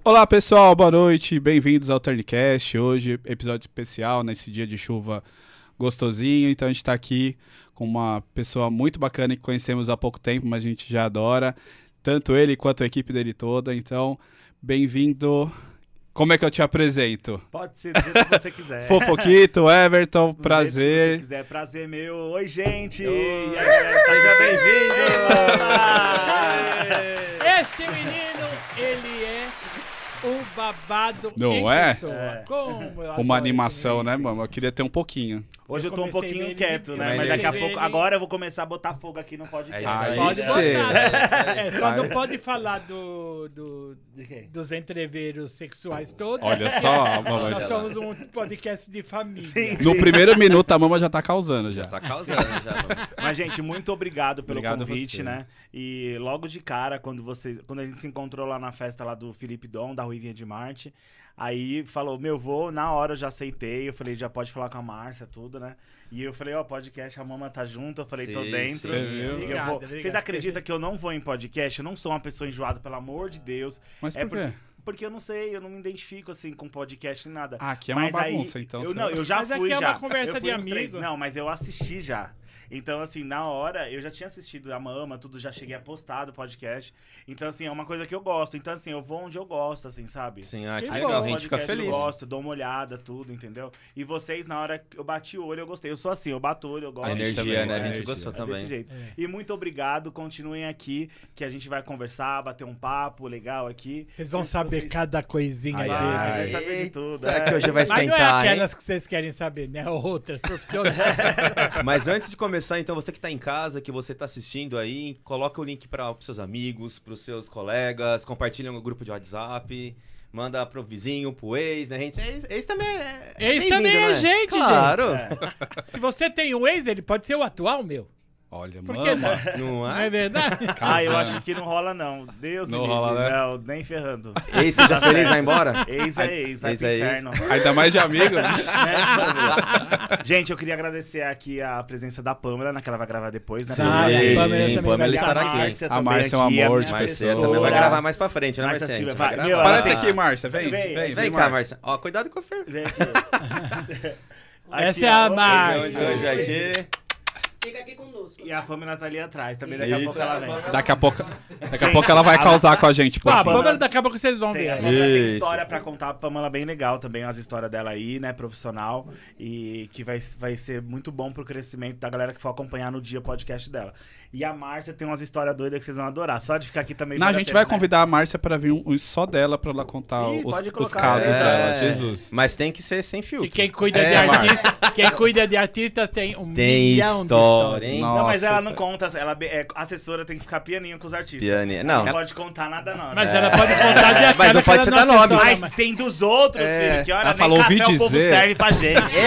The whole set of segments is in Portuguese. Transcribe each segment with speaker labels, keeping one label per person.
Speaker 1: Olá pessoal, boa noite, bem-vindos ao Turncast. Hoje, episódio especial, nesse dia de chuva gostosinho. Então a gente tá aqui com uma pessoa muito bacana que conhecemos há pouco tempo, mas a gente já adora, tanto ele quanto a equipe dele toda. Então, bem-vindo. Como é que eu te apresento?
Speaker 2: Pode ser do jeito que você quiser.
Speaker 1: Fofoquito, Everton,
Speaker 2: Do
Speaker 1: prazer.
Speaker 2: jeito que você quiser, prazer meu. Oi, gente!
Speaker 3: Oi.
Speaker 2: E aí, galera, seja bem-vindo!
Speaker 3: Este menino, ele é o babado
Speaker 1: Não
Speaker 3: em
Speaker 1: é?
Speaker 3: pessoa.
Speaker 2: É.
Speaker 3: Como eu adoro
Speaker 1: Uma
Speaker 3: esse
Speaker 1: animação,
Speaker 3: menino.
Speaker 1: né, mano? Eu queria ter um pouquinho.
Speaker 2: Hoje eu tô um
Speaker 3: comecei
Speaker 2: pouquinho
Speaker 3: nele
Speaker 2: quieto,
Speaker 3: de-
Speaker 2: né?
Speaker 3: eu
Speaker 2: Mas daqui a
Speaker 3: comecei
Speaker 2: pouco,
Speaker 3: nele-
Speaker 2: agora eu vou começar a botar fogo aqui no podcast.
Speaker 1: Aí
Speaker 3: Pode
Speaker 1: sim.
Speaker 3: botar. Só
Speaker 1: Aí.
Speaker 3: não pode falar
Speaker 2: De quem?
Speaker 3: dos entreveros sexuais todos.
Speaker 1: Olha só, a mamãe
Speaker 3: Nós
Speaker 1: já...
Speaker 3: somos um podcast de família.
Speaker 2: Sim.
Speaker 1: No primeiro minuto a mama já tá causando já.
Speaker 4: Tá causando já, mano.
Speaker 2: Mas, gente, muito obrigado pelo
Speaker 1: Obrigado a
Speaker 2: convite,
Speaker 1: você.
Speaker 2: né? E logo de cara, quando a gente se encontrou lá na festa lá do Felipe Dom, da Ruivinha de Marte, aí falou, meu vô, na hora eu já aceitei, eu falei, já pode falar com a Márcia, tudo, né? E eu falei, ó, podcast, a mama tá junto, eu falei, tô
Speaker 4: Sim,
Speaker 2: dentro.
Speaker 1: sim. Você viu?
Speaker 2: E eu
Speaker 3: Obrigado,
Speaker 2: vou-
Speaker 3: obrigado.
Speaker 2: Vocês acreditam que eu não vou em podcast? Eu não sou uma pessoa enjoada, pelo amor de Deus.
Speaker 1: Mas
Speaker 2: É
Speaker 1: por quê?
Speaker 2: Porque eu não sei, eu não me identifico assim com podcast nem nada.
Speaker 1: Ah, aqui é uma bagunça, então.
Speaker 2: Eu,
Speaker 1: você-
Speaker 2: não, eu já
Speaker 3: Mas aqui
Speaker 2: fui
Speaker 3: é
Speaker 2: já.
Speaker 3: uma conversa
Speaker 2: Eu fui
Speaker 3: de
Speaker 2: uns três.
Speaker 3: amigo.
Speaker 2: Não, mas eu assisti já. Então, assim, na hora, eu já tinha assistido a Mama, tudo, já cheguei a postar do podcast. Então, assim, é uma coisa que eu gosto. Então, assim, eu vou onde eu gosto, assim, sabe?
Speaker 4: Sim, ah, que
Speaker 3: Que
Speaker 2: Aí
Speaker 3: bom.
Speaker 4: legal, a
Speaker 2: nos
Speaker 4: gente fica
Speaker 2: podcasts
Speaker 4: feliz.
Speaker 2: Eu gosto, dou uma olhada, tudo, entendeu? E vocês, na hora que eu bati o olho, eu gostei. Eu sou assim, eu bato o olho, eu gosto.
Speaker 4: A
Speaker 1: gente
Speaker 4: energia,
Speaker 1: também,
Speaker 4: né? A gente
Speaker 1: energia.
Speaker 4: gostou
Speaker 2: É desse
Speaker 4: também.
Speaker 2: jeito.
Speaker 3: É.
Speaker 2: E muito obrigado, continuem aqui, que a gente vai conversar, bater um papo legal aqui.
Speaker 3: Vocês vão saber cada coisinha
Speaker 1: Ai,
Speaker 3: dele.
Speaker 1: ai,
Speaker 2: Vai saber de tudo.
Speaker 4: É que hoje vai
Speaker 3: Mas não é
Speaker 4: esquentar, hein?
Speaker 3: aquelas que vocês querem saber, né? Outras, profissionais.
Speaker 4: Mas antes de começar, então, você que tá em casa, que você tá assistindo aí, coloca o link para os seus amigos, pros seus colegas, compartilha no grupo de WhatsApp, manda pro vizinho, pro ex, né, gente? Ex também é
Speaker 3: Ex
Speaker 4: bem-vindo,
Speaker 3: também é
Speaker 4: né?
Speaker 3: gente,
Speaker 4: Claro.
Speaker 2: É.
Speaker 3: Se você tem um ex, ele pode ser o atual, meu.
Speaker 1: Olha,
Speaker 3: Por que
Speaker 1: mama.
Speaker 4: Não
Speaker 3: Não
Speaker 4: é?
Speaker 3: é verdade?
Speaker 2: Ah, eu
Speaker 1: Casando.
Speaker 2: acho que não rola, não. Deus
Speaker 1: Não
Speaker 2: me
Speaker 1: rola,
Speaker 2: livre.
Speaker 1: né?
Speaker 2: Não, nem ferrando.
Speaker 4: Ex, seja feliz, vai embora?
Speaker 2: Ex é ex, vai
Speaker 4: Ex
Speaker 2: pro
Speaker 4: é ex.
Speaker 2: inferno.
Speaker 1: Ainda mais de amigo.
Speaker 2: Né? Gente, eu queria agradecer aqui a presença da Pamela, né, que ela vai gravar depois, né?
Speaker 3: Sim,
Speaker 2: Pamela?
Speaker 3: a Pamela
Speaker 4: sim,
Speaker 3: também
Speaker 4: Pamela
Speaker 3: vai
Speaker 4: estará
Speaker 3: gravar.
Speaker 4: aqui.
Speaker 1: A Márcia é um
Speaker 2: aqui, a
Speaker 1: amor
Speaker 2: minha
Speaker 1: de
Speaker 4: Marcia
Speaker 1: pessoa.
Speaker 4: também vai
Speaker 2: assessora.
Speaker 4: gravar mais pra frente, né,
Speaker 2: Márcia
Speaker 4: Marcia? A gente
Speaker 2: Silva,
Speaker 4: vai
Speaker 2: vai.
Speaker 4: gravar.
Speaker 2: Meu,
Speaker 1: Aparece
Speaker 2: ela
Speaker 1: aqui, Márcia. Vem,
Speaker 2: Vem,
Speaker 1: vem,
Speaker 4: Vem cá,
Speaker 1: Márcia.
Speaker 4: Marcia. Ó, cuidado com o Fer.
Speaker 2: Vem aqui.
Speaker 3: Essa é a
Speaker 2: ó.
Speaker 3: Márcia.
Speaker 4: Hoje aqui.
Speaker 5: Fica aqui conosco.
Speaker 2: E a Pamela tá ali atrás também, daqui a
Speaker 4: Isso.
Speaker 2: pouco ela vem.
Speaker 1: Daqui a pouco
Speaker 2: Gente,
Speaker 1: ela vai
Speaker 2: a-
Speaker 1: causar com a gente.
Speaker 3: Pô, a
Speaker 1: pouquinho.
Speaker 3: Pamela, daqui a pouco vocês vão
Speaker 2: Sim,
Speaker 3: ver.
Speaker 2: a Pamela tem
Speaker 4: Isso.
Speaker 2: história pra contar, a Pamela bem legal também, as histórias dela aí, né, profissional, e que vai ser muito bom pro crescimento da galera que for acompanhar no dia podcast dela. E a Márcia tem umas histórias doidas que vocês vão adorar, só de ficar aqui também.
Speaker 1: Não, a
Speaker 2: vale
Speaker 1: gente
Speaker 2: pena,
Speaker 1: vai
Speaker 2: né?
Speaker 1: convidar a Márcia pra vir um só dela pra ela contar
Speaker 2: Ih,
Speaker 1: os
Speaker 2: pode colocar,
Speaker 1: casos
Speaker 2: é.
Speaker 1: dela. Jesus.
Speaker 4: Mas tem que ser sem filtro.
Speaker 3: E quem cuida
Speaker 1: É,
Speaker 3: de
Speaker 1: Márcia.
Speaker 3: artista, quem cuida de artista tem um
Speaker 4: Tem
Speaker 3: milhão
Speaker 4: história,
Speaker 3: de
Speaker 4: hein?
Speaker 1: Nossa.
Speaker 2: Não, mas ela não conta, ela é assessora, tem que ficar pianinho com os artistas.
Speaker 4: Pianinha.
Speaker 2: Não
Speaker 4: Não.
Speaker 2: pode contar nada não.
Speaker 3: Mas
Speaker 2: né?
Speaker 3: ela pode contar de aquela
Speaker 4: Mas não
Speaker 3: que
Speaker 4: pode
Speaker 3: ela
Speaker 4: citar
Speaker 3: assessora,
Speaker 4: nomes.
Speaker 2: Mas tem dos outros,
Speaker 1: É,
Speaker 2: filho, que hora
Speaker 1: ela
Speaker 2: nem
Speaker 1: falou, ouvi
Speaker 2: café o povo
Speaker 1: dizer.
Speaker 2: serve pra gente.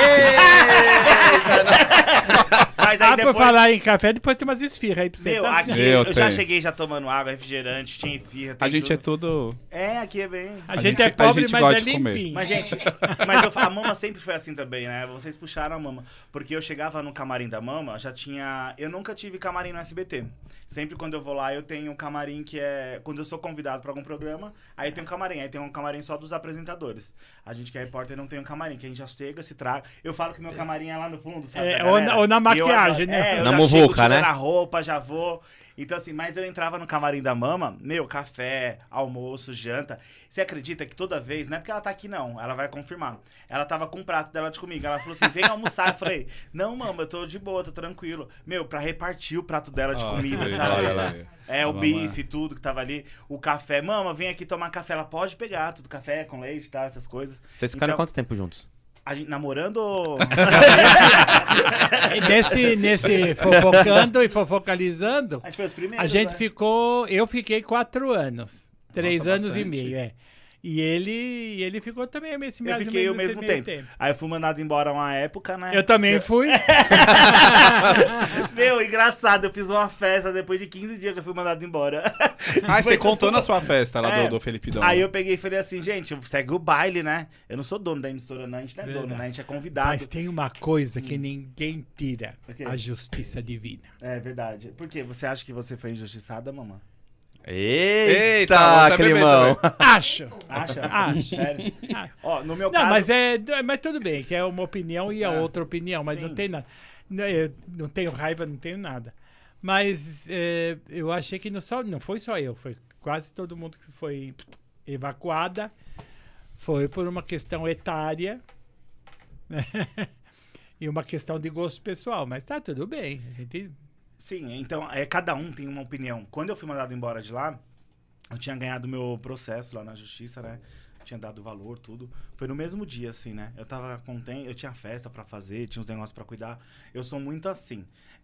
Speaker 2: Mas aí
Speaker 3: Ah,
Speaker 2: depois...
Speaker 3: por falar em café, depois tem umas esfirras aí pra você.
Speaker 2: Meu,
Speaker 3: tá?
Speaker 2: aqui
Speaker 1: Eu
Speaker 2: eu já
Speaker 1: tenho.
Speaker 2: cheguei já tomando água, refrigerante, tinha esfirra, tem
Speaker 1: A gente é
Speaker 2: tudo.
Speaker 1: tudo...
Speaker 2: É, aqui é bem...
Speaker 3: A gente é pobre,
Speaker 1: gente
Speaker 3: mas
Speaker 1: gosta
Speaker 3: é
Speaker 1: de comer.
Speaker 3: limpinho.
Speaker 2: Mas, gente, a Mama sempre foi assim também, né? Vocês puxaram a Mama. Porque eu chegava no camarim da Mama, já tinha... Eu nunca tive camarim no SBT. Sempre quando eu vou lá, eu tenho um camarim que é... Quando eu sou convidado pra algum programa, aí tem um camarim. Aí tem um camarim só dos apresentadores. A gente que é repórter não tem um camarim, que a gente já chega, se traga. Eu falo que meu camarim é lá no fundo, sabe?
Speaker 3: É,
Speaker 2: da
Speaker 3: ou
Speaker 2: galera?
Speaker 3: na- ou na
Speaker 2: E eu
Speaker 3: maquiagem,
Speaker 2: adoro-
Speaker 3: né?
Speaker 2: eu
Speaker 4: Na
Speaker 2: já
Speaker 4: muvuca,
Speaker 2: chego tirando
Speaker 4: né?
Speaker 2: a roupa, já vou... Então, assim, mas eu entrava no camarim da Mama, meu, café, almoço, janta. Você acredita que toda vez, não é porque ela tá aqui, não, ela vai confirmar. Ela tava com o prato dela de comida. Ela falou assim: vem almoçar. Eu falei: não, Mama, eu tô de boa, tô tranquilo. Meu, pra repartir o prato dela de
Speaker 1: Ah,
Speaker 2: comida,
Speaker 1: olha
Speaker 2: sabe?
Speaker 1: lá.
Speaker 2: É, o
Speaker 1: Mama.
Speaker 2: bife, tudo que tava ali. O café. Mama, vem aqui tomar café. Ela pode pegar tudo, café com leite e tal, essas coisas.
Speaker 4: Vocês ficaram
Speaker 2: Então-
Speaker 4: quanto tempo juntos?
Speaker 2: A gente namorando ou...
Speaker 3: E nesse fofocando e fofocalizando,
Speaker 2: A gente foi os primeiros,
Speaker 3: a gente
Speaker 2: né?
Speaker 3: ficou... Eu fiquei 4 anos. 3
Speaker 2: Nossa,
Speaker 3: anos
Speaker 2: bastante.
Speaker 3: e meio, é. E ele ficou também esse
Speaker 2: Eu fiquei o mesmo tempo. Aí eu fui mandado embora uma época, né?
Speaker 3: Eu também fui.
Speaker 2: Meu, engraçado, eu fiz uma festa depois de 15 dias que eu fui mandado embora.
Speaker 1: Ah, você
Speaker 2: Foi
Speaker 1: contou
Speaker 2: tudo-
Speaker 1: na sua festa lá
Speaker 2: É.
Speaker 1: do Felipe Dom.
Speaker 2: Aí eu peguei e falei assim, gente, segue o baile, né? Eu não sou dono da emissora, não. A gente não é dono,
Speaker 3: Verdade.
Speaker 2: né? A gente é convidado.
Speaker 3: Mas tem uma coisa que ninguém tira.
Speaker 2: O quê?
Speaker 3: A justiça divina.
Speaker 2: É verdade. Por quê? Você acha que você foi injustiçada, mamãe?
Speaker 4: Eita,
Speaker 1: tá
Speaker 4: climão.
Speaker 3: Acho.
Speaker 2: Acha?
Speaker 3: Acho.
Speaker 2: Sério? Ó, no meu
Speaker 3: Não,
Speaker 2: caso...
Speaker 3: mas tudo bem, que é uma opinião e a outra opinião, mas
Speaker 2: sim.
Speaker 3: não tem nada. Eu não tenho raiva, não tenho nada. Mas eu achei que não foi só eu, foi quase todo mundo que foi evacuada. Foi por uma questão etária, né? E uma questão de gosto pessoal, mas tá tudo bem. A gente...
Speaker 2: Sim, então, cada um tem uma opinião. Quando eu fui mandado embora de lá, eu tinha ganhado meu processo lá na justiça, né? Tinha dado valor, tudo. Foi no mesmo dia, assim, né? Eu tava contente, eu tinha festa pra fazer, tinha uns negócios pra cuidar. Eu sou muito assim.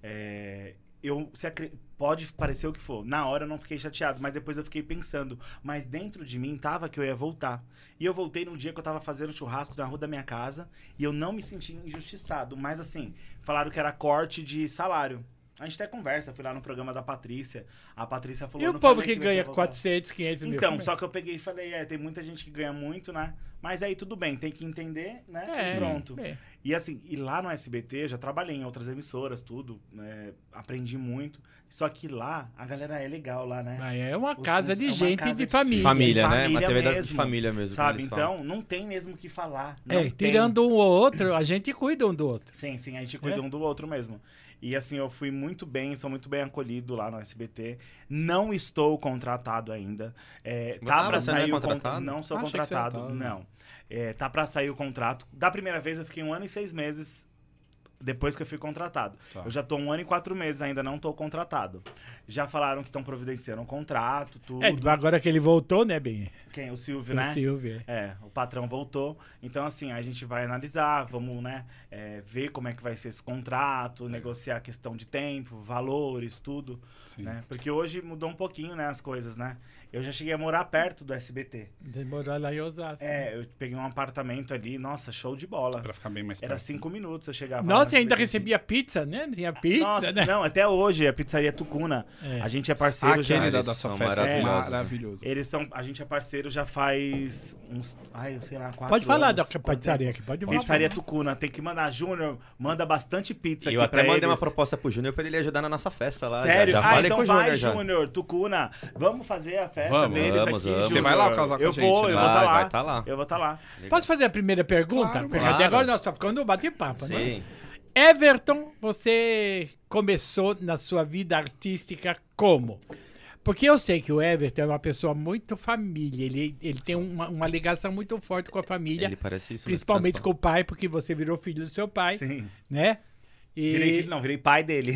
Speaker 2: Pode parecer o que for. Na hora eu não fiquei chateado, mas depois eu fiquei pensando. Mas dentro de mim tava que eu ia voltar. E eu voltei num dia que eu tava fazendo churrasco na rua da minha casa e eu não me senti injustiçado. Mas assim, falaram que era corte de salário. A gente até conversa, fui lá no programa da Patrícia. A Patrícia falou...
Speaker 3: E o
Speaker 2: "Não
Speaker 3: povo
Speaker 2: falei
Speaker 3: que
Speaker 2: você ia
Speaker 3: ganha
Speaker 2: voltar?"
Speaker 3: 400, 500 mil?
Speaker 2: Então, só que eu peguei e falei, tem muita gente que ganha muito, né? Mas aí tudo bem, tem que entender, né? E pronto. E assim, e lá no SBT, eu já trabalhei em outras emissoras, tudo, né? Aprendi muito. Só que lá, a galera é legal lá, né?
Speaker 3: É uma casa de
Speaker 2: uma
Speaker 3: gente
Speaker 2: casa
Speaker 3: de família.
Speaker 4: Família, né?
Speaker 2: família
Speaker 4: Uma TV de
Speaker 2: mesmo,
Speaker 4: família mesmo.
Speaker 2: Sabe?
Speaker 4: como eles falam.
Speaker 2: Então, não tem mesmo o que falar. Não tem.
Speaker 3: Tirando um ou outro, a gente cuida um do outro.
Speaker 2: Sim, a gente cuida um do outro mesmo. E assim, eu fui muito bem, sou muito bem acolhido lá no SBT. Não estou contratado ainda. Tá pra
Speaker 4: você não é
Speaker 2: sair o
Speaker 4: contratado?
Speaker 2: contrato. Não sou
Speaker 1: Achei que você
Speaker 2: contratado,
Speaker 1: tava.
Speaker 2: não. Tá pra sair o contrato. Da primeira vez eu fiquei 1 ano e 6 meses depois que eu fui contratado.
Speaker 1: Tá.
Speaker 2: Eu já tô 1 ano e 4 meses, ainda não tô contratado. Já falaram que estão providenciando um contrato, tudo.
Speaker 3: Agora que ele voltou, né, bem?
Speaker 2: Quem? O Silvio,
Speaker 3: Seu
Speaker 2: né?
Speaker 3: Silvio.
Speaker 2: O patrão voltou. Então, assim, a gente vai analisar, vamos, né, ver como é que vai ser esse contrato, negociar a questão de tempo, valores, tudo,
Speaker 1: Sim.
Speaker 2: né? Porque hoje mudou um pouquinho, né, as coisas, né? Eu já cheguei a morar perto do SBT.
Speaker 3: Demorou lá em Osasco.
Speaker 2: Eu peguei um apartamento ali, nossa, show de bola.
Speaker 1: Pra ficar bem mais
Speaker 2: Era
Speaker 1: perto.
Speaker 2: 5 minutos eu chegava lá
Speaker 3: Nossa,
Speaker 2: no
Speaker 3: e ainda
Speaker 2: SBT.
Speaker 3: recebia pizza, né? Tinha pizza,
Speaker 2: Nossa,
Speaker 3: né?
Speaker 2: não, até hoje, a pizzaria Tucuna.
Speaker 3: É.
Speaker 2: A gente é parceiro já.
Speaker 1: Aquele da
Speaker 4: Eles
Speaker 1: sua
Speaker 4: são
Speaker 1: festa é
Speaker 4: maravilhosos.
Speaker 1: maravilhoso.
Speaker 2: A gente é parceiro já faz uns, sei lá, 4
Speaker 3: Pode falar
Speaker 2: anos.
Speaker 3: da pizzaria aqui, pode falar.
Speaker 2: Pizzaria Tucuna, tem que mandar. Júnior, manda bastante pizza
Speaker 4: E
Speaker 2: aqui
Speaker 4: eu até
Speaker 2: pra
Speaker 4: mandei uma
Speaker 2: eles.
Speaker 4: proposta pro Júnior pra ele ajudar na nossa festa lá.
Speaker 2: Sério?
Speaker 4: Já falei
Speaker 2: então
Speaker 4: com o
Speaker 2: vai,
Speaker 4: Júnior já.
Speaker 2: Júnior, Tucuna. Vamos fazer a festa
Speaker 1: Vamos,
Speaker 2: deles
Speaker 4: vamos,
Speaker 2: aqui,
Speaker 4: vamos.
Speaker 2: Júnior.
Speaker 1: Você vai lá causar com a
Speaker 2: Eu
Speaker 1: gente,
Speaker 2: vou,
Speaker 1: né?
Speaker 2: eu vou estar lá.
Speaker 4: Vai tá lá.
Speaker 2: Eu vou estar lá.
Speaker 3: Posso fazer a primeira pergunta?
Speaker 1: Claro,
Speaker 3: Porque
Speaker 4: claro.
Speaker 3: até agora nós só ficamos no bate-papo, né?
Speaker 4: Sim.
Speaker 3: Everton, você começou na sua vida artística como? Porque eu sei que o Everton é uma pessoa muito família, ele tem uma ligação muito forte com a família,
Speaker 4: Ele parece isso.
Speaker 3: principalmente com o pai, porque você virou filho do seu pai,
Speaker 2: Sim.
Speaker 3: né? E...
Speaker 2: Virei filho, não, virei pai dele.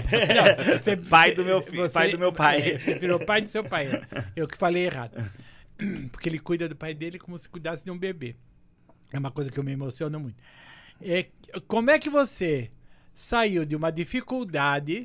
Speaker 3: Não,
Speaker 2: Pai do meu filho, pai do meu pai.
Speaker 3: Você virou pai do seu pai. Eu que falei errado. Porque ele cuida do pai dele como se cuidasse de um bebê. É uma coisa que eu me emociono muito. Como é que você saiu de uma dificuldade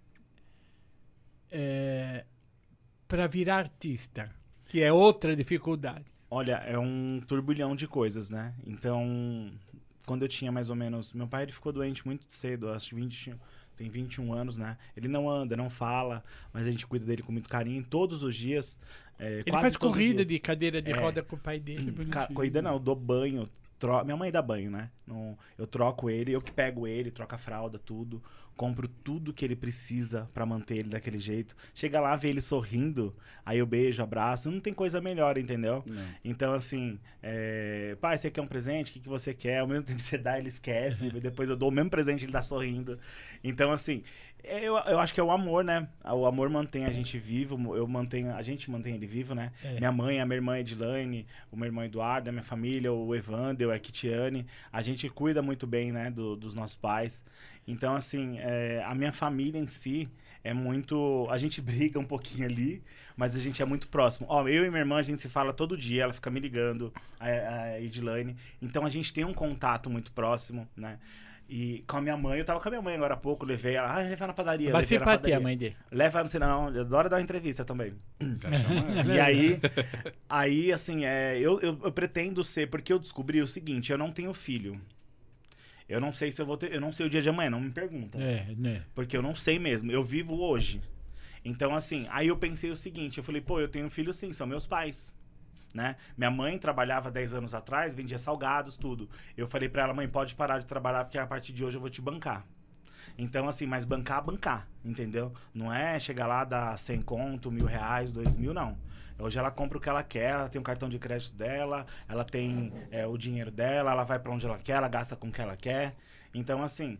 Speaker 3: para virar artista? Que é outra dificuldade.
Speaker 2: Olha, é um turbilhão de coisas, né? Então, quando eu tinha mais ou menos... Meu pai ele ficou doente muito cedo, acho que tem 21 anos, né? Ele não anda, não fala, mas a gente cuida dele com muito carinho. Todos os dias...
Speaker 3: Ele
Speaker 2: quase
Speaker 3: faz
Speaker 2: todos os
Speaker 3: corrida
Speaker 2: dias.
Speaker 3: de cadeira de roda com o pai dele.
Speaker 2: Corrida não, eu dou banho. Minha mãe dá banho, né? Eu troco ele, eu que pego ele, troco a fralda, tudo. Compro tudo que ele precisa pra manter ele daquele jeito. Chega lá, vê ele sorrindo, aí eu beijo, abraço. Não tem coisa melhor, entendeu?
Speaker 1: Não.
Speaker 2: Então, assim, pai, você quer um presente? O que você quer? Ao mesmo tempo que você dá, ele esquece. Depois eu dou o mesmo presente, ele tá sorrindo. Então, assim, eu acho que é o amor, né? O amor mantém a gente vivo, a gente mantém ele vivo, né? Minha mãe, a minha irmã Edilane, o meu irmão Eduardo, a minha família, o Evander, a Kitiane, a gente cuida muito bem, né, dos nossos pais. Então, assim, a minha família em si é muito... A gente briga um pouquinho ali, mas a gente é muito próximo. Eu e minha irmã, a gente se fala todo dia, ela fica me ligando, a Edilane. Então, a gente tem um contato muito próximo, né? E com a minha mãe, eu tava com a minha mãe agora há pouco, levei ela, levei na padaria.
Speaker 3: Vai
Speaker 2: levei
Speaker 3: ser
Speaker 2: na
Speaker 3: pra ti
Speaker 2: padaria.
Speaker 3: a mãe dele.
Speaker 2: Leva, não, eu adoro dar uma entrevista também.
Speaker 1: Já chama ela.
Speaker 2: E aí assim, eu pretendo ser, porque eu descobri o seguinte, eu não tenho filho. Eu não sei se eu vou ter, eu não sei o dia de amanhã, não me pergunta.
Speaker 3: Né?
Speaker 2: Porque eu não sei mesmo, eu vivo hoje. Então assim, aí eu pensei o seguinte, eu falei, eu tenho filho sim, são meus pais. Né? Minha mãe trabalhava 10 anos atrás, vendia salgados, tudo. Eu falei pra ela, mãe, pode parar de trabalhar porque a partir de hoje eu vou te bancar. Então, assim, mas bancar, entendeu? Não é chegar lá, dar 100 conto, R$1.000, 2.000, não. Hoje ela compra o que ela quer, ela tem o cartão de crédito dela, ela tem o dinheiro dela, ela vai pra onde ela quer, ela gasta com o que ela quer. Então, assim,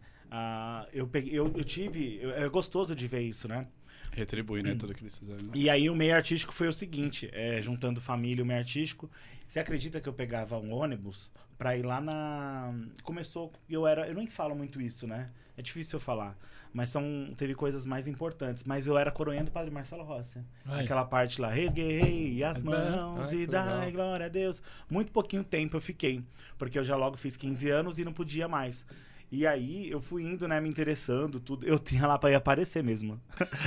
Speaker 2: é gostoso de ver isso, né?
Speaker 1: Retribui, né, tudo que eles fizeram. Né?
Speaker 2: E aí o meio artístico foi o seguinte, juntando família e o meio artístico, você acredita que eu pegava um ônibus pra ir lá na... Começou, eu nem falo muito isso, né? É difícil eu falar, mas teve coisas mais importantes. Mas eu era coroinha do Padre Marcelo Rossi.
Speaker 3: Ai.
Speaker 2: Aquela parte lá, reguei as mãos
Speaker 4: Ai,
Speaker 2: e
Speaker 4: que
Speaker 2: dai
Speaker 4: legal.
Speaker 2: glória a Deus. Muito pouquinho tempo eu fiquei, porque eu já logo fiz 15 anos e não podia mais. E aí eu fui indo, né, me interessando, tudo. Eu tinha lá pra ir aparecer mesmo.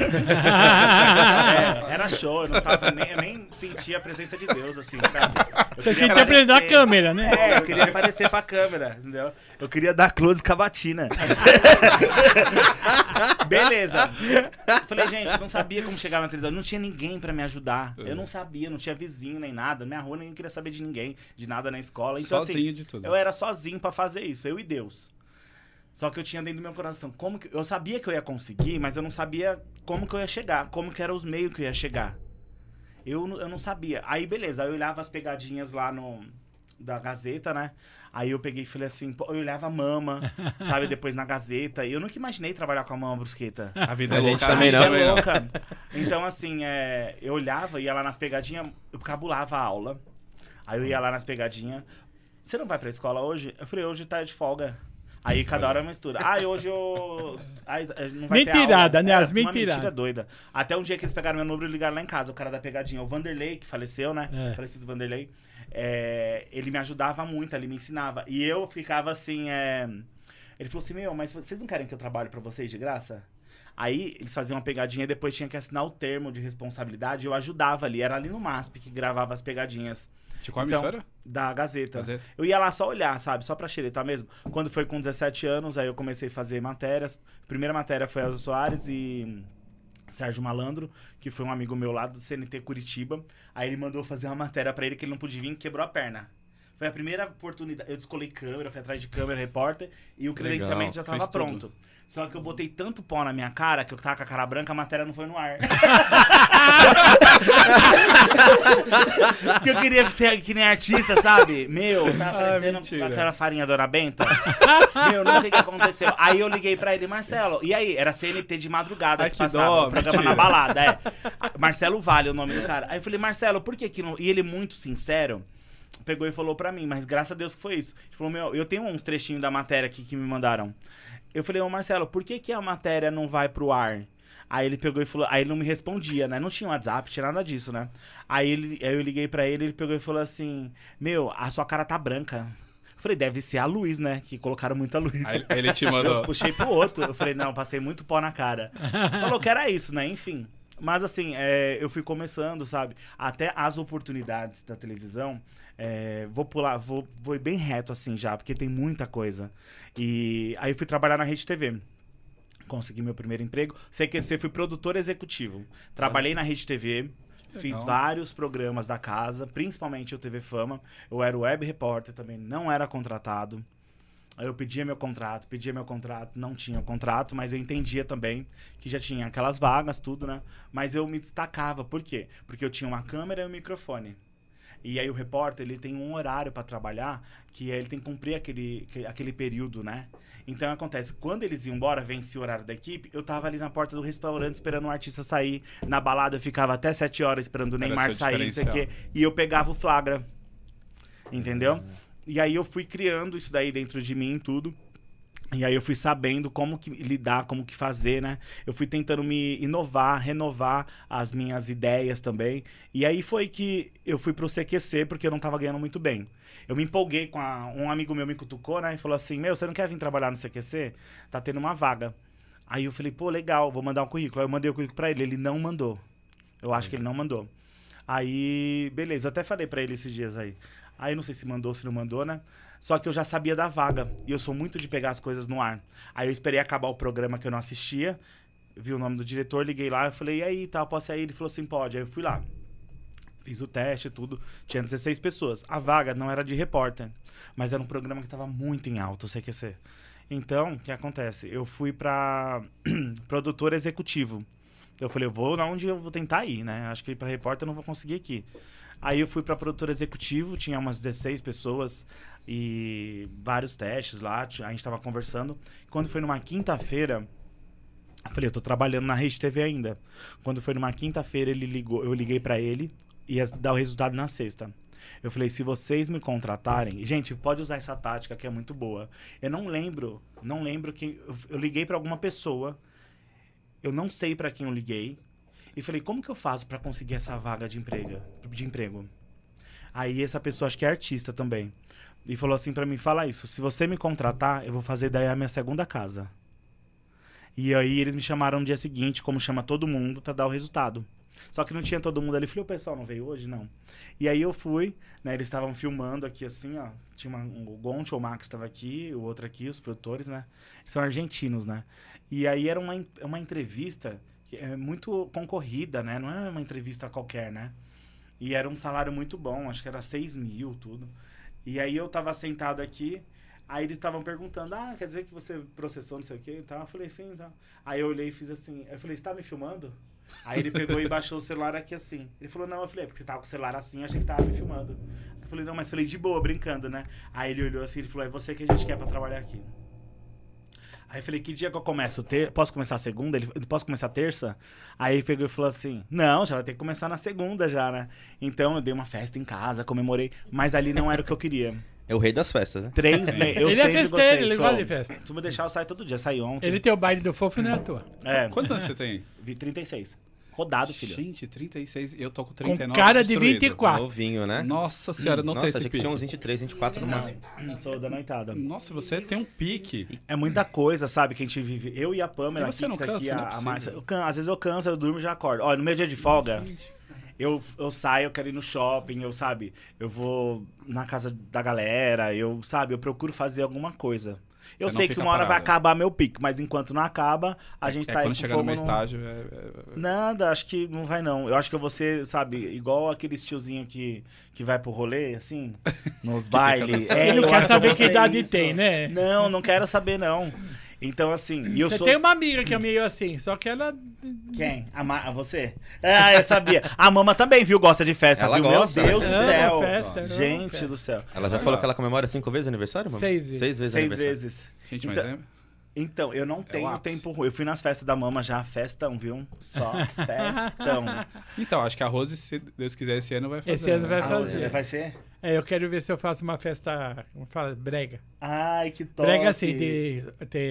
Speaker 2: Era show, eu nem sentia a presença de Deus, assim, sabe? Eu
Speaker 3: Você
Speaker 2: queria
Speaker 3: sentia preso da
Speaker 2: aparecer.
Speaker 3: câmera, né?
Speaker 2: Eu queria aparecer pra câmera, entendeu? Eu queria dar close com a batina. Beleza. Falei, gente, eu não sabia como chegar na televisão. Não tinha ninguém pra me ajudar. Eu não sabia, não tinha vizinho nem nada. Minha rua ninguém queria saber de ninguém, de nada na escola. Então,
Speaker 1: Sozinho
Speaker 2: assim,
Speaker 1: de tudo.
Speaker 2: eu era sozinho pra fazer isso, eu e Deus. Só que eu tinha dentro do meu coração, eu sabia que eu ia conseguir, mas eu não sabia como que eu ia chegar, como que eram os meios que eu ia chegar. Eu não sabia. Aí, beleza, aí eu olhava as pegadinhas lá da Gazeta, né? Aí eu peguei e falei assim, eu olhava a Mama, sabe, depois na Gazeta. E eu nunca imaginei trabalhar com a Mama Brusqueta.
Speaker 1: A vida é
Speaker 4: A gente
Speaker 1: louca.
Speaker 4: também
Speaker 2: A
Speaker 4: não.
Speaker 2: vida é louca. Então, assim, eu olhava, ia lá nas pegadinhas, eu cabulava a aula. Aí eu ia lá nas pegadinhas. Você não vai pra escola hoje? Eu falei, hoje tá de folga. Aí cada hora mistura. Hoje eu... não vai ter
Speaker 3: Mentirada,
Speaker 2: aula.
Speaker 3: né? As
Speaker 2: Uma
Speaker 3: mentiradas.
Speaker 2: mentira doida. Até um dia que eles pegaram meu número e ligaram lá em casa, o cara da pegadinha, o Vanderlei, que faleceu, né? Falecido Vanderlei. Ele me ajudava muito, ele me ensinava. E eu ficava assim... Ele falou assim, mas vocês não querem que eu trabalhe pra vocês de graça? Aí eles faziam uma pegadinha e depois tinha que assinar o termo de responsabilidade. Eu ajudava ali, era ali no MASP que gravava as pegadinhas.
Speaker 1: De qual
Speaker 2: Então,
Speaker 1: emissora?
Speaker 2: Da Gazeta.
Speaker 1: Gazeta.
Speaker 2: Eu ia lá só olhar, sabe? Só pra xeretar mesmo. Quando foi com 17 anos, aí eu comecei a fazer matérias. Primeira matéria foi Elza Soares e Sérgio Malandro, que foi um amigo meu lá do CNT Curitiba. Aí ele mandou fazer uma matéria pra ele que ele não podia vir e quebrou a perna. Foi a primeira oportunidade. Eu descolei câmera, fui atrás de câmera, repórter, e o credenciamento já tava
Speaker 1: fez tudo.
Speaker 2: pronto. Só que eu botei tanto pó na minha cara, que eu tava com a cara branca, a matéria não foi no ar. Que eu queria ser que nem artista, sabe? Tava parecendo
Speaker 1: mentira.
Speaker 2: aquela farinha Dona Benta. Não sei o que aconteceu. Aí eu liguei pra ele, Marcelo, e aí? Era CNT de madrugada
Speaker 1: Ai,
Speaker 2: que
Speaker 1: que
Speaker 2: passava,
Speaker 1: dó,
Speaker 2: o programa
Speaker 1: mentira.
Speaker 2: na balada, Marcelo Vale, o nome do cara. Aí eu falei, Marcelo, por que não... E ele, muito sincero, pegou e falou pra mim, mas graças a Deus que foi isso. Ele falou, eu tenho uns trechinhos da matéria aqui que me mandaram. Eu falei, Marcelo, por que a matéria não vai pro ar? Aí ele pegou e falou... Aí ele não me respondia, né? Não tinha WhatsApp, tinha nada disso, né? Aí eu liguei pra ele, ele pegou e falou assim... a sua cara tá branca. Eu falei, deve ser a luz, né? Que colocaram muita luz.
Speaker 1: Aí ele te
Speaker 2: Eu
Speaker 1: mandou.
Speaker 2: puxei pro outro. Eu falei, não, passei muito pó na cara. Falou que era isso, né? Enfim. Mas assim, eu fui começando, sabe? Até as oportunidades da televisão... vou pular, vou ir bem reto assim já, porque tem muita coisa. E aí eu fui trabalhar na Rede TV. Consegui meu primeiro emprego. CQC, fui produtor executivo. Trabalhei na Rede TV. Fiz vários programas da casa, principalmente o TV Fama. Eu era web repórter também, não era contratado. Aí eu pedia meu contrato, não tinha contrato, mas eu entendia também que já tinha aquelas vagas, tudo, né? Mas eu me destacava. Por quê? Porque eu tinha uma câmera e um microfone. E aí o repórter, ele tem um horário para trabalhar, que ele tem que cumprir aquele período, né? Então acontece, quando eles iam embora, vencia o horário da equipe, eu tava ali na porta do restaurante esperando um artista sair. Na balada eu ficava até 7 horas esperando o Neymar sair, não sei o quê. E eu pegava o flagra. Entendeu? E aí eu fui criando isso daí dentro de mim, tudo. E aí eu fui sabendo como que lidar, como que fazer, né? Eu fui tentando me inovar, renovar as minhas ideias também. E aí foi que eu fui pro CQC, porque eu não tava ganhando muito bem. Eu me empolguei com um amigo meu me cutucou, né? E falou assim, você não quer vir trabalhar no CQC? Tá tendo uma vaga. Aí eu falei, pô, legal, vou mandar um currículo. Aí eu mandei o currículo pra ele não mandou. Eu acho que ele não mandou. Aí, beleza, eu até falei pra ele esses dias aí. Aí não sei se mandou, se não mandou, né? Só que eu já sabia da vaga. E eu sou muito de pegar as coisas no ar. Aí eu esperei acabar o programa que eu não assistia. Vi o nome do diretor, liguei lá. Eu falei, e aí, tal, posso sair? Ele falou assim, pode. Aí eu fui lá. Fiz o teste e tudo. Tinha 16 pessoas. A vaga não era de repórter. Mas era um programa que estava muito em alta, o CQC. Então, o que acontece? Eu fui pra produtor executivo. Eu falei, eu vou onde eu vou tentar ir, né? Acho que pra repórter eu não vou conseguir aqui. Aí eu fui pra produtor executivo, tinha umas 16 pessoas e vários testes lá, a gente tava conversando. Quando foi numa quinta-feira, eu falei, eu tô trabalhando na Rede TV ainda. Quando foi numa quinta-feira, ele ligou, eu liguei pra ele, ia dar o resultado na sexta. Eu falei, se vocês me contratarem... Gente, pode usar essa tática que é muito boa. Eu não lembro que... Eu liguei pra alguma pessoa, eu não sei pra quem eu liguei, e falei, como que eu faço pra conseguir essa vaga de emprego? Aí essa pessoa, acho que é artista também, e falou assim pra mim, fala isso, se você me contratar, eu vou fazer daí a minha segunda casa. E aí eles me chamaram no dia seguinte, como chama todo mundo, pra dar o resultado. Só que não tinha todo mundo ali. Falei, o pessoal não veio hoje? Não. E aí eu fui, né? Eles estavam filmando aqui assim, ó. Tinha o Goncho, o Max estava aqui, o outro aqui, os produtores, né? Eles são argentinos, né? E aí era uma entrevista que é muito concorrida, né? Não é uma entrevista qualquer, né? E era um salário muito bom, acho que era 6 mil, tudo. E aí eu tava sentado aqui, aí eles estavam perguntando, quer dizer que você processou não sei o quê e tal? Eu falei, sim, tá. Aí eu olhei e fiz assim, eu falei, você tá me filmando? Aí ele pegou e baixou o celular aqui assim. Ele falou, não, eu falei, porque você tava com o celular assim, eu achei que você tava me filmando. Eu falei, não, mas falei de boa, brincando, né? Aí ele olhou assim, ele falou, é você que a gente quer pra trabalhar aqui. Aí eu falei, que dia que eu começo? Posso começar segunda? Ele posso começar terça? Aí ele pegou e falou assim, não, já vai ter que começar na segunda já, né? Então eu dei uma festa em casa, comemorei, mas ali não era o que eu queria.
Speaker 4: É o rei das festas, né?
Speaker 2: 3 meses.
Speaker 3: Ele é festeiro, ele gosta de festa.
Speaker 2: Se me deixar, eu saio todo dia. Saí ontem.
Speaker 3: Ele tem o baile do fofo e não é à toa.
Speaker 2: É.
Speaker 1: Quantos anos você tem?
Speaker 2: 36. Rodado, filho.
Speaker 1: Gente, 36. Eu tô com
Speaker 3: Com
Speaker 1: 39.
Speaker 3: cara de
Speaker 1: destruído.
Speaker 3: 24.
Speaker 4: Novinho, né?
Speaker 1: Nossa senhora, não tem
Speaker 4: Nossa,
Speaker 1: esse
Speaker 4: achei que
Speaker 1: pique.
Speaker 4: tinha uns 23, 24 no máximo.
Speaker 2: Não, sou da noitada.
Speaker 1: Nossa, você tem um pique.
Speaker 2: É muita coisa, sabe, que a gente vive. Eu e a Pamela
Speaker 1: E você não
Speaker 2: que tá aqui,
Speaker 1: cansa, não é
Speaker 2: a
Speaker 1: possível.
Speaker 2: Márcia. Às vezes eu canso, eu durmo e já acordo. Olha, no meu dia de folga, eu saio, eu quero ir no shopping, eu vou na casa da galera, eu procuro fazer alguma coisa. Eu
Speaker 1: Você não
Speaker 2: sei que
Speaker 1: fica
Speaker 2: uma hora vai
Speaker 1: parado.
Speaker 2: acabar meu pique, mas enquanto não acaba, a gente tá aí
Speaker 1: Quando
Speaker 2: com
Speaker 1: chegar no
Speaker 2: fogo
Speaker 1: meu
Speaker 2: no...
Speaker 1: estágio...
Speaker 2: Nada, acho que não vai não. Eu acho que eu vou ser, sabe, igual aqueles tiozinho que vai pro rolê, assim, nos bailes.
Speaker 3: Ele não
Speaker 2: eu
Speaker 3: quer
Speaker 2: acho que eu
Speaker 3: saber
Speaker 2: vou
Speaker 3: que
Speaker 2: ser
Speaker 3: idade
Speaker 2: isso.
Speaker 3: tem, né?
Speaker 2: Não quero saber, não. Então, assim, e eu
Speaker 3: Você
Speaker 2: sou...
Speaker 3: tem uma amiga que é meio assim, só que ela...
Speaker 2: Quem? Você? Ah, eu sabia. A Mama também, viu? Gosta de festa,
Speaker 4: Ela
Speaker 2: viu?
Speaker 4: gosta,
Speaker 2: Meu Deus
Speaker 4: né?
Speaker 2: do céu.
Speaker 3: Ama festa,
Speaker 2: Gente
Speaker 3: festa.
Speaker 2: do céu.
Speaker 4: Ela já falou que ela comemora 5 vezes aniversário, mano?
Speaker 3: 6 vezes.
Speaker 4: 6 vezes
Speaker 2: 6
Speaker 4: aniversário.
Speaker 2: vezes.
Speaker 1: Gente, mas
Speaker 2: Então-
Speaker 1: é...
Speaker 2: Então, eu não tenho
Speaker 1: ápice.
Speaker 2: tempo ruim. Eu fui nas festas da Mama já, festão, viu? Só festão.
Speaker 1: Então, acho que a Rose, se Deus quiser, esse ano vai fazer.
Speaker 3: Esse ano vai
Speaker 1: né?
Speaker 3: fazer.
Speaker 2: Vai ser?
Speaker 3: É, eu quero ver se eu faço uma festa, como fala, brega.
Speaker 2: Ai, que top.
Speaker 3: Brega assim, de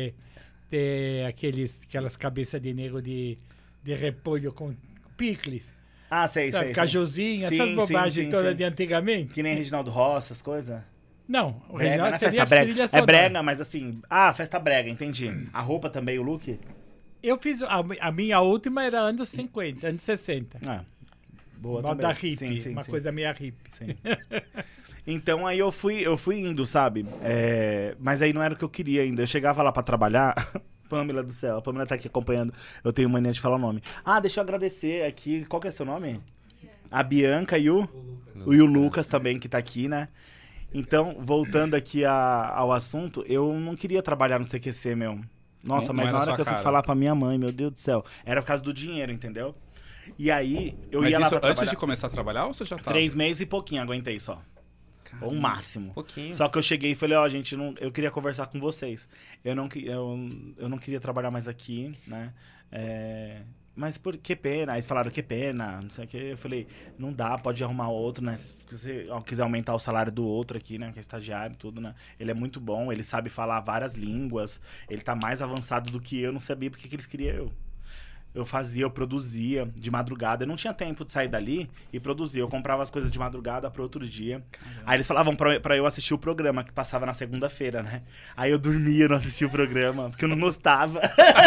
Speaker 3: ter aquelas cabeças de negro de repolho com picles.
Speaker 2: Ah, sei.
Speaker 3: Cajuzinho,
Speaker 2: Sim,
Speaker 3: essas
Speaker 2: sim,
Speaker 3: bobagens
Speaker 2: sim,
Speaker 3: todas
Speaker 2: sim.
Speaker 3: de antigamente.
Speaker 2: Que nem Reginaldo Rossi, essas coisas.
Speaker 3: Não, o
Speaker 2: Brega,
Speaker 3: regional
Speaker 2: não é
Speaker 3: seria
Speaker 2: festa brega.
Speaker 3: trilha
Speaker 2: É
Speaker 3: sonora.
Speaker 2: brega, mas assim... Ah, festa brega, entendi. A roupa também, o look?
Speaker 3: Eu fiz, a minha última era anos 50, anos 60.
Speaker 2: Ah, boa
Speaker 3: Moda
Speaker 2: também.
Speaker 3: hippie,
Speaker 2: Sim,
Speaker 3: uma
Speaker 2: sim.
Speaker 3: coisa meio hippie.
Speaker 2: Sim. Então aí eu fui indo, sabe? Mas aí não era o que eu queria ainda. Eu chegava lá pra trabalhar. Pamela do céu, a Pamela tá aqui acompanhando. Eu tenho mania de falar o nome. Ah, deixa eu agradecer aqui. Qual que é seu nome? A Bianca e o Lucas também, que tá aqui, né? Então, voltando aqui ao assunto, eu não queria trabalhar no CQC, meu. Nossa,
Speaker 1: Não
Speaker 2: mas
Speaker 1: era
Speaker 2: na hora
Speaker 1: sua
Speaker 2: que eu fui
Speaker 1: cara.
Speaker 2: falar pra minha mãe, meu Deus do céu, era por causa do dinheiro, entendeu? E aí, eu
Speaker 1: Mas
Speaker 2: ia lá
Speaker 1: isso
Speaker 2: pra
Speaker 1: antes
Speaker 2: trabalhar.
Speaker 1: de começar a trabalhar ou você já tá?
Speaker 2: 3 meses e pouquinho, aguentei só. Ou o máximo.
Speaker 4: Um pouquinho.
Speaker 2: Só que eu cheguei e falei, ó, gente, eu queria conversar com vocês. Eu não queria trabalhar mais aqui, né? Mas por que pena? Aí eles falaram, que pena, não sei o que. Eu falei, não dá, pode arrumar outro, né? Se você quiser aumentar o salário do outro aqui, né? Que é estagiário e tudo, né? Ele é muito bom, ele sabe falar várias línguas, ele tá mais avançado do que eu, não sabia porque que eles queriam eu. Eu fazia, eu produzia de madrugada. Eu não tinha tempo de sair dali e produzir. Eu comprava as coisas de madrugada para outro dia. Caramba. Aí eles falavam pra eu assistir o programa que passava na segunda-feira, né? Aí eu dormia, não assistia o programa, porque eu não gostava.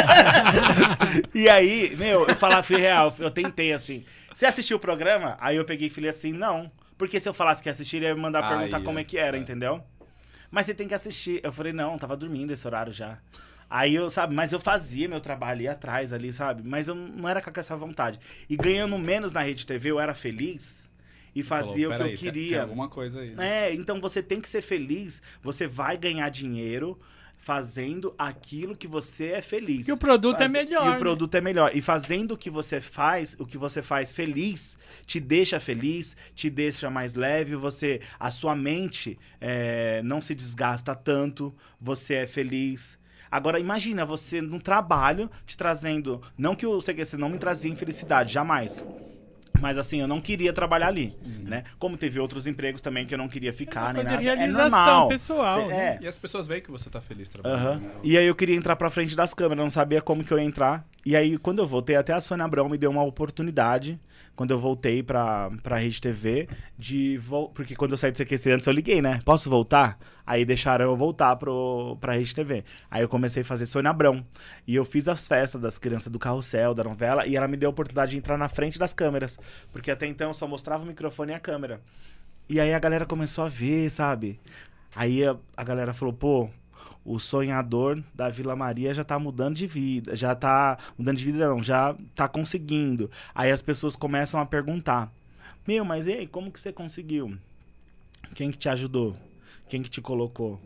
Speaker 2: E aí, meu, eu falava, fui real, eu tentei assim. Você assistiu o programa? Aí eu peguei e falei assim, não. Porque se eu falasse que ia assistir, ele ia me mandar perguntar como é que era, entendeu? Mas você tem que assistir. Eu falei, não, tava dormindo esse horário já. Aí eu, sabe, mas eu fazia meu trabalho, ia atrás ali, sabe? Mas eu não era com essa vontade. E ganhando menos na Rede TV, eu era feliz e fazia o que eu queria.
Speaker 1: Tem alguma coisa aí. Né?
Speaker 2: Então você tem que ser feliz, você vai ganhar dinheiro, fazendo aquilo que você é feliz.
Speaker 3: E o produto é melhor.
Speaker 2: E o produto é melhor. E fazendo o que você faz feliz, te deixa feliz, te deixa mais leve, a sua mente não se desgasta tanto, você é feliz. Agora, imagina você no trabalho te trazendo... Não que o CQC não me trazia infelicidade, jamais. Mas assim, eu não queria trabalhar ali, né? Como teve outros empregos também que eu não queria ficar, nem nada.
Speaker 3: Realização
Speaker 2: normal.
Speaker 3: pessoal, né?
Speaker 1: E as pessoas veem que você tá feliz trabalhando. Né?
Speaker 2: E aí eu queria entrar pra frente das câmeras, não sabia como que eu ia entrar. E aí, quando eu voltei, até a Sônia Abrão me deu uma oportunidade, quando eu voltei pra Rede TV, porque quando eu saí do CQC antes eu liguei, né? Posso voltar? Aí deixaram eu voltar pra Rede TV. Aí eu comecei a fazer Sônia Abrão. E eu fiz as festas das crianças do Carrossel, da novela, e ela me deu a oportunidade de entrar na frente das câmeras. Porque até então eu só mostrava o microfone e a câmera. E aí a galera começou a ver, sabe? Aí a galera falou, pô, o sonhador da Vila Maria já tá mudando de vida. Já tá mudando de vida, não, já tá conseguindo. Aí as pessoas começam a perguntar, mas e aí, como que você conseguiu? Quem que te ajudou? Quem que te colocou?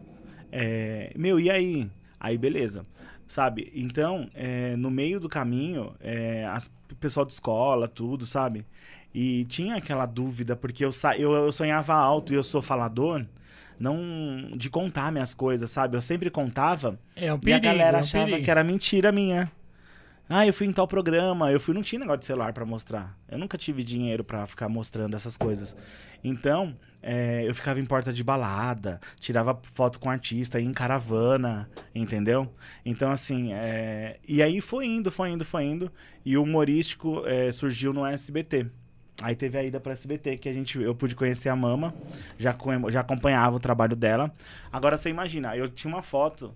Speaker 2: E aí? Aí, beleza. Sabe? Então, no meio do caminho, o pessoal de escola, tudo, sabe? E tinha aquela dúvida, porque eu sonhava alto e eu sou falador, não de contar minhas coisas, sabe? Eu sempre contava
Speaker 3: É um
Speaker 2: e a
Speaker 3: perigo,
Speaker 2: galera
Speaker 3: é um
Speaker 2: achava
Speaker 3: perigo.
Speaker 2: que era mentira minha. Eu fui em tal programa, não tinha negócio de celular pra mostrar. Eu nunca tive dinheiro pra ficar mostrando essas coisas. Então, eu ficava em porta de balada, tirava foto com artista, ia em caravana, entendeu? Então, assim, e aí foi indo, e o humorístico surgiu no SBT. Aí teve a ida para SBT, que eu pude conhecer a Mama, já acompanhava o trabalho dela. Agora você imagina, eu tinha uma foto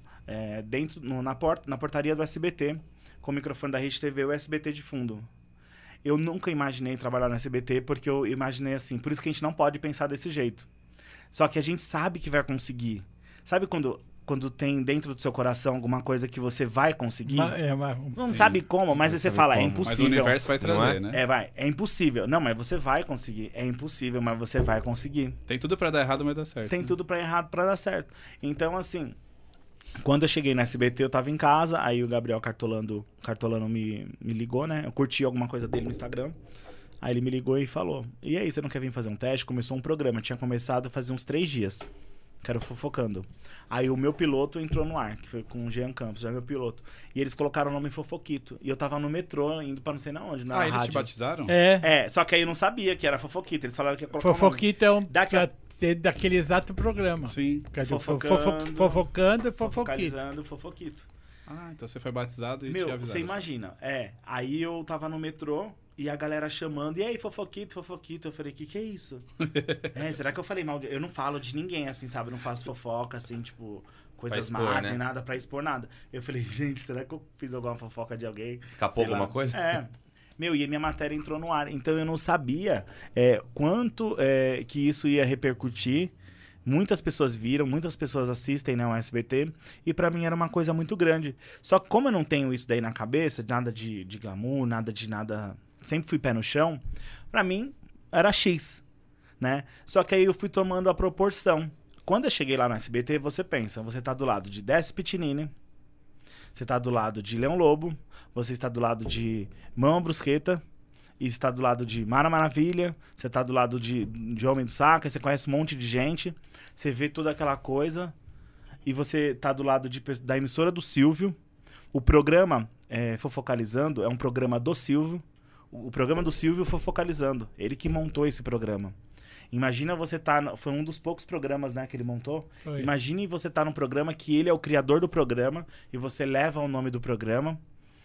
Speaker 2: na portaria do SBT, com o microfone da Rede TV e o SBT de fundo. Eu nunca imaginei trabalhar no SBT, porque eu imaginei assim, por isso que a gente não pode pensar desse jeito. Só que a gente sabe que vai conseguir. Sabe quando tem dentro do seu coração alguma coisa que você vai conseguir? Não sabe como, mas aí você fala, é impossível.
Speaker 1: Mas o universo vai trazer, né?
Speaker 2: É impossível. Não, mas você vai conseguir. É impossível, mas você vai conseguir.
Speaker 1: Tem tudo pra dar errado, mas dá certo.
Speaker 2: Tem tudo pra errado pra dar certo. Então, assim, quando eu cheguei na SBT, eu tava em casa, aí o Gabriel Cartolano me ligou, né? Eu curti alguma coisa dele no Instagram. Aí ele me ligou e falou, e aí, você não quer vir fazer um teste? Começou um programa, tinha começado fazia uns 3 dias. Quero Fofocando. Aí o meu piloto entrou no ar, que foi com o Jean Campos, já é meu piloto. E eles colocaram o nome Fofoquito. E eu tava no metrô, indo pra não sei na onde, na rádio.
Speaker 1: Eles te batizaram?
Speaker 2: Só que aí eu não sabia que era Fofoquito. Eles falaram que ia colocar
Speaker 3: Fofoquito é daquele exato programa.
Speaker 1: Sim.
Speaker 3: Fofocando e Fofoquito.
Speaker 2: Fofocalizando, Fofoquito.
Speaker 1: Então você foi batizado e te avisaram.
Speaker 2: Você imagina. Aí eu tava no metrô, e a galera chamando, e aí, Fofoquito? Eu falei, que é isso? Será que eu falei mal? Eu não falo de ninguém, assim, sabe? Eu não faço fofoca, assim, tipo, coisas más, nem nada pra expor nada. Eu falei, gente, será que eu fiz alguma fofoca de alguém?
Speaker 4: Escapou alguma coisa?
Speaker 2: E a minha matéria entrou no ar. Então eu não sabia quanto que isso ia repercutir. Muitas pessoas viram, muitas pessoas assistem, né, o SBT, e pra mim era uma coisa muito grande. Só que como eu não tenho isso daí na cabeça, nada de glamour, nada, sempre fui pé no chão, pra mim era X, né? Só que aí eu fui tomando a proporção. Quando eu cheguei lá no SBT, você pensa, você tá do lado de Décio Pitinini, você tá do lado de Leão Lobo, você está do lado de Mama Brusqueta, e está do lado de Mara Maravilha, você está do lado de Homem do Saco, você conhece um monte de gente, você vê toda aquela coisa, e você está do lado da emissora do Silvio. O programa Fofocalizando é um programa do Silvio, o programa do Silvio Fofocalizando, ele que montou esse programa. Imagina você foi um dos poucos programas, né, que ele montou.
Speaker 3: Foi.
Speaker 2: Imagine você estar num programa que ele é o criador do programa, e você leva o nome do programa.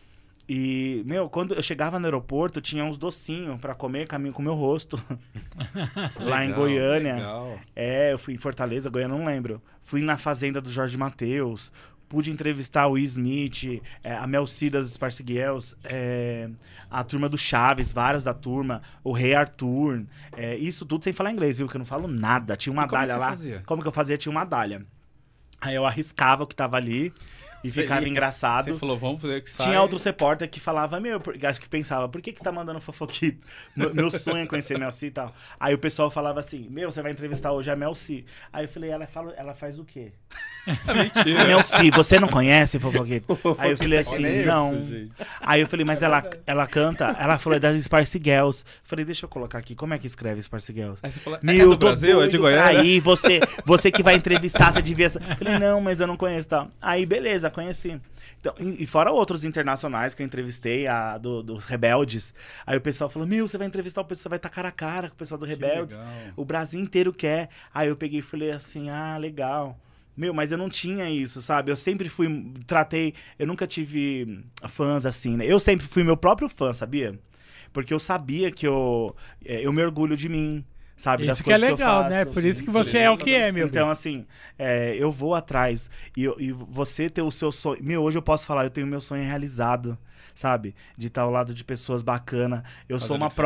Speaker 2: E, quando eu chegava no aeroporto, tinha uns docinhos pra comer, caminho com o meu rosto. Lá em Goiânia.
Speaker 1: Legal.
Speaker 2: Eu fui em Fortaleza, Goiânia, não lembro. Fui na fazenda do Jorge Mateus. Pude entrevistar o Will Smith, a Mel C das Sparciguels, a turma do Chaves, vários da turma, o Rei Arthur. Isso tudo sem falar inglês, viu? Que eu não falo nada. Tinha uma dália lá.
Speaker 1: Fazia?
Speaker 2: Como que eu fazia? Tinha uma dália. Aí eu arriscava o que tava ali. e ficava engraçado.
Speaker 1: Você falou, vamos fazer que sai.
Speaker 2: Tinha outros repórter que falava, acho que pensava, por que você tá mandando fofoquito? Meu sonho é conhecer Mel C e tal. Aí o pessoal falava assim, você vai entrevistar hoje a Mel C. Aí eu falei, ela faz o quê?
Speaker 1: Mentira.
Speaker 2: Mel C, você não conhece fofoquito? Aí eu falei assim,
Speaker 1: Olha
Speaker 2: não.
Speaker 1: isso, gente.
Speaker 2: Aí eu falei, mas ela canta? Ela falou, é das Spice Girls. Falei, deixa eu colocar aqui, como é que escreve Spice Girls?
Speaker 1: Aí você falou,
Speaker 2: Meu,
Speaker 1: do Brasil? É de Goiânia?
Speaker 2: Aí você que vai entrevistar, você devia... Falei, não, mas eu não conheço, tal. Aí, beleza, conheci. Então, e fora outros internacionais que eu entrevistei, dos Rebeldes. Aí o pessoal falou, você vai entrevistar o pessoal, você vai estar cara a cara com o pessoal do Rebeldes.
Speaker 1: legal.
Speaker 2: O Brasil inteiro quer. Aí eu peguei e falei assim, legal. Mas eu não tinha isso, sabe? Eu sempre eu nunca tive fãs assim, né? Eu sempre fui meu próprio fã, sabia? Porque eu sabia que eu me orgulho de mim, sabe?
Speaker 3: Isso
Speaker 2: das
Speaker 3: que é
Speaker 2: coisas
Speaker 3: legal,
Speaker 2: eu faço.
Speaker 3: né? Por isso que
Speaker 1: Sim,
Speaker 3: você é o que é, meu
Speaker 2: Então,
Speaker 3: bem.
Speaker 2: assim, eu vou atrás. E você ter o seu sonho... hoje eu posso falar, eu tenho meu sonho realizado, sabe? De estar ao lado de pessoas bacanas. Eu sou uma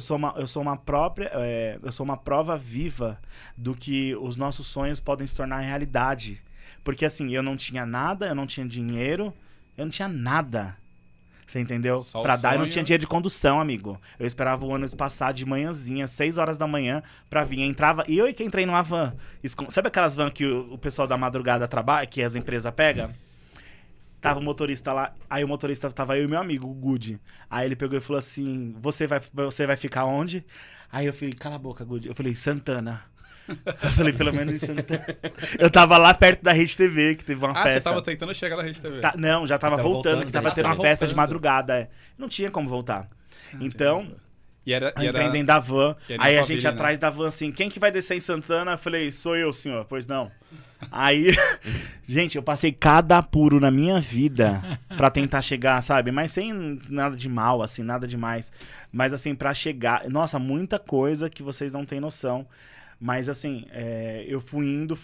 Speaker 2: prova viva do que os nossos sonhos podem se tornar realidade. Porque, assim, eu não tinha nada, eu não tinha dinheiro, eu não tinha nada. Você entendeu?
Speaker 1: Só o
Speaker 2: Pra dar, eu não
Speaker 1: sonho.
Speaker 2: tinha dinheiro de condução, amigo. Eu esperava o ônibus passar de manhãzinha, 6 horas da manhã, pra vir. Entrava, e eu que entrei numa van. Sabe aquelas vans que o pessoal da madrugada trabalha, que as empresas pegam? Tava o motorista lá, aí o motorista tava eu e meu amigo, o Good. Aí ele pegou e falou assim, você vai ficar onde? Aí eu falei, cala a boca, Good. Eu falei, Santana. Eu falei, pelo menos em Santana. Eu tava lá perto da Rede TV, que teve uma festa.
Speaker 1: Você tava tentando chegar na Rede TV.
Speaker 2: Não, já tava voltando, que tava
Speaker 4: já
Speaker 2: tendo uma
Speaker 1: tava
Speaker 2: festa de
Speaker 1: voltando.
Speaker 2: madrugada. Não tinha como voltar. Então,
Speaker 1: E era,
Speaker 2: eu entrei dentro da van.
Speaker 1: e era
Speaker 2: Aí a
Speaker 1: Alphaville,
Speaker 2: gente atrás da van assim, quem que vai descer em Santana? Eu falei, sou eu, senhor. Pois não. Aí, gente, eu passei cada apuro na minha vida pra tentar chegar, sabe? Mas sem nada de mal, assim, nada demais. Mas assim, pra chegar... Nossa, muita coisa que vocês não têm noção. Mas assim, eu fui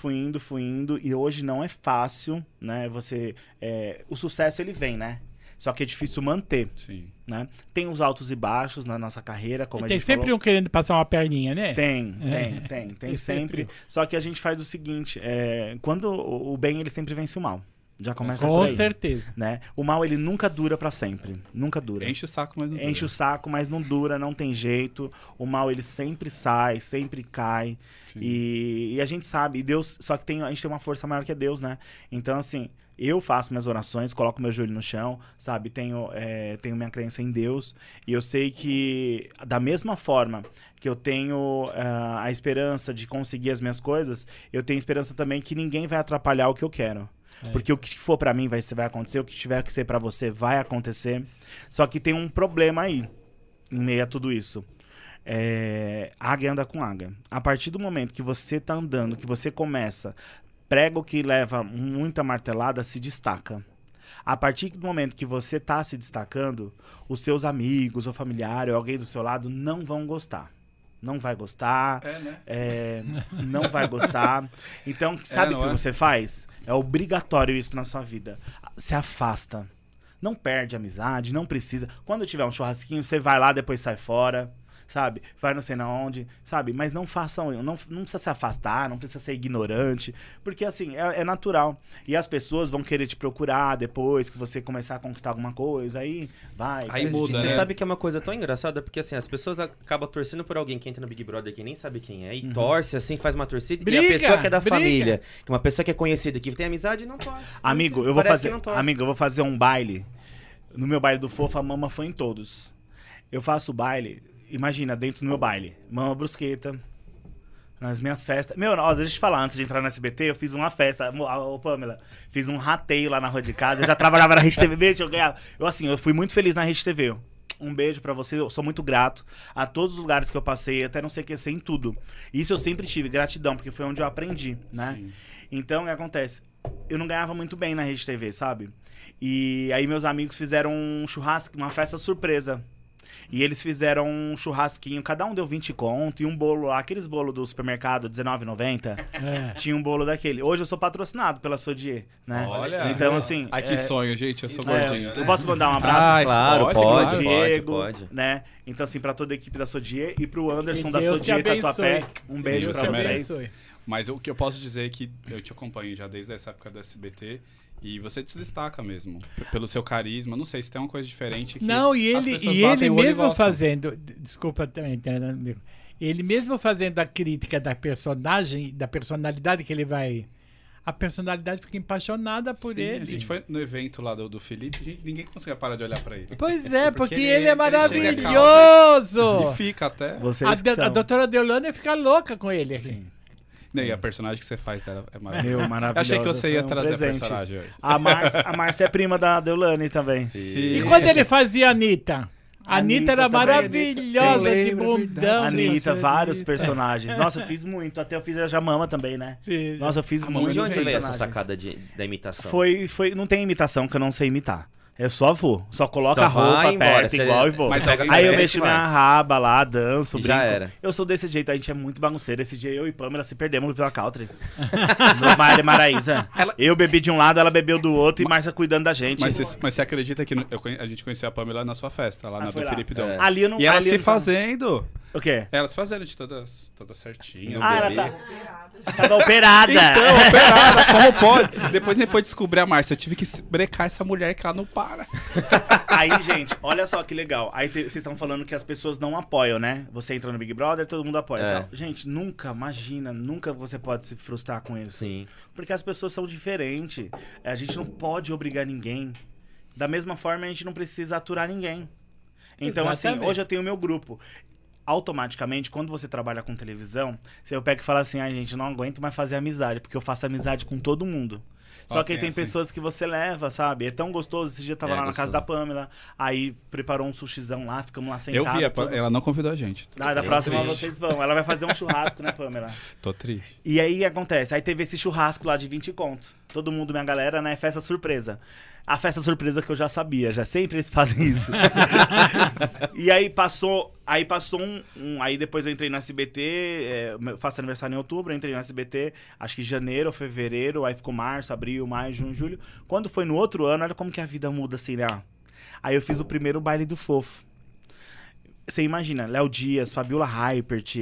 Speaker 2: indo, e hoje não é fácil, né? O sucesso, ele vem, né? Só que é difícil manter,
Speaker 1: Sim.
Speaker 2: né? Tem os altos e baixos na nossa carreira, como a
Speaker 3: Tem
Speaker 2: gente
Speaker 3: sempre
Speaker 2: falou.
Speaker 3: um querendo passar uma perninha, né?
Speaker 2: Tem
Speaker 3: Tem
Speaker 2: sempre.
Speaker 3: sempre.
Speaker 2: Só que a gente faz o seguinte, quando o bem, ele sempre vence o mal. Já começa
Speaker 3: Com
Speaker 2: por aí,
Speaker 3: certeza.
Speaker 2: né? O mal, ele nunca dura pra sempre. Nunca dura.
Speaker 1: Enche o saco, mas não dura.
Speaker 2: Enche o saco, mas não dura, não tem jeito. O mal, ele sempre sai, sempre cai.
Speaker 1: Sim.
Speaker 2: E a gente sabe, e Deus, só que a gente tem uma força maior que é Deus, né? Então, assim, eu faço minhas orações, coloco meu joelho no chão, sabe? Tenho minha crença em Deus. E eu sei que, da mesma forma que eu tenho a esperança de conseguir as minhas coisas, eu tenho esperança também que ninguém vai atrapalhar o que eu quero. Porque o que for pra mim vai acontecer, o que tiver que ser pra você vai acontecer. Só que tem um problema aí, em meio a tudo isso. Águia anda com águia. A partir do momento que você tá andando, que você começa, prego que leva muita martelada se destaca. A partir do momento que você tá se destacando, os seus amigos ou familiar ou alguém do seu lado não vão gostar. Não vai gostar. Não vai gostar. Então, sabe o que você faz? É obrigatório isso na sua vida. Se afasta. Não perde a amizade, não precisa. Quando tiver um churrasquinho, você vai lá, depois sai fora. Sabe? Vai não sei na onde, sabe? Mas não façam, não precisa se afastar, não precisa ser ignorante, porque assim, é natural. E as pessoas vão querer te procurar depois que você começar a conquistar alguma coisa, aí vai.
Speaker 1: Aí muda,
Speaker 4: Você
Speaker 1: né?
Speaker 4: sabe que é uma coisa tão engraçada, porque assim, as pessoas acabam torcendo por alguém que entra no Big Brother que nem sabe quem é, e torce, assim, faz uma torcida, e a
Speaker 3: Briga,
Speaker 4: pessoa que é da
Speaker 3: briga.
Speaker 4: família, que uma pessoa que é conhecida, que tem amizade, não torce.
Speaker 2: Amigo, eu vou
Speaker 4: Parece que
Speaker 2: fazer,
Speaker 4: não torce.
Speaker 2: amigo, eu vou fazer um baile. No meu baile do Fofo, a Mama foi em todos. Eu faço baile, imagina, dentro do meu baile. Mama Brusqueta, nas minhas festas. Meu, ó, deixa eu te falar, antes de entrar no SBT, eu fiz uma festa, ô Pamela, fiz um rateio lá na rua de casa, eu já trabalhava na Rede TV, beijo, eu ganhava. Eu fui muito feliz na Rede TV. Um beijo pra você, eu sou muito grato a todos os lugares que eu passei, até não sei o que ser em tudo. Isso eu sempre tive, gratidão, porque foi onde eu aprendi, né?
Speaker 1: Sim.
Speaker 2: Então, o que acontece? Eu não ganhava muito bem na Rede TV, sabe? E aí meus amigos fizeram um churrasco, uma festa surpresa. E eles fizeram um churrasquinho, cada um deu 20 conto e um bolo lá, aqueles bolos do supermercado, R$19,90. Tinha um bolo daquele. Hoje eu sou patrocinado pela Sodier, né?
Speaker 1: Olha.
Speaker 2: Então, assim...
Speaker 1: Ai, que sonho, gente. Eu sou gordinho.
Speaker 2: eu posso mandar um abraço
Speaker 1: Ai,
Speaker 4: Claro,
Speaker 1: pode,
Speaker 4: pode,
Speaker 2: pro
Speaker 1: claro.
Speaker 2: Diego,
Speaker 4: pode.
Speaker 2: né? Então, assim, pra toda a equipe da Sodier e pro Anderson
Speaker 3: Que
Speaker 2: da
Speaker 3: Deus te
Speaker 2: Sodier Tatuapé.
Speaker 3: abençoe.
Speaker 2: Um beijo
Speaker 1: Deus
Speaker 2: pra
Speaker 1: te
Speaker 2: vocês.
Speaker 3: abençoe.
Speaker 1: Mas o que eu posso dizer é que eu te acompanho já desde essa época do SBT e você se destaca mesmo, pelo seu carisma. Não sei se tem uma coisa diferente que
Speaker 3: Não, e
Speaker 1: as
Speaker 3: ele,
Speaker 1: pessoas
Speaker 3: e
Speaker 1: batem
Speaker 3: ele
Speaker 1: o olho e
Speaker 3: mesmo
Speaker 1: gostam.
Speaker 3: fazendo. Desculpa também, amigo. Ele mesmo fazendo a crítica da personagem, da personalidade que ele vai. A personalidade fica apaixonada por
Speaker 1: Sim,
Speaker 3: ele.
Speaker 1: A gente foi no evento lá do Felipe, ninguém conseguia parar de olhar pra ele.
Speaker 3: Pois é, porque
Speaker 1: ele-
Speaker 3: ele é
Speaker 1: ele chega
Speaker 3: maravilhoso.
Speaker 1: E fica até.
Speaker 2: Vocês que
Speaker 3: A
Speaker 2: são.
Speaker 3: doutora Deolane fica louca com ele. Assim.
Speaker 1: E a personagem que você faz dela é maravilhosa.
Speaker 2: Meu, maravilhoso.
Speaker 1: Eu achei que você ia
Speaker 2: foi um
Speaker 1: trazer
Speaker 2: presente.
Speaker 1: a personagem hoje.
Speaker 2: A Márcia é prima da Deolane também.
Speaker 3: E quando ele fazia a Anitta? A Anitta era
Speaker 2: também.
Speaker 3: maravilhosa,
Speaker 1: Você
Speaker 3: de
Speaker 1: lembra,
Speaker 3: bundão.
Speaker 1: verdade.
Speaker 2: Anitta,
Speaker 3: né?
Speaker 2: vários personagens. Nossa, eu fiz muito. Até eu fiz a Jamama também, né?
Speaker 3: Fiz.
Speaker 2: Nossa, eu fiz
Speaker 1: Mamãe
Speaker 2: muitos
Speaker 4: De onde veio essa
Speaker 2: personagens.
Speaker 4: sacada da imitação?
Speaker 2: Não tem imitação que eu não sei imitar. Eu só vou. Só coloco
Speaker 4: Só
Speaker 2: a roupa,
Speaker 4: vai embora,
Speaker 2: aperto
Speaker 4: você-
Speaker 2: igual e vou.
Speaker 1: Mas
Speaker 4: pega
Speaker 2: Aí eu
Speaker 4: a
Speaker 2: mexo
Speaker 4: vai.
Speaker 2: minha raba lá, danço,
Speaker 4: E
Speaker 2: brinco.
Speaker 4: já era.
Speaker 2: Eu sou desse jeito, a gente é muito bagunceiro. Esse dia eu e Pamela se perdemos pela country. No Maria Maraíza. Eu bebi de um lado, ela bebeu do outro e Márcia cuidando da gente.
Speaker 1: Mas você acredita que a gente conheceu a Pamela na sua festa, lá na
Speaker 2: foi
Speaker 1: do
Speaker 2: lá.
Speaker 1: Felipe Dom.
Speaker 4: É.
Speaker 2: Ali eu não
Speaker 1: E ela
Speaker 2: ali eu
Speaker 1: se
Speaker 2: não-
Speaker 1: fazendo.
Speaker 2: O quê?
Speaker 1: Ela se fazendo de todas certinha.
Speaker 2: Ah, ela
Speaker 1: bebê.
Speaker 2: tava operada.
Speaker 1: Então, operada, como pode? Depois a gente foi descobrir a Márcia. Eu tive que brecar essa mulher que ela não para.
Speaker 2: Aí, gente, olha só que legal. Aí vocês estão falando que as pessoas não apoiam, né? Você entra no Big Brother, todo mundo apoia.
Speaker 4: É.
Speaker 2: Tal. Gente, nunca você pode se frustrar com isso.
Speaker 4: Sim.
Speaker 2: Porque as pessoas são diferentes. A gente não pode obrigar ninguém. Da mesma forma, a gente não precisa aturar ninguém. Então, assim,
Speaker 3: Exatamente.
Speaker 2: hoje eu tenho o meu grupo. Automaticamente, quando você trabalha com televisão, você pega e fala assim, ai, gente, eu não aguento mais fazer amizade, porque eu faço amizade com todo mundo. Só que aí tem
Speaker 1: assim.
Speaker 2: pessoas que você leva, sabe? É tão gostoso. Esse dia eu tava
Speaker 4: É
Speaker 2: lá na
Speaker 4: gostoso.
Speaker 2: casa da Pamela, aí preparou um sushizão lá, ficamos lá
Speaker 1: Eu
Speaker 2: sentados.
Speaker 1: vi, ela não convidou a gente.
Speaker 2: Da
Speaker 4: Bem
Speaker 2: próxima
Speaker 4: triste.
Speaker 2: vocês vão. Ela vai fazer um churrasco, né, Pamela?
Speaker 1: Tô triste.
Speaker 2: E aí o que acontece? Aí teve esse churrasco lá de 20 conto. Todo mundo, minha galera, né? Festa surpresa. A festa surpresa que eu já sabia, já sempre eles fazem isso. E aí passou aí depois eu entrei no SBT, eu faço aniversário em outubro, eu entrei no SBT, acho que janeiro ou fevereiro, aí ficou março, abril, maio, junho, julho. Quando foi no outro ano, olha como que a vida muda assim, né? Aí eu fiz o primeiro baile do Fofo. Você imagina, Léo Dias, Fabiola Hypert,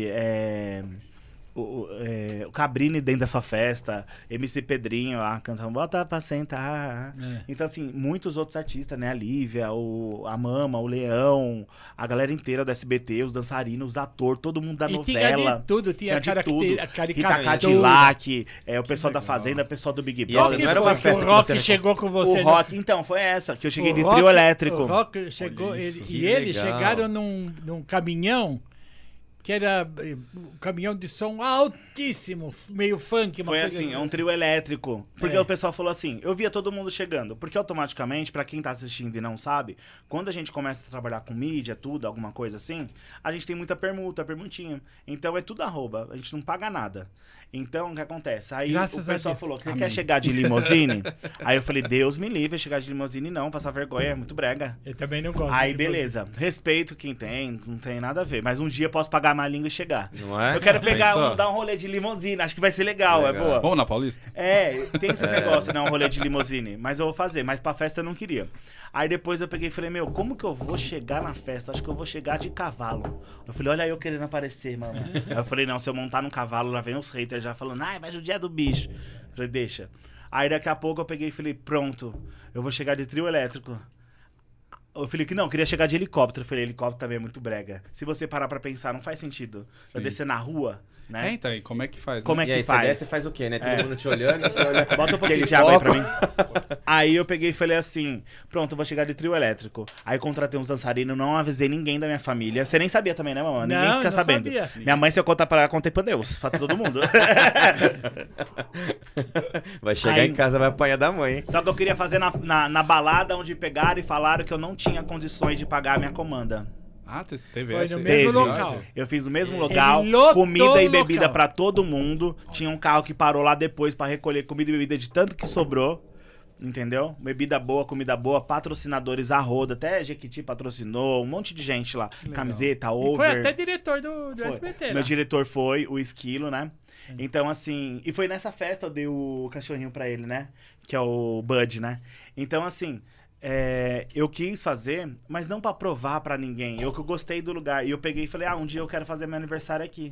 Speaker 2: o Cabrini dentro da sua festa, MC Pedrinho lá cantando Bota pra sentar. Então, assim, muitos outros artistas, né? A Lívia, a Mama, o Leão, a galera inteira do SBT, os dançarinos, os atores, todo mundo da
Speaker 3: E tinha
Speaker 2: novela.
Speaker 3: de tudo, tinha
Speaker 2: Tinha de tudo. Rita
Speaker 3: caricatura.
Speaker 2: Cadillac, o pessoal da
Speaker 1: legal.
Speaker 2: Fazenda, o pessoal do Big
Speaker 4: E essa
Speaker 2: Brother.
Speaker 4: não era
Speaker 3: foi
Speaker 4: uma
Speaker 3: que
Speaker 4: festa
Speaker 3: o
Speaker 4: que
Speaker 3: Rock
Speaker 4: você-
Speaker 3: chegou com você.
Speaker 2: O Rock, então, foi essa, que eu cheguei
Speaker 3: O
Speaker 2: de
Speaker 3: Rock-
Speaker 2: trio elétrico.
Speaker 3: O Rock chegou,
Speaker 1: Olha isso,
Speaker 3: e
Speaker 4: que
Speaker 3: eles
Speaker 4: legal.
Speaker 3: chegaram num caminhão que era um caminhão de som altíssimo, meio funk. Uma
Speaker 2: Foi
Speaker 3: coisa
Speaker 2: assim, é um trio elétrico. Porque
Speaker 3: É.
Speaker 2: o pessoal falou assim, eu via todo mundo chegando. Porque automaticamente, pra quem tá assistindo e não sabe, quando a gente começa a trabalhar com mídia, tudo, alguma coisa assim, a gente tem muita permutinha. Então é tudo arroba, a gente não paga nada. Então, o que acontece? Aí
Speaker 3: Graças
Speaker 2: o
Speaker 3: a
Speaker 2: pessoal
Speaker 3: Deus.
Speaker 2: falou, você
Speaker 1: Amém.
Speaker 2: quer chegar de limousine? Aí eu falei, Deus me livre, chegar de limousine não, passar vergonha, é muito brega.
Speaker 3: Eu também não gosto.
Speaker 2: Aí,
Speaker 3: de
Speaker 2: beleza. Respeito quem tem, não tem nada a ver. Mas um dia eu posso pagar minha língua e chegar.
Speaker 4: Não é?
Speaker 2: Eu quero pegar,
Speaker 1: Pensou?
Speaker 2: dar um rolê de limousine. Acho que vai ser legal, é
Speaker 4: Legal.
Speaker 2: boa.
Speaker 1: Vamos na Paulista?
Speaker 2: Tem esses negócios, né? Um rolê de limousine. Mas eu vou fazer. Mas pra festa eu não queria. Aí depois eu peguei e falei, meu, como que eu vou chegar na festa? Acho que eu vou chegar de cavalo. Eu falei, olha eu querendo aparecer, mano. Aí eu falei, não, se eu montar num cavalo, lá vem os haters já falando, ai, vai judiar do bicho. Eu falei, deixa. Aí daqui a pouco eu peguei e falei, pronto, eu vou chegar de trio elétrico. Eu falei que não, eu queria chegar de helicóptero. Eu falei, helicóptero também é muito brega. Se você parar pra pensar, não faz sentido. Eu
Speaker 1: Sim.
Speaker 2: descer na rua, né?
Speaker 1: Então, e como é que faz?
Speaker 2: Como
Speaker 1: né?
Speaker 2: é
Speaker 4: E
Speaker 2: que
Speaker 4: aí,
Speaker 2: faz?
Speaker 4: você desce e faz o quê, né? Todo mundo te olhando, você olha...
Speaker 2: Bota um pouquinho
Speaker 4: aquele
Speaker 2: de água aí pra
Speaker 4: foco.
Speaker 2: mim. Aí eu peguei e falei assim, pronto, eu vou chegar de trio elétrico. Aí contratei uns dançarinos, não avisei ninguém da minha família. Você nem sabia também, né, mamãe? Ninguém
Speaker 3: Não,
Speaker 2: fica
Speaker 3: não
Speaker 2: sabendo.
Speaker 3: sabia.
Speaker 2: Minha mãe, se eu contar pra ela, contei pra Deus, pra todo mundo.
Speaker 4: Vai chegar
Speaker 2: Aí-
Speaker 4: em casa, vai apanhar da mãe, hein?
Speaker 2: Só que eu queria fazer na balada onde pegaram e falaram que eu não tinha condições de pagar a minha comanda.
Speaker 1: Ah, teve
Speaker 3: Foi
Speaker 1: essa?
Speaker 3: no
Speaker 2: mesmo
Speaker 1: Teve.
Speaker 3: local.
Speaker 2: Eu fiz no mesmo local,
Speaker 3: Ele lotou
Speaker 2: comida e
Speaker 3: o
Speaker 2: bebida
Speaker 3: local.
Speaker 2: pra todo mundo. Tinha um carro que parou lá depois pra recolher comida e bebida de tanto que sobrou. Entendeu? Bebida boa, comida boa, patrocinadores a roda, até Jequiti patrocinou, um monte de gente lá. Camiseta,
Speaker 3: E
Speaker 2: over.
Speaker 3: foi até diretor do
Speaker 2: Foi.
Speaker 3: SBT, né?
Speaker 2: Meu diretor foi, o Esquilo, né? Então, assim... E foi nessa festa eu dei o cachorrinho pra ele, né? Que é o Bud, né? Então, assim... eu quis fazer, mas não pra provar pra ninguém. Eu que gostei do lugar. E eu peguei e falei, um dia eu quero fazer meu aniversário aqui.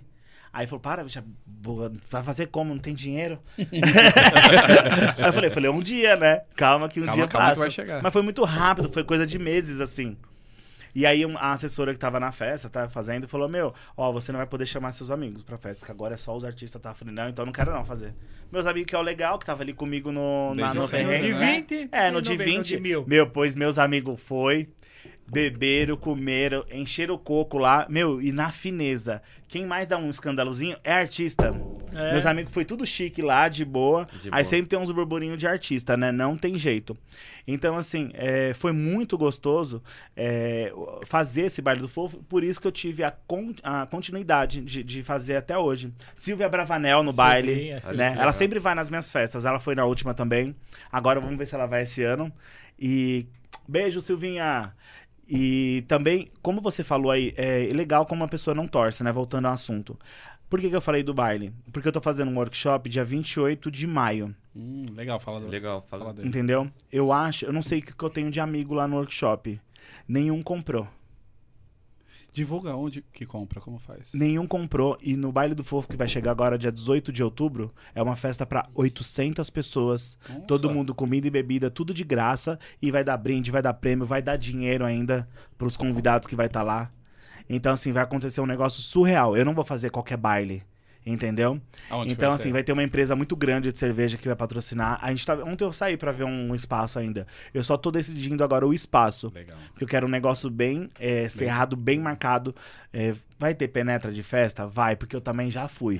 Speaker 2: Aí falou, para, bicha, vai fazer como? Não tem dinheiro? Aí eu falei, um dia, né? Calma que um dia
Speaker 1: calma que
Speaker 2: passa.
Speaker 1: vai chegar.
Speaker 2: Mas foi muito rápido, foi coisa de meses, assim. E aí a assessora que tava na festa, tava fazendo, falou, você não vai poder chamar seus amigos pra festa, que agora é só os artistas. Eu falei, não, então não quero não fazer. Meus amigos, que é o legal, que tava ali comigo no terreno,
Speaker 3: de
Speaker 2: né?
Speaker 3: 20,
Speaker 2: No de 20.
Speaker 3: no de 1000.
Speaker 2: Pois meus amigos beberam, comeram, encheram o coco lá. E na fineza, quem mais dá um escandalozinho é artista.
Speaker 3: É.
Speaker 2: Meus amigos foi tudo chique lá, de boa.
Speaker 4: De
Speaker 2: Aí
Speaker 4: boa.
Speaker 2: sempre tem uns burburinhos de artista, né? Não tem jeito. Então, assim, foi muito gostoso fazer esse baile do fofo. Por isso que eu tive a continuidade de fazer até hoje. Silvia Bravanel no baile,
Speaker 3: Silvinha,
Speaker 2: né?
Speaker 3: Silvinha.
Speaker 2: Ela sempre vai nas minhas festas. Ela foi na última também. Agora vamos ver se ela vai esse ano. E beijo, Silvinha! E também, como você falou aí, é legal como uma pessoa não torce, né? Voltando ao assunto. Por que eu falei do baile? Porque eu tô fazendo um workshop dia 28 de maio,
Speaker 1: Legal, fala do...
Speaker 4: Legal, fala
Speaker 1: dele.
Speaker 2: entendeu? Eu não sei o que eu tenho de amigo lá no workshop. Nenhum comprou.
Speaker 1: Divulga onde que compra, como faz?
Speaker 2: Nenhum comprou. E no Baile do Fofo, que vai chegar agora dia 18 de outubro, é uma festa pra 800 pessoas.
Speaker 1: Nossa.
Speaker 2: Todo mundo, comida e bebida, tudo de graça. E vai dar brinde, vai dar prêmio, vai dar dinheiro ainda pros convidados que vai estar lá. Então, assim, vai acontecer um negócio surreal. Eu não vou fazer qualquer baile, entendeu?
Speaker 1: Aonde
Speaker 2: Então,
Speaker 1: vai
Speaker 2: assim,
Speaker 1: ser?
Speaker 2: vai ter uma empresa muito grande de cerveja que vai patrocinar. Ontem eu saí pra ver um espaço ainda. Eu só tô decidindo agora o espaço.
Speaker 1: Legal.
Speaker 2: Porque eu quero um negócio bem cerrado, bem marcado. Vai ter penetra de festa? Vai, porque eu também já fui.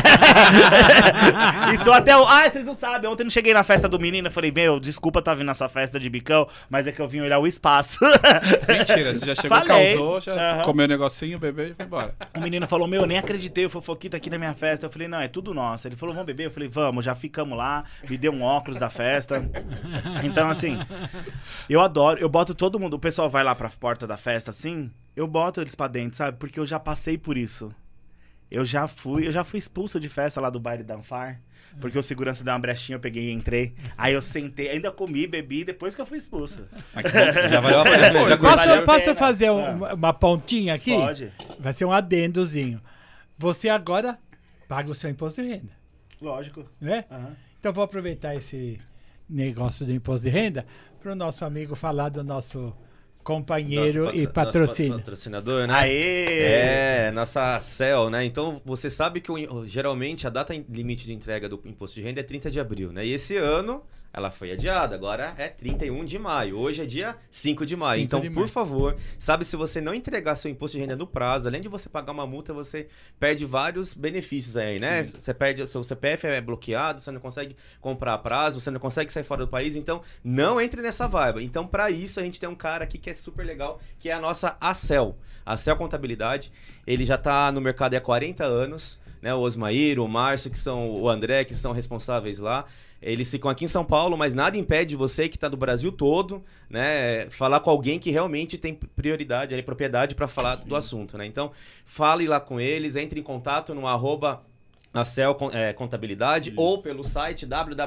Speaker 2: E só até... vocês não sabem. Ontem eu não cheguei na festa do menino. Eu falei, desculpa tá vindo na sua festa de bicão, mas é que eu vim olhar o espaço.
Speaker 1: Mentira, você já chegou,
Speaker 2: Falei.
Speaker 1: causou, já
Speaker 2: Aham.
Speaker 1: comeu um negocinho, bebeu e foi embora.
Speaker 2: O menino falou, eu nem acreditei, o Fofoquita aqui na minha festa. Eu falei, não, é tudo nosso. Ele falou, vamos beber? Eu falei, vamos, já ficamos lá. Me deu um óculos da festa. Então, assim, eu adoro, eu boto todo mundo, o pessoal vai lá pra porta da festa, assim, eu boto eles pra dentro, sabe? Porque eu já passei por isso. Eu já fui expulso de festa lá do baile da Anfar. Porque o segurança deu uma brechinha, eu peguei e entrei. Aí eu sentei, ainda comi, bebi, depois que eu fui expulso.
Speaker 1: Mas que bom.
Speaker 4: Já valeu a pena. Já
Speaker 2: Valeu a
Speaker 3: Posso
Speaker 2: pena.
Speaker 3: fazer uma pontinha aqui?
Speaker 2: Pode.
Speaker 3: Vai ser um adendozinho. Você agora paga o seu imposto de renda,
Speaker 2: Lógico.
Speaker 3: né?
Speaker 2: Aham.
Speaker 3: Então vou aproveitar esse negócio do imposto de renda para o nosso amigo falar do nosso companheiro
Speaker 4: Nosso
Speaker 3: e patrocínio.
Speaker 4: patrocinador, né?
Speaker 2: Aê!
Speaker 4: Nossa CEL, né? Então, você sabe que geralmente a data limite de entrega do imposto de renda é 30 de abril, né? E esse ano ela foi adiada, agora é 31 de maio. Hoje é dia 5 de maio.
Speaker 3: 5
Speaker 4: Então,
Speaker 3: de
Speaker 4: por
Speaker 3: maio.
Speaker 4: favor, sabe, se você não entregar seu imposto de renda no prazo, além de você pagar uma multa, você perde vários benefícios aí, né? Você perde, o seu CPF é bloqueado, você não consegue comprar a prazo, você não consegue sair fora do país, então não entre nessa vibe. Então, para isso, a gente tem um cara aqui que é super legal, que é a nossa ACEL. A CEL Contabilidade, ele já tá no mercado há 40 anos, né? O Osmair, o Márcio, o André, que são responsáveis lá. Eles ficam aqui em São Paulo, mas nada impede você que está do Brasil todo, né, falar com alguém que realmente tem prioridade, propriedade para falar do assunto, né? Então, fale lá com eles, entre em contato no @ACEL Contabilidade ou pelo site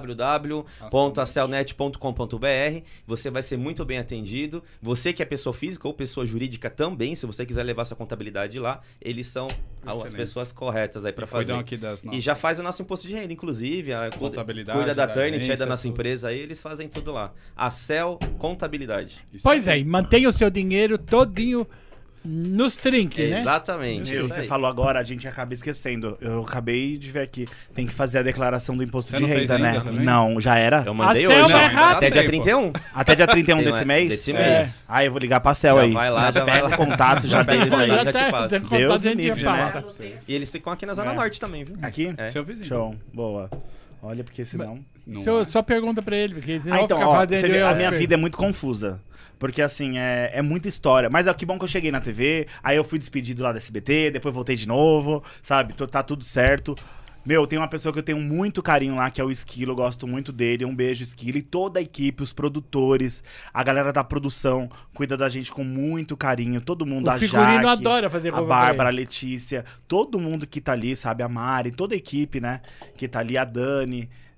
Speaker 4: www.acelnet.com.br. Você vai ser muito bem atendido. Você que é pessoa física ou pessoa jurídica também, se você quiser levar sua contabilidade lá, eles são as
Speaker 1: Excelente.
Speaker 4: pessoas corretas aí para fazer.
Speaker 1: Cuidam aqui das
Speaker 4: E
Speaker 1: nossas...
Speaker 4: já faz o nosso imposto de renda, inclusive.
Speaker 1: Contabilidade,
Speaker 4: Cuida da
Speaker 1: da
Speaker 4: Turnit, aí
Speaker 1: agência,
Speaker 4: da nossa
Speaker 1: tudo.
Speaker 4: empresa aí, eles fazem tudo lá. A CEL Contabilidade.
Speaker 1: Isso
Speaker 3: Pois
Speaker 1: aí.
Speaker 3: é, e mantenha o seu dinheiro todinho nos trinques, né?
Speaker 4: Exatamente.
Speaker 2: Meu,
Speaker 4: isso
Speaker 2: você
Speaker 4: aí.
Speaker 2: falou agora, a gente acaba esquecendo. Eu acabei de ver aqui. Tem que fazer a declaração do imposto
Speaker 1: Você
Speaker 2: de
Speaker 1: não fez
Speaker 2: renda,
Speaker 1: ainda
Speaker 2: né?
Speaker 1: também?
Speaker 2: Não, já era?
Speaker 4: Eu mandei
Speaker 3: A CEL
Speaker 4: hoje,
Speaker 3: vai
Speaker 4: não,
Speaker 3: rápido.
Speaker 4: até dia
Speaker 1: Tempo.
Speaker 4: 31.
Speaker 2: Até dia 31
Speaker 4: Tem
Speaker 2: desse mês?
Speaker 4: desse
Speaker 2: É.
Speaker 4: mês.
Speaker 2: Ah, eu vou ligar pra Cel
Speaker 4: Já
Speaker 2: aí.
Speaker 4: vai lá, já vai
Speaker 2: pega
Speaker 4: lá.
Speaker 2: o contato já
Speaker 4: Pega
Speaker 2: deles
Speaker 4: o
Speaker 2: aí.
Speaker 4: contato.
Speaker 3: Já
Speaker 4: já te
Speaker 3: tá,
Speaker 4: passo.
Speaker 3: tem contato,
Speaker 2: Deus
Speaker 3: a gente
Speaker 2: me
Speaker 3: já
Speaker 2: livre, né?
Speaker 3: passa.
Speaker 4: E eles ficam aqui na Zona
Speaker 2: É.
Speaker 4: Norte também, viu?
Speaker 2: Aqui?
Speaker 4: É.
Speaker 1: Seu vizinho.
Speaker 2: Show. Boa. Olha, porque senão...
Speaker 1: Não
Speaker 3: Só,
Speaker 1: é.
Speaker 3: só pergunta pra ele, porque senão
Speaker 2: então,
Speaker 3: fica
Speaker 2: ó,
Speaker 3: fazendo
Speaker 2: você vê,
Speaker 3: eu
Speaker 2: a
Speaker 3: as
Speaker 2: minha
Speaker 3: coisas.
Speaker 2: vida é muito confusa. Porque, assim, é muita história. Mas que bom que eu cheguei na TV, aí eu fui despedido lá da SBT, depois voltei de novo, sabe? Tá tudo certo. Meu, tem uma pessoa que eu tenho muito carinho lá, que é o Esquilo, eu gosto muito dele. Um beijo, Esquilo. E toda a equipe, os produtores, a galera da produção, cuida da gente com muito carinho. Todo mundo,
Speaker 3: O
Speaker 2: a
Speaker 3: figurino
Speaker 2: Jaque,
Speaker 3: adora fazer
Speaker 2: a
Speaker 3: roupa pra
Speaker 2: Bárbara, a
Speaker 3: ele.
Speaker 2: Letícia, todo mundo que tá ali, sabe? A Mari, toda a equipe, né? Que tá ali, a Dani.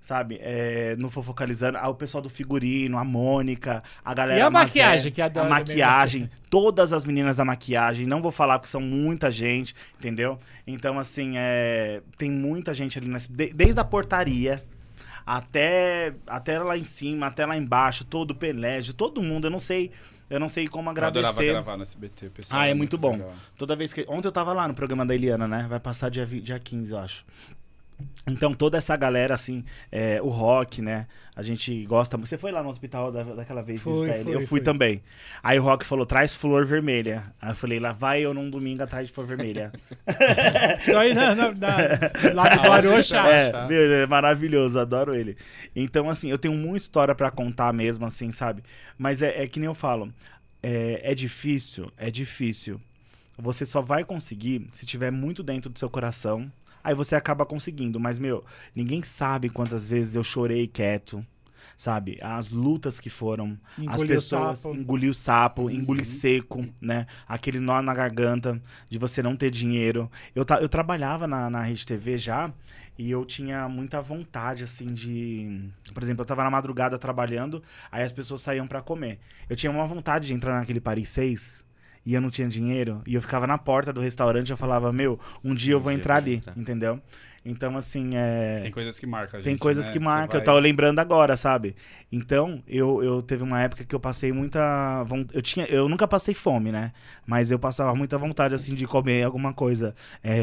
Speaker 2: sabe? No Fofocalizando, o pessoal do figurino, a Mônica, a galera...
Speaker 3: E a
Speaker 2: Mazé,
Speaker 3: maquiagem, que adora
Speaker 2: a maquiagem, todas as meninas da maquiagem, não vou falar porque são muita gente, entendeu? Então, assim, tem muita gente ali, desde a portaria até lá em cima, até lá embaixo, todo o Pelégio, todo mundo, eu não sei como agradecer.
Speaker 1: Eu adorava gravar no SBT, pessoal.
Speaker 2: É muito bom.
Speaker 1: legal.
Speaker 2: Toda vez que... Ontem eu tava lá no programa da Eliana, né? Vai passar dia 15, eu acho. Então, toda essa galera, assim, o Rock, né? A gente gosta... Você foi lá no hospital daquela vez visitar ele? Eu fui também. Aí o Rock falou, traz flor vermelha. Aí eu falei, lá vai eu num domingo atrás de flor vermelha.
Speaker 3: Só aí lá no Guarujá.
Speaker 2: É maravilhoso, adoro ele. Então, assim, eu tenho muita história pra contar mesmo, assim, sabe? Mas é que nem eu falo, é difícil. Você só vai conseguir se tiver muito dentro do seu coração. Aí você acaba conseguindo, mas, ninguém sabe quantas vezes eu chorei quieto, sabe? As lutas que foram, as pessoas... Engolir o sapo, engolir seco, né? Aquele nó na garganta de você não ter dinheiro. Eu trabalhava na Rede TV já e eu tinha muita vontade, assim, de... Por exemplo, eu tava na madrugada trabalhando, aí as pessoas saíam pra comer. Eu tinha uma vontade de entrar naquele Paris 6... E eu não tinha dinheiro, e eu ficava na porta do restaurante, eu falava, um dia eu vou entrar ali, entendeu? Então, assim,
Speaker 1: Tem coisas que marcam a gente,
Speaker 2: tem coisas
Speaker 1: né?
Speaker 2: que marcam, eu tava lembrando agora, sabe? Então, eu teve uma época que eu passei muita... Eu nunca passei fome, né? Mas eu passava muita vontade, assim, de comer alguma coisa.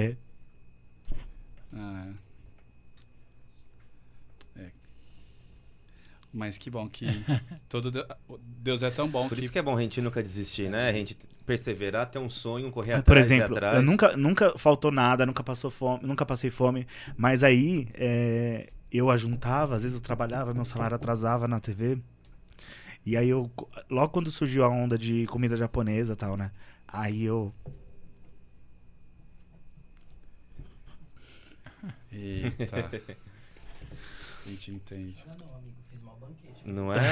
Speaker 1: Mas que bom que Deus é tão bom
Speaker 4: Por isso que é bom a gente nunca desistir, né? A gente perseverar, ter um sonho, correr atrás.
Speaker 2: Por exemplo,
Speaker 4: ir atrás.
Speaker 2: eu nunca faltou nada, nunca passei fome, mas aí eu ajuntava, às vezes eu trabalhava, meu salário atrasava na TV, e aí logo quando surgiu a onda de comida japonesa e tal, né? Aí eu...
Speaker 1: Eita. A gente entende.
Speaker 4: Não é?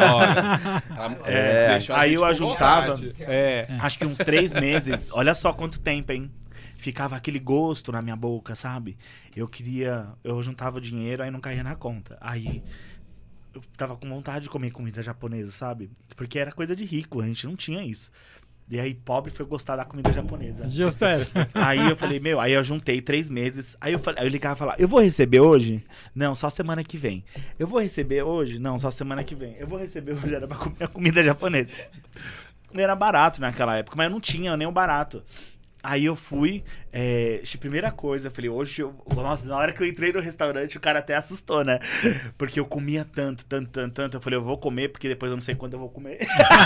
Speaker 2: Aí eu ajuntava, acho que uns 3 meses, olha só quanto tempo, hein? Ficava aquele gosto na minha boca, sabe? Eu juntava o dinheiro, aí não caía na conta. Aí eu tava com vontade de comer comida japonesa, sabe? Porque era coisa de rico, a gente não tinha isso. E aí, pobre foi gostar da comida japonesa.
Speaker 3: Justo é.
Speaker 2: Aí eu falei, aí eu juntei 3 meses. Aí eu ligava e falava, eu vou receber hoje? Não, só semana que vem. Eu vou receber hoje? Não, só semana que vem. Eu vou receber hoje, era pra comer a comida japonesa. Não era barato naquela época, mas eu não tinha nem o barato. Aí eu fui, primeira coisa, eu falei, nossa, na hora que eu entrei no restaurante, o cara até assustou, né? Porque eu comia tanto, eu falei, eu vou comer, porque depois eu não sei quando eu vou comer.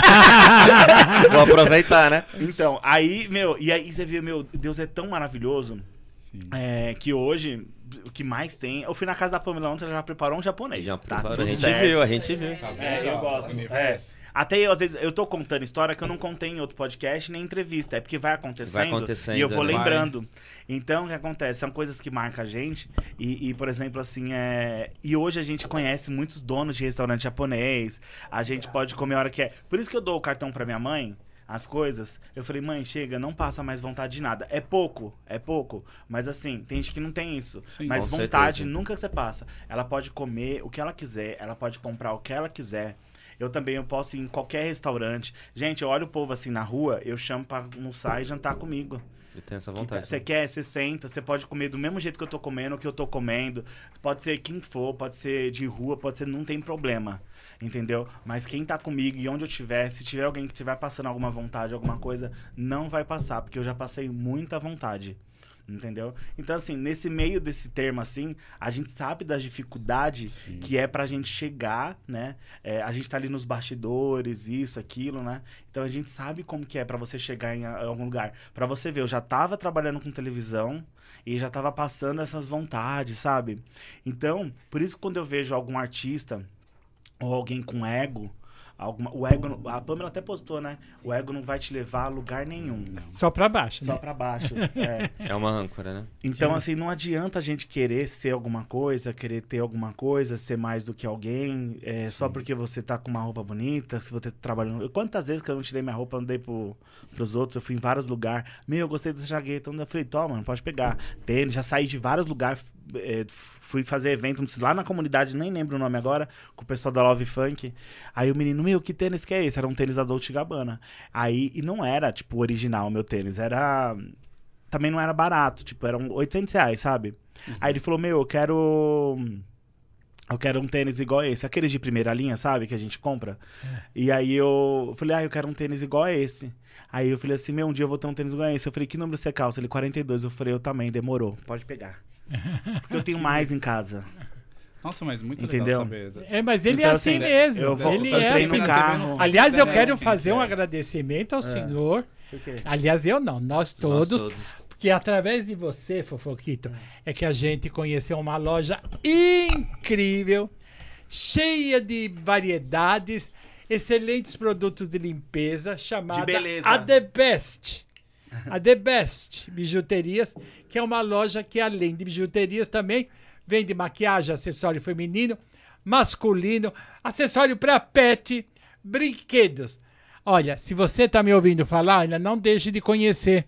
Speaker 4: Vou aproveitar, né?
Speaker 2: Então, aí, e aí você vê, Deus é tão maravilhoso, que hoje, o que mais tem, eu fui na casa da Pamela ontem, ela já preparou um japonês.
Speaker 4: Já
Speaker 2: tá
Speaker 4: preparou,
Speaker 2: tudo
Speaker 4: a gente
Speaker 2: certo.
Speaker 4: viu, a gente viu.
Speaker 2: Eu gosto. Até às vezes eu tô contando história que eu não contei em outro podcast nem entrevista. É porque vai acontecendo e eu vou lembrando. Então, o que acontece? São coisas que marcam a gente. E por exemplo, assim, e hoje a gente conhece muitos donos de restaurante japonês. A gente pode comer a hora que é. Por isso que eu dou o cartão pra minha mãe, as coisas. Eu falei, mãe, chega, não passa mais vontade de nada. É pouco. Mas assim, tem gente que não tem isso.
Speaker 1: Sim,
Speaker 2: mas
Speaker 4: com
Speaker 2: vontade
Speaker 4: certeza.
Speaker 2: nunca você passa. Ela pode comer o que ela quiser. Ela pode comprar o que ela quiser. Eu posso ir em qualquer restaurante. Gente, eu olho o povo assim na rua, eu chamo pra almoçar e jantar comigo.
Speaker 4: Eu tenho essa vontade.
Speaker 2: Você quer, você senta, você pode comer do mesmo jeito que eu tô comendo, o que eu tô comendo. Pode ser quem for, pode ser de rua, não tem problema. Entendeu? Mas quem tá comigo e onde eu estiver, se tiver alguém que estiver passando alguma vontade, alguma coisa, não vai passar, porque eu já passei muita vontade. Entendeu? Então, assim, nesse meio desse termo, assim, a gente sabe das dificuldades que é pra gente chegar, né? A gente tá ali nos bastidores, isso, aquilo, né? Então, a gente sabe como que é pra você chegar em algum lugar. Pra você ver, eu já tava trabalhando com televisão e já tava passando essas vontades, sabe? Então, por isso, quando eu vejo algum artista ou alguém com ego... O ego, a Pamela até postou, né? O ego não vai te levar a lugar nenhum.
Speaker 3: Só pra baixo,
Speaker 2: Só
Speaker 3: né?
Speaker 2: pra baixo.
Speaker 4: É uma âncora, né?
Speaker 2: Então, assim, não adianta a gente querer ser alguma coisa, querer ter alguma coisa, ser mais do que alguém, só porque você tá com uma roupa bonita, se você tá trabalhando... Quantas vezes que eu não tirei minha roupa, não dei pros outros, eu fui em vários lugares. Eu gostei dessa jaqueta. Eu falei, toma, pode pegar. Tênis, já saí de vários lugares, fui fazer evento lá na comunidade, nem lembro o nome agora, com o pessoal da Love Funk. Aí o menino, meu, que tênis que é esse? Era um tênis da Dolce & Gabbana. Aí, e não era, tipo, original o meu tênis, era... Também não era barato, tipo, eram R$800, sabe? Aí ele falou, meu, eu quero um tênis igual a esse. Aqueles de primeira linha, sabe? Que a gente compra. E aí eu falei, eu quero um tênis igual a esse. Aí eu falei assim, meu, um dia eu vou ter um tênis igual a esse. Eu falei, que número você calça? Ele, 42. Eu falei, eu também, demorou. Pode pegar. Porque eu tenho mais em casa.
Speaker 1: Nossa, mas muito
Speaker 2: Entendeu?
Speaker 1: legal saber.
Speaker 3: Mas ele
Speaker 2: Então,
Speaker 3: é assim
Speaker 2: assim,
Speaker 3: mesmo.
Speaker 2: eu vou-
Speaker 3: Ele
Speaker 2: eu
Speaker 3: é
Speaker 2: entrei
Speaker 3: assim.
Speaker 2: no carro.
Speaker 3: Aliás, eu
Speaker 1: É,
Speaker 3: quero
Speaker 1: sim,
Speaker 3: fazer um
Speaker 1: é.
Speaker 3: agradecimento ao senhor.
Speaker 2: Por quê?
Speaker 3: Aliás, eu não, nós
Speaker 4: Nós
Speaker 3: todos. Porque através de você, Fofoquito, é que a gente conheceu uma loja incrível, cheia de variedades, excelentes produtos de limpeza, chamada
Speaker 2: beleza.
Speaker 3: A The Best. A The Best Bijuterias, que é uma loja que, além de bijuterias, também vende maquiagem, acessório feminino, masculino, acessório para pet, brinquedos. Olha, se você está me ouvindo falar, ainda não deixe de conhecer.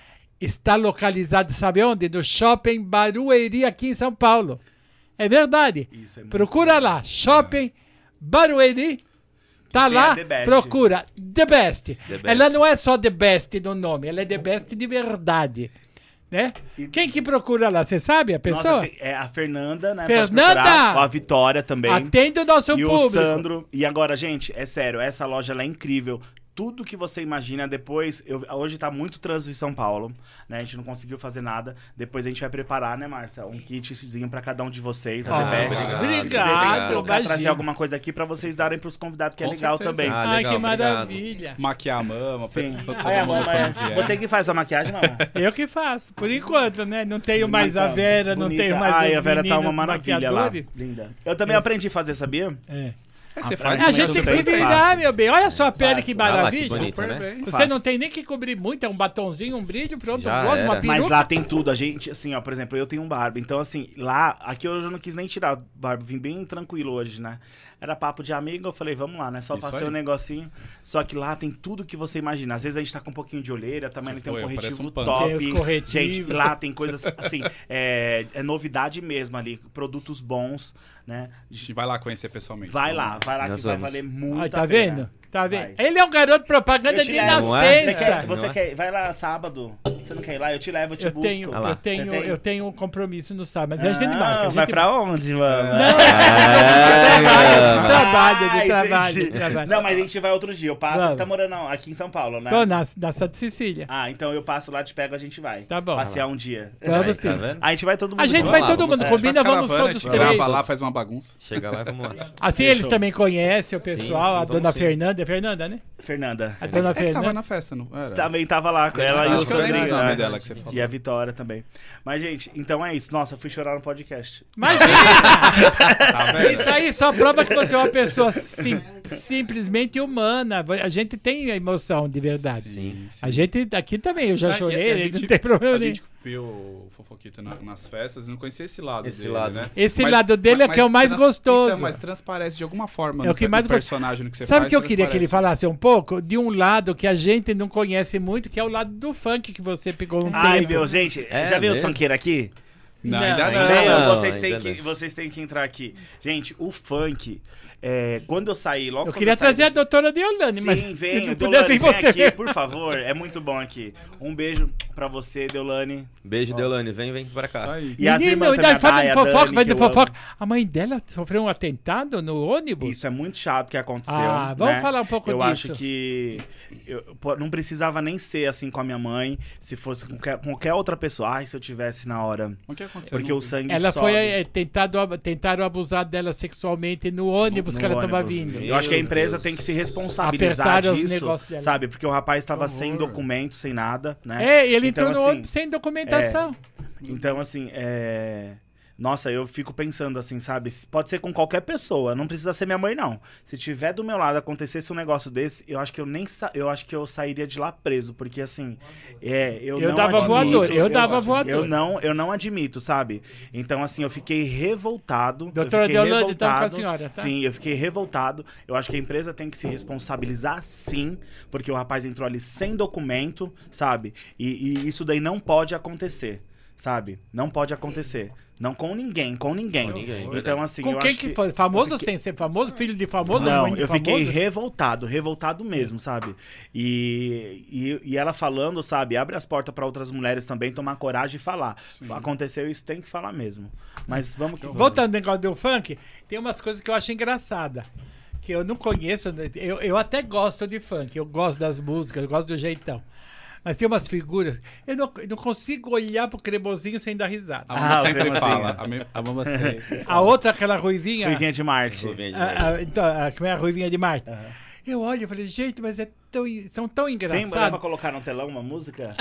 Speaker 3: Está localizado, sabe onde? No Shopping Barueri, aqui em São Paulo. É verdade.
Speaker 2: Isso é muito
Speaker 3: Procura lá, Shopping Barueri. Tá
Speaker 2: tem
Speaker 3: lá,
Speaker 2: a The Best.
Speaker 3: procura The Best.
Speaker 4: The Best.
Speaker 3: Ela não é só The Best no nome, ela é The Best de verdade. Né? Quem que procura lá? Você sabe a pessoa?
Speaker 2: Nossa, é a Fernanda, né?
Speaker 3: Fernanda!
Speaker 2: Pode procurar. A Vitória também.
Speaker 3: Atende o nosso
Speaker 2: E
Speaker 3: público.
Speaker 2: o Sandro. E agora, gente, é sério, essa loja ela é incrível. Tudo que você imagina depois... hoje tá muito trânsito em São Paulo, né? A gente não conseguiu fazer nada. Depois a gente vai preparar, né, Márcia? Um kitzinho pra cada um de vocês.
Speaker 3: Ah,
Speaker 2: A The Best.
Speaker 3: obrigado,
Speaker 2: Trazer
Speaker 3: imagina.
Speaker 2: alguma coisa aqui pra vocês darem pros convidados, que é
Speaker 1: Com
Speaker 2: legal
Speaker 1: certeza.
Speaker 2: também.
Speaker 4: Ah,
Speaker 3: Ai,
Speaker 4: legal,
Speaker 3: que
Speaker 4: obrigado.
Speaker 3: maravilha.
Speaker 1: Maquiar a mama,
Speaker 2: Sim.
Speaker 1: todo
Speaker 2: Ah, é,
Speaker 1: mundo
Speaker 2: mama,
Speaker 1: quando vier.
Speaker 2: Você que faz a maquiagem, mama?
Speaker 3: Eu que faço, por enquanto, né? Não tenho mais a
Speaker 2: Bonita,
Speaker 3: Vera, não
Speaker 2: bonita.
Speaker 3: tenho mais
Speaker 2: Ai,
Speaker 3: as
Speaker 2: a Vera tá uma
Speaker 3: meninas
Speaker 2: maravilha lá.
Speaker 3: maquiadores.
Speaker 2: Linda. Eu também aprendi a fazer, sabia?
Speaker 3: É.
Speaker 1: Você
Speaker 2: A
Speaker 1: faz
Speaker 3: A gente tem que se
Speaker 2: super
Speaker 3: virar,
Speaker 2: fácil.
Speaker 3: meu bem. Olha só a pele,
Speaker 2: Fácil.
Speaker 3: que
Speaker 4: Ah lá, que
Speaker 3: maravilha.
Speaker 4: bonito,
Speaker 1: Super
Speaker 4: né?
Speaker 1: bem.
Speaker 3: Você
Speaker 2: Fácil.
Speaker 3: não tem nem que cobrir muito, é um batonzinho, um brilho, pronto,
Speaker 4: Já
Speaker 3: um gosto, uma
Speaker 4: era.
Speaker 3: peruca.
Speaker 2: Mas lá tem tudo. A gente, assim, ó, por exemplo, eu tenho um barba. Então, assim, lá, aqui eu já não quis nem tirar o barba. Vim bem tranquilo hoje, né? Era papo de amigo, eu falei, vamos lá, né? Só
Speaker 1: Isso
Speaker 2: passei
Speaker 1: aí.
Speaker 2: um negocinho. Só que lá tem tudo que você imagina. Às vezes a gente tá com um pouquinho de olheira, também tem um
Speaker 1: Foi, parece
Speaker 2: corretivo
Speaker 1: um pano.
Speaker 2: top.
Speaker 3: Tem os corretivos.
Speaker 2: Gente, lá tem coisas, assim, é novidade mesmo ali. Produtos bons, né?
Speaker 1: A gente vai lá conhecer pessoalmente.
Speaker 2: Vai lá que
Speaker 4: Nós
Speaker 2: vai
Speaker 4: vamos.
Speaker 2: valer muito
Speaker 3: Ai,
Speaker 2: a
Speaker 3: tá
Speaker 2: pena.
Speaker 3: vendo? Tá vendo?
Speaker 2: Vai.
Speaker 3: Ele é um garoto propaganda
Speaker 2: Eu te
Speaker 3: de
Speaker 2: levo.
Speaker 4: Não é?
Speaker 3: nascença.
Speaker 2: Você
Speaker 4: Não é?
Speaker 2: quer? Vai lá sábado. Você não quer ir lá? Eu te levo, eu te
Speaker 3: Eu
Speaker 2: busco.
Speaker 3: tenho,
Speaker 4: Ah lá.
Speaker 3: eu tenho,
Speaker 2: Você tem?
Speaker 3: eu tenho um compromisso no sábado, mas a gente marca. A gente
Speaker 2: vai pra onde, mano?
Speaker 3: Trabalho.
Speaker 2: Não, mas a gente vai outro dia. Eu passo.
Speaker 3: Vamos.
Speaker 2: Você tá morando aqui em São Paulo, né?
Speaker 3: Tô na Santa Cecília.
Speaker 2: Ah, então eu passo lá, te pego, a gente vai.
Speaker 3: Tá bom.
Speaker 2: Passear um dia.
Speaker 3: Vamos
Speaker 4: Aí,
Speaker 3: sim.
Speaker 4: tá vendo?
Speaker 2: A gente vai todo mundo
Speaker 3: A gente
Speaker 2: junto.
Speaker 3: vai
Speaker 4: lá,
Speaker 3: todo
Speaker 4: vamos
Speaker 3: mundo,
Speaker 4: lá.
Speaker 3: combina,
Speaker 1: Faz
Speaker 3: vamos
Speaker 1: caravana,
Speaker 3: todos
Speaker 1: a
Speaker 3: três.
Speaker 1: gente grava lá, faz uma bagunça.
Speaker 4: Chega lá e vamos lá.
Speaker 3: Assim
Speaker 2: Fechou.
Speaker 3: eles também conhecem o pessoal,
Speaker 4: sim,
Speaker 3: a
Speaker 4: vamos
Speaker 3: dona
Speaker 4: sim.
Speaker 3: Fernanda. É Fernanda, né?
Speaker 2: Fernanda.
Speaker 3: A dona
Speaker 1: É que tava
Speaker 3: Fernanda.
Speaker 1: na festa, não era?
Speaker 2: Também tava lá com ela e o
Speaker 1: Acho que eu lembro
Speaker 2: Sandrinho.
Speaker 1: o nome
Speaker 2: né?
Speaker 1: dela que você falou.
Speaker 2: E a Vitória também. Mas, gente, então é isso. Nossa, eu fui chorar no podcast.
Speaker 3: Imagina!
Speaker 1: Tá vendo?
Speaker 3: Isso aí só prova que você é uma pessoa simplesmente humana. A gente tem emoção de verdade.
Speaker 4: Sim.
Speaker 3: A gente aqui também, eu já
Speaker 1: Ah,
Speaker 3: chorei,
Speaker 1: e a
Speaker 3: não
Speaker 1: gente-
Speaker 3: tem problema
Speaker 1: A
Speaker 3: nenhum.
Speaker 1: gente viu o Fofoquito nas festas e não conhecia esse lado
Speaker 4: Esse
Speaker 1: dele,
Speaker 4: lado.
Speaker 1: né?
Speaker 3: Esse lado dele é que é o mais gostoso.
Speaker 1: Então, mas transparece de alguma forma
Speaker 3: É o que mais
Speaker 1: no
Speaker 3: gosto-
Speaker 1: personagem no que você
Speaker 3: Sabe o
Speaker 1: faz.
Speaker 3: que eu queria que ele
Speaker 1: transparece.
Speaker 3: falasse um pouco? De um lado que a gente não conhece muito, que é o lado do funk que você pegou um
Speaker 2: Ai,
Speaker 3: tempo.
Speaker 2: meu, gente,
Speaker 4: É
Speaker 2: já viu os
Speaker 4: mesmo?
Speaker 2: funkeiros aqui?
Speaker 1: Não,
Speaker 3: Não,
Speaker 1: ainda não.
Speaker 2: Meu,
Speaker 4: não,
Speaker 2: vocês, têm
Speaker 4: ainda
Speaker 2: que, vocês têm que entrar aqui. Gente, o funk, quando eu saí, logo
Speaker 3: Eu
Speaker 2: quando
Speaker 3: queria
Speaker 2: saí
Speaker 3: trazer a
Speaker 2: desse-
Speaker 3: doutora Deolane, mas
Speaker 2: Sim,
Speaker 3: se
Speaker 2: vem,
Speaker 3: não puder,
Speaker 2: Deolane,
Speaker 3: vem
Speaker 2: vem
Speaker 3: você.
Speaker 2: aqui, por favor. É muito bom aqui. Um beijo pra você, Deolane.
Speaker 4: Beijo, Deolane. Vem pra
Speaker 1: Isso
Speaker 4: cá.
Speaker 1: aí.
Speaker 2: E as
Speaker 3: Menino,
Speaker 2: irmãs
Speaker 3: e daí
Speaker 2: também, a
Speaker 3: fala de
Speaker 2: Daya,
Speaker 3: fofoca,
Speaker 2: Dani,
Speaker 3: vai
Speaker 2: que
Speaker 3: de
Speaker 2: eu
Speaker 3: fofoca. A mãe dela sofreu um atentado no ônibus?
Speaker 2: Isso é muito chato que aconteceu.
Speaker 3: Ah, vamos
Speaker 2: né?
Speaker 3: falar um pouco
Speaker 2: eu
Speaker 3: disso.
Speaker 2: acho que não precisava nem ser assim com a minha mãe, se fosse com qualquer outra pessoa. Ai, se eu tivesse na hora.
Speaker 1: O que aconteceu?
Speaker 2: Porque o sangue
Speaker 3: Ela
Speaker 2: sobe.
Speaker 3: foi tentaram abusar dela sexualmente no ônibus
Speaker 2: No
Speaker 3: que ela estava
Speaker 2: ônibus.
Speaker 3: vindo.
Speaker 2: Eu acho que a
Speaker 4: Meu
Speaker 2: empresa
Speaker 4: Deus.
Speaker 2: tem que se responsabilizar
Speaker 3: Apertaram os
Speaker 2: disso,
Speaker 3: negócios dela.
Speaker 2: sabe? Porque o rapaz estava sem
Speaker 1: horror.
Speaker 2: documento, sem nada, né?
Speaker 3: É, ele
Speaker 2: Então,
Speaker 3: entrou no
Speaker 2: assim,
Speaker 3: ônibus sem documentação.
Speaker 2: Então, assim, Nossa, eu fico pensando assim, sabe? Pode ser com qualquer pessoa, não precisa ser minha mãe, não. Se tiver do meu lado acontecesse um negócio desse, eu acho que eu acho que eu sairia de lá preso, porque assim, eu não
Speaker 3: dava
Speaker 2: admito,
Speaker 3: voador, eu dava voador.
Speaker 2: Eu não admito, sabe? Então, assim, eu fiquei revoltado.
Speaker 3: Doutora
Speaker 2: eu fiquei
Speaker 3: Deolane, então, com a
Speaker 2: revoltado.
Speaker 3: senhora, tá?
Speaker 2: Sim, eu fiquei revoltado. Eu acho que a empresa tem que se responsabilizar, sim, porque o rapaz entrou ali sem documento, sabe? E isso daí não pode acontecer. sabe? Não pode acontecer. Não com ninguém, com ninguém.
Speaker 4: Com ninguém,
Speaker 2: Então, assim,
Speaker 3: Com
Speaker 2: eu
Speaker 3: quem
Speaker 2: acho
Speaker 3: que foi? Famoso sem ser famoso? Filho de famoso?
Speaker 2: Não,
Speaker 3: mãe de
Speaker 2: eu fiquei
Speaker 3: famoso?
Speaker 2: revoltado mesmo, sabe? E ela falando, sabe? Abre as portas para outras mulheres também tomar coragem e falar. Aconteceu isso, tem que falar mesmo. Mas vamos que vamos.
Speaker 3: Voltando ao negócio do funk, tem umas coisas que eu acho engraçada. Que eu não conheço, eu até gosto de funk, eu gosto das músicas, eu gosto do jeitão. Mas tem umas figuras, eu não consigo olhar pro Cremosinho sem dar risada.
Speaker 1: A Mama
Speaker 2: o
Speaker 1: sempre
Speaker 2: Cremosinho.
Speaker 1: fala. A Mama sempre.
Speaker 3: A outra, aquela ruivinha.
Speaker 2: Ruivinha de Marte.
Speaker 3: Então, como é a ruivinha de Marte? Eu olho e falei, gente, mas são tão
Speaker 2: Tem, dá pra
Speaker 3: engraçados.
Speaker 2: colocar no telão uma música?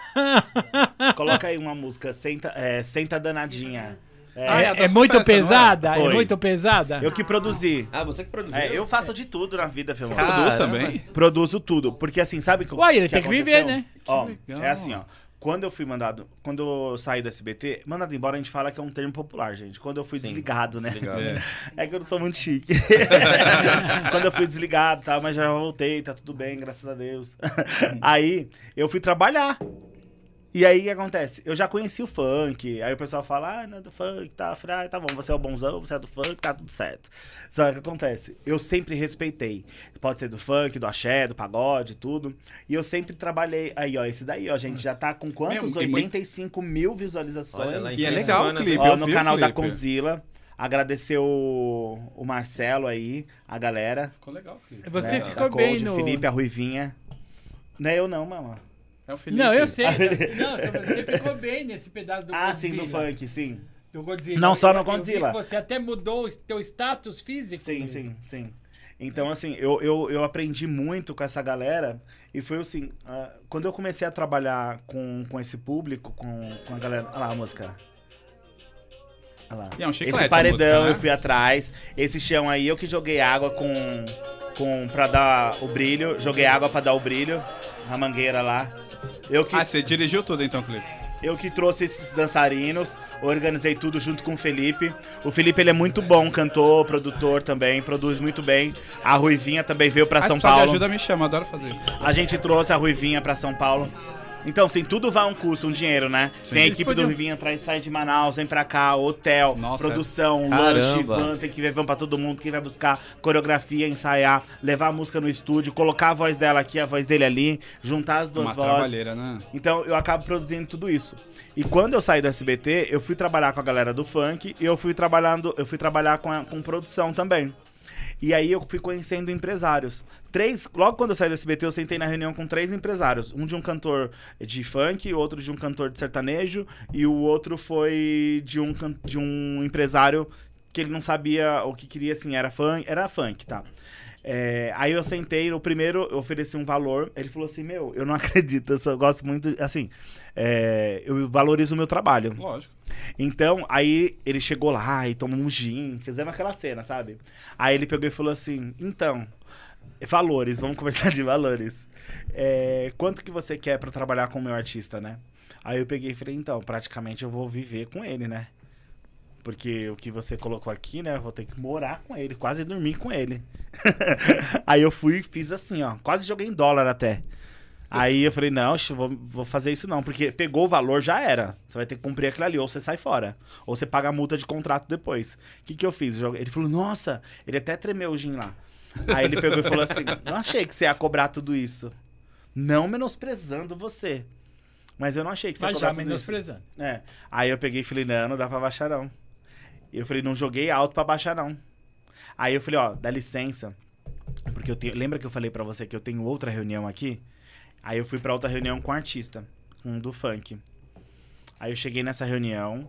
Speaker 2: Coloca aí uma música, Senta Danadinha.
Speaker 3: É muito
Speaker 1: festa, não é?
Speaker 3: pesada? É
Speaker 2: Foi.
Speaker 3: muito pesada?
Speaker 2: Eu que produzi.
Speaker 4: Ah, você que produziu?
Speaker 2: Eu faço de tudo na vida, filho.
Speaker 1: Produz
Speaker 4: Caramba.
Speaker 1: também?
Speaker 2: Produzo tudo. Porque assim, sabe
Speaker 3: Uai, ele tem que viver,
Speaker 2: aconteceu?
Speaker 3: né?
Speaker 2: Ó,
Speaker 1: legal.
Speaker 2: é assim, ó. Quando eu saí do SBT, mandado embora, a gente fala que é um termo popular, gente. Quando eu fui
Speaker 4: Sim,
Speaker 2: desligado, né?
Speaker 4: desligado.
Speaker 2: É que eu não sou muito chique. Quando eu fui desligado, tá, mas já voltei, tá tudo bem, graças a Deus. Aí, eu fui trabalhar. E aí, o que acontece? Eu já conheci o funk, aí o pessoal fala, não é do funk, tá? Eu falei, tá bom, você é o bonzão, você é do funk, tá tudo certo. Só que o que acontece? Eu sempre respeitei. Pode ser do funk, do axé, do pagode, tudo. E eu sempre trabalhei, aí ó, esse daí, ó, gente, já tá com quantos?
Speaker 1: Meu, e muito-
Speaker 2: 85 mil visualizações.
Speaker 4: Olha lá,
Speaker 1: E é
Speaker 4: Três
Speaker 1: legal o
Speaker 4: semanas,
Speaker 1: clipe.
Speaker 2: Ó,
Speaker 1: eu
Speaker 2: no
Speaker 1: vi o
Speaker 2: canal da
Speaker 1: clipe.
Speaker 2: Condzilla. Agradecer o Marcelo aí, a galera.
Speaker 1: Ficou legal o clipe.
Speaker 3: Você
Speaker 2: né,
Speaker 3: ficou
Speaker 2: da
Speaker 3: bem
Speaker 2: Cold,
Speaker 3: no...
Speaker 2: Felipe, a Ruivinha. Não é eu não, mamãe.
Speaker 1: É o Felipe.
Speaker 3: Não, eu sei. Não, você ficou bem nesse pedaço do
Speaker 2: Ah,
Speaker 3: Godzilla.
Speaker 2: sim, do funk, sim.
Speaker 3: Do Godzilla.
Speaker 2: Não só no
Speaker 3: Eu vi
Speaker 2: Godzilla.
Speaker 3: que você até mudou o teu status físico.
Speaker 2: Sim, sim, sim. Então, assim, eu aprendi muito com essa galera. E foi assim, quando eu comecei a trabalhar com esse público, com a galera... Olha lá a música. Olha lá.
Speaker 1: E é um chiclete
Speaker 2: Esse
Speaker 1: a
Speaker 2: paredão
Speaker 1: música, né?
Speaker 2: eu fui atrás. Esse chão aí, eu que joguei água pra dar o brilho. Joguei água pra dar o brilho. Na mangueira lá.
Speaker 1: Ah, você dirigiu tudo então, clipe?
Speaker 2: Eu que trouxe esses dançarinos, organizei tudo junto com o Felipe. O Felipe, ele é muito bom, cantor, produtor também, produz muito bem. A Ruivinha também veio pra
Speaker 1: Ah, se
Speaker 2: São
Speaker 1: precisar de
Speaker 2: Paulo.
Speaker 1: ajuda, me chama, adoro fazer isso.
Speaker 2: A gente trouxe a Ruivinha pra São Paulo. Então, sim, tudo vai a um custo, um dinheiro, né?
Speaker 1: Sim.
Speaker 2: Tem a
Speaker 3: Eles
Speaker 2: equipe
Speaker 3: podiam-
Speaker 2: do Ruivinha atrás, sai de Manaus, vem pra cá, hotel,
Speaker 1: Nossa,
Speaker 2: produção,
Speaker 4: Caramba.
Speaker 2: lanche, van, tem que ver van pra todo mundo, quem vai buscar coreografia, ensaiar, levar a música no estúdio, colocar a voz dela aqui, a voz dele ali, juntar as duas
Speaker 1: Uma
Speaker 2: vozes.
Speaker 1: trabalheira, né?
Speaker 2: Então eu acabo produzindo tudo isso. E quando eu saí do SBT, eu fui trabalhar com a galera do funk e eu fui trabalhar com produção também. E aí eu fui conhecendo empresários. Logo quando eu saí do SBT, eu sentei na reunião com 3 empresários. Um de um cantor de funk, outro de um cantor de sertanejo e o outro foi de um empresário que ele não sabia o que queria, assim, era funk, tá? Aí eu sentei, no primeiro eu ofereci um valor, ele falou assim, meu, eu não acredito, eu só gosto muito, assim, eu valorizo o meu trabalho.
Speaker 1: Lógico.
Speaker 2: Então, aí ele chegou lá e tomou um gin, fizemos aquela cena, sabe? Aí ele pegou e falou assim, então, valores, vamos conversar de valores. Quanto que você quer pra trabalhar com o meu artista, né? Aí eu peguei e falei, então, praticamente eu vou viver com ele, né? Porque o que você colocou aqui, né? Eu vou ter que morar com ele, quase dormir com ele. Aí eu fui e fiz assim, ó. Quase joguei em dólar até. Aí eu falei, não, vou fazer isso não. Porque pegou o valor, já era. Você vai ter que cumprir aquilo ali. Ou você sai fora. Ou você paga a multa de contrato depois. O que eu fiz? Ele falou, nossa. Ele até tremeu o gin lá. Aí ele pegou e falou assim, não achei que você ia cobrar tudo isso. Não menosprezando você. Mas eu não achei que você ia
Speaker 3: Mas
Speaker 2: cobrar
Speaker 3: já
Speaker 2: tudo isso.
Speaker 3: menosprezando.
Speaker 2: Aí eu peguei e falei, não dá pra baixar não. Eu falei, não joguei alto pra baixar não. Aí eu falei, ó, dá licença. Porque lembra que eu falei pra você que eu tenho outra reunião aqui? Aí eu fui pra outra reunião com o artista, com um do funk. Aí eu cheguei nessa reunião.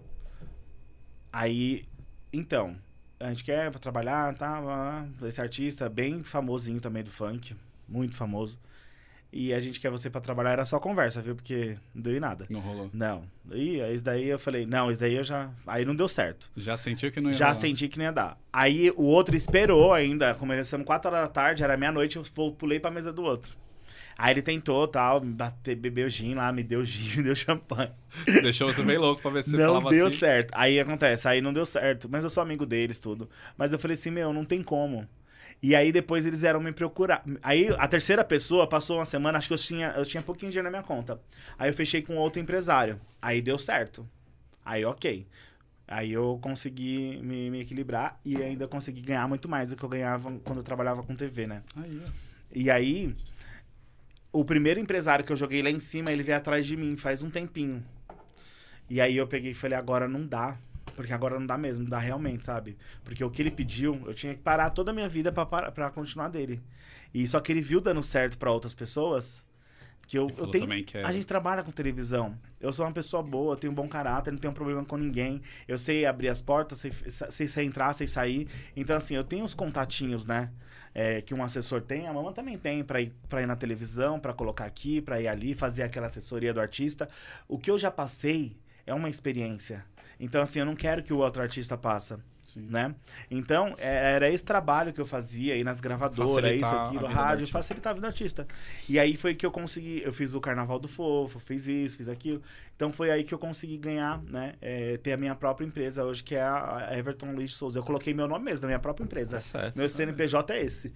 Speaker 2: Aí, então, a gente quer pra trabalhar, tá? Esse artista bem famosinho também do funk, muito famoso. E a gente quer você pra trabalhar, era só conversa, viu? Porque não deu em nada.
Speaker 1: Não rolou.
Speaker 2: Não. E isso daí eu falei, não, isso daí eu já... Aí não deu certo.
Speaker 1: Já sentiu que não ia
Speaker 2: Já
Speaker 1: rolar.
Speaker 2: senti que não ia dar. Aí o outro esperou ainda, começamos 4 horas da tarde, era meia-noite, eu pulei pra mesa do outro. Aí ele tentou, tal, bebeu gin lá, me deu gin, me deu champanhe.
Speaker 1: Deixou você bem louco pra ver se você
Speaker 2: Não
Speaker 1: falava
Speaker 2: deu
Speaker 1: assim.
Speaker 2: certo. Aí acontece, aí não deu certo. Mas eu sou amigo deles, tudo. Mas eu falei assim, meu, não tem como. E aí depois eles vieram me procurar. Aí a terceira pessoa passou uma semana, acho que eu tinha pouquinho dinheiro na minha conta. Aí eu fechei com outro empresário. Aí deu certo. Aí, ok. Aí eu consegui me equilibrar e ainda consegui ganhar muito mais do que eu ganhava quando eu trabalhava com TV, né?
Speaker 1: Aí, ó.
Speaker 2: E aí, o primeiro empresário que eu joguei lá em cima, ele veio atrás de mim faz um tempinho. E aí eu peguei e falei, agora não dá. Porque agora não dá mesmo, não dá realmente, sabe? Porque o que ele pediu, eu tinha que parar toda a minha vida pra continuar dele. E só que ele viu dando certo pra outras pessoas... Que eu
Speaker 1: falou
Speaker 2: tenho,
Speaker 1: também que é-
Speaker 2: a gente trabalha com televisão. Eu sou uma pessoa boa, eu tenho um bom caráter, não tenho problema com ninguém. Eu sei abrir as portas, sei entrar, sei sair. Então, assim, eu tenho os contatinhos, né? Que um assessor tem, a mamãe também tem pra ir na televisão, pra colocar aqui, pra ir ali, fazer aquela assessoria do artista. O que eu já passei é uma experiência. Então, assim, eu não quero que o outro artista passe. Né? Então, era esse trabalho que eu fazia aí nas gravadoras,
Speaker 1: Facilitar
Speaker 2: isso,
Speaker 1: a
Speaker 2: aquilo,
Speaker 1: vida do
Speaker 2: rádio,
Speaker 1: artista.
Speaker 2: facilitar a vida do artista. E aí foi que eu consegui, eu fiz o Carnaval do Fofo, fiz isso, fiz aquilo. Então foi aí que eu consegui ganhar, né? Ter a minha própria empresa hoje, que é a Everton Luiz Souza. Eu coloquei meu nome mesmo, da minha própria empresa.
Speaker 4: certo.
Speaker 2: Meu CNPJ é esse.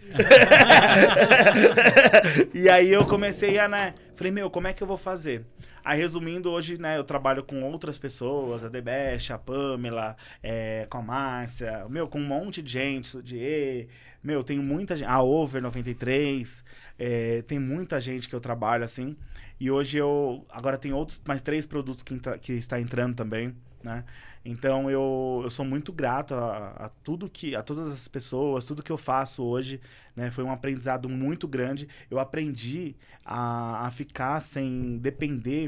Speaker 2: E aí eu comecei a, né? Falei, como é que eu vou fazer? Aí, resumindo, hoje, né, eu trabalho com outras pessoas, a Debeste, a Pamela, com a Márcia, com um monte de gente, tem muita gente, a Over 93, tem muita gente que eu trabalho, assim, e hoje agora tem mais 3 produtos que está entrando também, né, então eu sou muito grato a todas as pessoas, tudo que eu faço hoje, né, foi um aprendizado muito grande. Eu aprendi a ficar sem depender,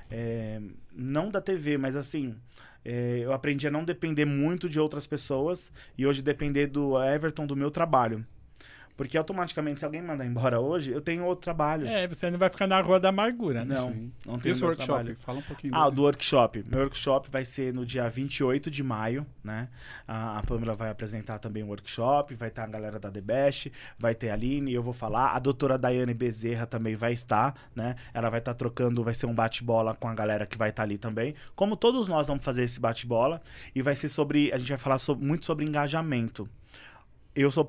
Speaker 2: não da TV, mas assim, eu aprendi a não depender muito de outras pessoas e hoje depender do Everton, do meu trabalho. Porque automaticamente, se alguém me mandar embora hoje, eu tenho outro trabalho.
Speaker 3: Você não vai ficar na rua da amargura, né?
Speaker 2: Não,
Speaker 1: Sim.
Speaker 2: não
Speaker 1: E
Speaker 2: tenho
Speaker 1: o seu
Speaker 2: meu
Speaker 1: workshop?
Speaker 2: trabalho.
Speaker 1: Fala um pouquinho.
Speaker 2: O
Speaker 1: dele.
Speaker 2: do workshop. Meu workshop vai ser no dia 28 de maio, né? A Pamela vai apresentar também o workshop, vai estar a galera da The Best, vai ter a Aline, eu vou falar. A doutora Daiane Bezerra também vai estar, né? Ela vai estar trocando, vai ser um bate-bola com a galera que vai estar ali também. Como todos nós vamos fazer esse bate-bola. E vai ser a gente vai falar muito sobre engajamento. Eu sou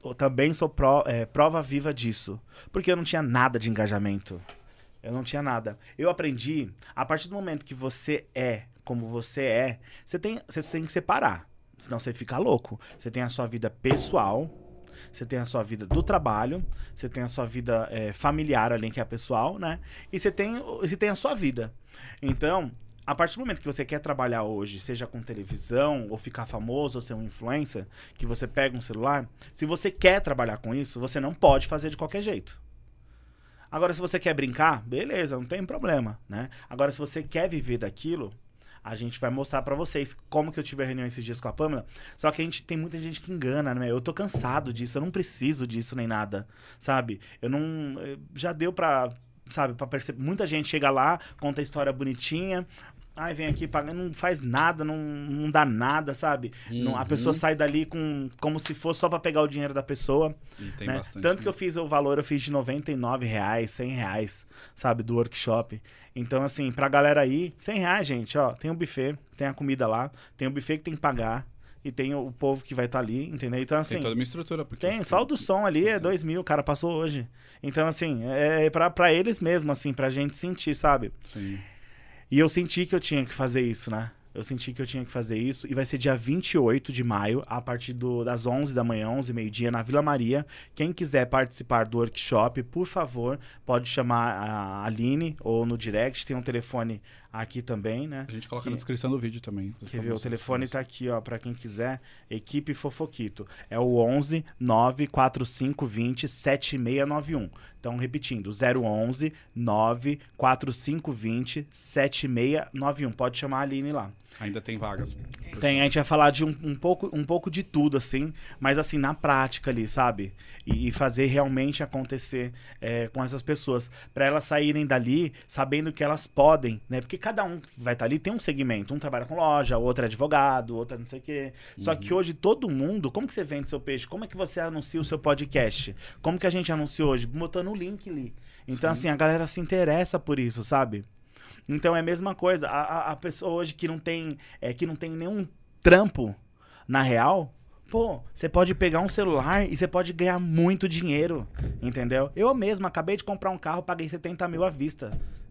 Speaker 2: prova viva disso. Porque eu não tinha nada de engajamento. Eu não tinha nada. Eu aprendi, a partir do momento que você é como você é, você tem que separar. Senão você fica louco. Você tem a sua vida pessoal, você tem a sua vida do trabalho, você tem a sua vida familiar ali, que é a pessoal, né? E você tem a sua vida. Então, a partir do momento que você quer trabalhar hoje, seja com televisão, ou ficar famoso, ou ser um influencer, que você pega um celular, se você quer trabalhar com isso, você não pode fazer de qualquer jeito. Agora, se você quer brincar, beleza, não tem problema, né? Agora, se você quer viver daquilo, a gente vai mostrar pra vocês como que eu tive a reunião esses dias com a Pamela. Só que tem muita gente que engana, né? Eu tô cansado disso, eu não preciso disso nem nada, sabe? Já deu pra perceber. Muita gente chega lá, conta a história bonitinha, vem aqui, paga, não faz nada, não dá nada, sabe? A pessoa sai dali como se fosse só pra pegar o dinheiro da pessoa.
Speaker 1: E tem
Speaker 2: né?
Speaker 1: bastante.
Speaker 2: Tanto que eu fiz o valor, eu fiz de R$99, R$100, sabe? Do workshop. Então, assim, pra galera aí, R$100, gente, ó, tem o buffet, tem a comida lá, tem o buffet que tem que pagar. E tem o povo que vai estar ali, entendeu? Então, assim...
Speaker 1: Tem toda uma estrutura. Porque
Speaker 2: Tem, só o do som ali é 2.000, o cara passou hoje. Então, assim, é pra eles mesmo, assim, pra gente sentir, sabe?
Speaker 1: Sim.
Speaker 2: E eu senti que eu tinha que fazer isso, né? Eu senti que eu tinha que fazer isso. E vai ser dia 28 de maio, a partir das 11 da manhã, 11 meio-dia, na Vila Maria. Quem quiser participar do workshop, por favor, pode chamar a Aline ou no direct. Tem um telefone aqui também, né?
Speaker 1: A gente coloca na descrição do vídeo também.
Speaker 2: Quer ver? O telefone tá aqui, ó, pra quem quiser. Equipe Fofoquito. É o 11 94520 7691. Então, repetindo, 011 94520 7691. Pode chamar a Aline lá.
Speaker 1: Ainda tem vagas.
Speaker 2: Tem, a gente vai falar de um pouco de tudo, assim, mas assim, na prática ali, sabe? E fazer realmente acontecer com essas pessoas, para elas saírem dali sabendo que elas podem, né? Porque cada um que vai estar ali tem um segmento, um trabalha com loja, outro é advogado, outro é não sei o quê. Só que hoje todo mundo, como que você vende seu peixe? Como é que você anuncia o seu podcast? Como que a gente anuncia hoje? Botando o link ali. Então, assim, a galera se interessa por isso, sabe? Então é a mesma coisa. A pessoa hoje que não tem nenhum trampo na real, pô, você pode pegar um celular e você pode ganhar muito dinheiro, entendeu? Eu mesmo acabei de comprar um carro, paguei 70 mil à vista.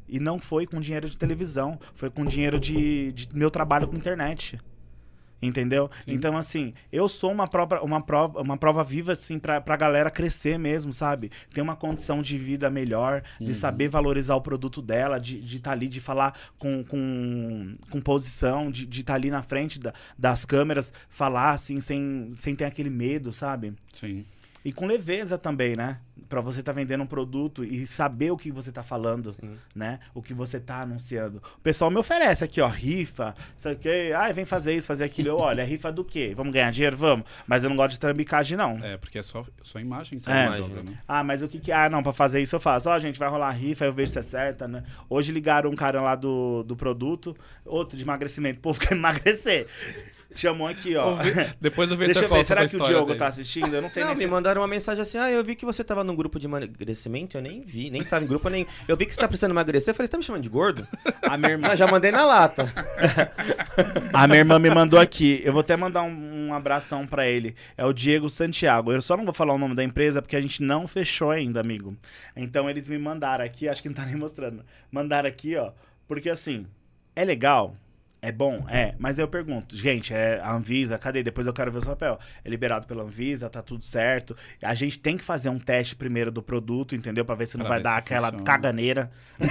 Speaker 2: E não foi com dinheiro de televisão, foi com dinheiro de meu trabalho com internet. Entendeu?
Speaker 1: Sim.
Speaker 2: Então, assim, eu sou uma prova viva, assim, pra galera crescer mesmo, sabe? Ter uma condição de vida melhor, de saber valorizar o produto dela, de estar ali, de falar com posição, de estar ali na frente das câmeras, falar, assim, sem ter aquele medo, sabe?
Speaker 1: Sim.
Speaker 2: E com leveza também, né? Pra você tá vendendo um produto e saber o que você tá falando, né? O que você tá anunciando. O pessoal me oferece aqui, ó, rifa, sei o quê. Ai, vem fazer isso, fazer aquilo. Eu, olha, rifa do quê? Vamos ganhar dinheiro? Vamos. Mas eu não gosto de trambicagem, não.
Speaker 1: É, porque é só imagem que
Speaker 2: É.
Speaker 1: você joga, né?
Speaker 2: Ah, mas o que que... Ah, não, pra fazer isso eu faço. Ó, gente, vai rolar rifa, eu vejo se acerta, né? Hoje ligaram um cara lá do produto, outro de emagrecimento. O povo quer emagrecer. Chamou aqui, ó.
Speaker 1: Depois o
Speaker 2: Deixa
Speaker 1: Vitor
Speaker 2: eu ver,
Speaker 1: conta
Speaker 2: será
Speaker 1: a
Speaker 2: que o
Speaker 1: história
Speaker 2: Diogo
Speaker 1: dele.
Speaker 2: tá assistindo? Eu não sei
Speaker 4: Não,
Speaker 2: nem
Speaker 4: me
Speaker 2: se...
Speaker 4: mandaram uma mensagem assim, eu vi que você tava num grupo de emagrecimento, eu nem vi, nem tava em grupo, eu vi que você tá precisando emagrecer, eu falei, você tá me chamando de gordo?
Speaker 2: A minha irmã...
Speaker 4: Não, já mandei na lata.
Speaker 2: A minha irmã me mandou aqui. Eu vou até mandar um abração pra ele. É o Diego Santiago. Eu só não vou falar o nome da empresa porque a gente não fechou ainda, amigo. Então eles me mandaram aqui, acho que não tá nem mostrando. Mandaram aqui, ó. Porque assim, é legal. É bom? É. Mas eu pergunto, gente, é a Anvisa, cadê? Depois eu quero ver o papel. É liberado pela Anvisa, tá tudo certo. A gente tem que fazer um teste primeiro do produto, entendeu? Pra ver se não
Speaker 1: Pra
Speaker 2: vai
Speaker 1: ver
Speaker 2: dar
Speaker 1: se
Speaker 2: aquela
Speaker 1: funciona.
Speaker 2: caganeira.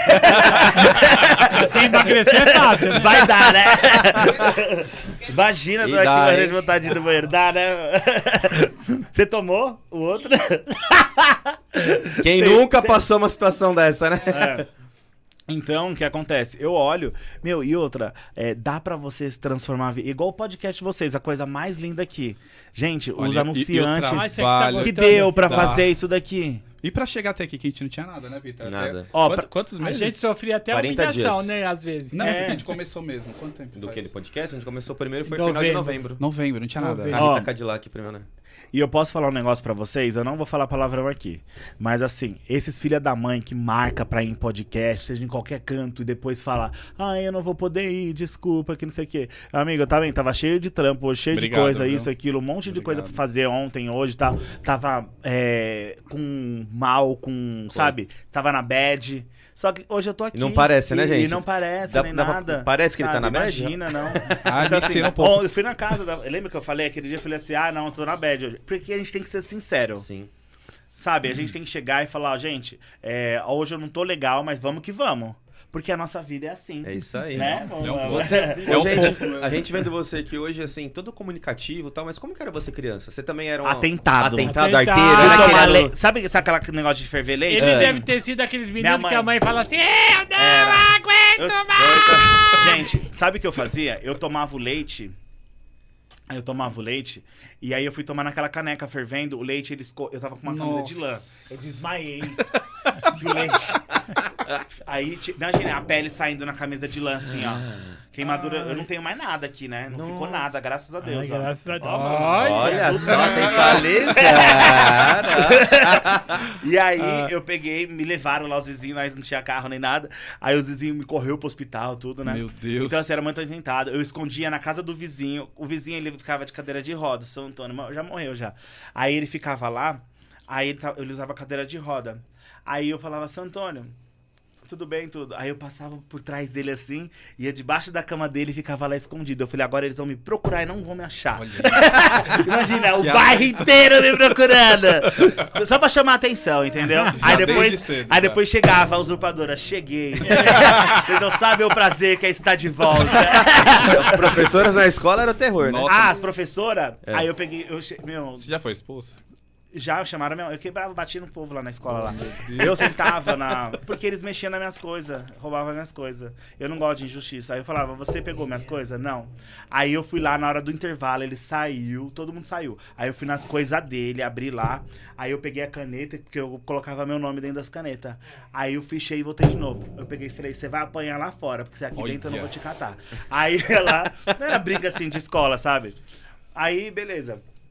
Speaker 3: Sem emagrecer é fácil, né?
Speaker 2: Vai dar, né? Imagina,
Speaker 4: E
Speaker 2: tô aqui
Speaker 4: dá,
Speaker 2: morrendo
Speaker 4: hein?
Speaker 2: de vontade de ir no banheiro. Dá, né? Você tomou o outro?
Speaker 4: Quem nunca passou uma situação dessa, né?
Speaker 2: É. Então, o que acontece? Eu olho, meu, e outra, dá pra vocês transformar, igual o podcast de vocês, a coisa mais linda aqui. Gente,
Speaker 1: Olha,
Speaker 2: os
Speaker 1: e o
Speaker 2: anunciantes,
Speaker 1: trabalho
Speaker 2: que
Speaker 3: gostando.
Speaker 2: deu pra
Speaker 1: Tá.
Speaker 2: fazer isso daqui?
Speaker 1: E pra chegar até aqui, que a gente não tinha nada, né, Vitor?
Speaker 4: Nada.
Speaker 1: Até-
Speaker 2: Ó,
Speaker 1: Quantos
Speaker 3: A
Speaker 1: meses?
Speaker 3: gente sofria até
Speaker 4: 40
Speaker 3: humilhação,
Speaker 4: dias.
Speaker 3: né? Às vezes.
Speaker 1: Não,
Speaker 2: É.
Speaker 1: porque a gente começou mesmo. Quanto tempo
Speaker 4: Do
Speaker 1: faz?
Speaker 4: que ele podcast, a gente começou primeiro, foi final de novembro.
Speaker 1: Novembro, não tinha nada.
Speaker 3: Novembro.
Speaker 4: A
Speaker 2: Ó.
Speaker 4: Rita Cadillac primeiro, né?
Speaker 2: E eu posso falar um negócio pra vocês, eu não vou falar palavrão aqui, mas assim, esses filha da mãe que marca pra ir em podcast, seja em qualquer canto, e depois fala, eu não vou poder ir, desculpa, que não sei o quê. Amigo, eu tava cheio de trampo, hoje, cheio
Speaker 1: Obrigado,
Speaker 2: de coisa,
Speaker 1: viu?
Speaker 2: isso, aquilo, um monte de coisa pra
Speaker 1: Obrigado.
Speaker 2: fazer ontem, hoje, tava com mal, sabe? Tava na bad. Só que hoje eu tô aqui.
Speaker 4: E não parece, né, gente?
Speaker 2: E não parece,
Speaker 4: Dá-
Speaker 2: nem
Speaker 4: dá pra-
Speaker 2: nada.
Speaker 4: parece que ele tá
Speaker 2: sabe?
Speaker 4: na bad?
Speaker 2: Imagina, não.
Speaker 1: Ah,
Speaker 2: Então,
Speaker 1: me
Speaker 2: assim,
Speaker 1: ensina um pouco.
Speaker 2: eu fui na casa lembra que eu falei aquele dia? Eu falei assim, não, eu tô na bad hoje. Porque a gente tem que ser sincero.
Speaker 4: Sim.
Speaker 2: Sabe? A gente tem que chegar e falar, gente, hoje eu não tô legal, mas vamos que vamos. Porque a nossa vida é assim.
Speaker 4: É isso aí.
Speaker 2: Né?
Speaker 1: É um
Speaker 2: Você...
Speaker 1: É
Speaker 4: Ô,
Speaker 1: um
Speaker 4: gente,
Speaker 1: fofo, né?
Speaker 4: a gente vendo você aqui hoje, assim, todo comunicativo e tal, mas como que era você criança? Você também era um...
Speaker 2: Atentado.
Speaker 4: Atentado,
Speaker 3: Atentado.
Speaker 4: arteiro, né?
Speaker 2: Tomar
Speaker 4: Querendo-
Speaker 2: le- Sabe aquele negócio de ferver leite?
Speaker 3: Eles
Speaker 2: Assim?
Speaker 3: devem ter sido aqueles meninos
Speaker 2: mãe-
Speaker 3: que a mãe fala assim: eu não
Speaker 2: Era.
Speaker 3: aguento
Speaker 2: Eu-
Speaker 3: mais!
Speaker 2: Gente, sabe o que eu fazia? Eu tomava o leite. E aí eu fui tomar naquela caneca fervendo, o leite, eu tava com uma camisa de lã. Eu desmaiei. Que o leite. Aí, imagina a pele saindo na camisa de lã, assim, ó. Queimadura. Eu não tenho mais nada aqui, né? Não ficou nada, graças a Deus.
Speaker 3: Ai,
Speaker 2: ó.
Speaker 3: graças a Deus.
Speaker 2: Ó, mano.
Speaker 4: Olha
Speaker 2: tudo
Speaker 4: só,
Speaker 2: bem.
Speaker 4: sensualiza!
Speaker 2: E aí eu peguei, me levaram lá os vizinhos, nós não tinha carro nem nada. Aí os vizinhos me correu pro hospital, tudo, né?
Speaker 1: Meu Deus.
Speaker 2: Então, assim, era muito atentado. Eu escondia na casa do vizinho. O vizinho, ele ficava de cadeira de roda. São Antônio, já morreu já. Aí ele ficava lá, aí ele usava cadeira de roda. Aí eu falava, São Antônio, tudo bem, tudo. Aí eu passava por trás dele assim, ia debaixo da cama dele e ficava lá escondido. Eu falei, agora eles vão me procurar e não vão me achar.
Speaker 1: Olha,
Speaker 2: Imagina, o
Speaker 1: Que
Speaker 2: bairro inteiro me procurando. Só pra chamar a atenção, entendeu? Aí depois,
Speaker 1: desde cedo,
Speaker 2: aí
Speaker 1: já.
Speaker 2: depois chegava a usurpadora, cheguei. Vocês não sabem o prazer que é estar de volta.
Speaker 4: As professoras na escola era o terror, né?
Speaker 1: Nossa.
Speaker 2: As professoras,
Speaker 4: É.
Speaker 2: aí eu peguei, meu,
Speaker 1: Você já foi expulso?
Speaker 2: já chamaram eu quebrava, batia no povo lá na escola lá.
Speaker 1: Deus.
Speaker 2: Eu sentava porque eles mexiam nas minhas coisas, roubavam minhas coisas. Eu não gosto de injustiça. Aí eu falava, você pegou minhas coisas? Não. Aí eu fui lá na hora do intervalo, ele saiu, todo mundo saiu. Aí eu fui nas coisas dele, abri lá. Aí eu peguei a caneta, porque eu colocava meu nome dentro das canetas. Aí eu fichei e voltei de novo. Eu peguei e falei, você vai apanhar lá fora, porque aqui
Speaker 1: Olha.
Speaker 2: dentro eu não vou te catar. Aí ela, não era briga assim de escola, sabe? Aí, beleza.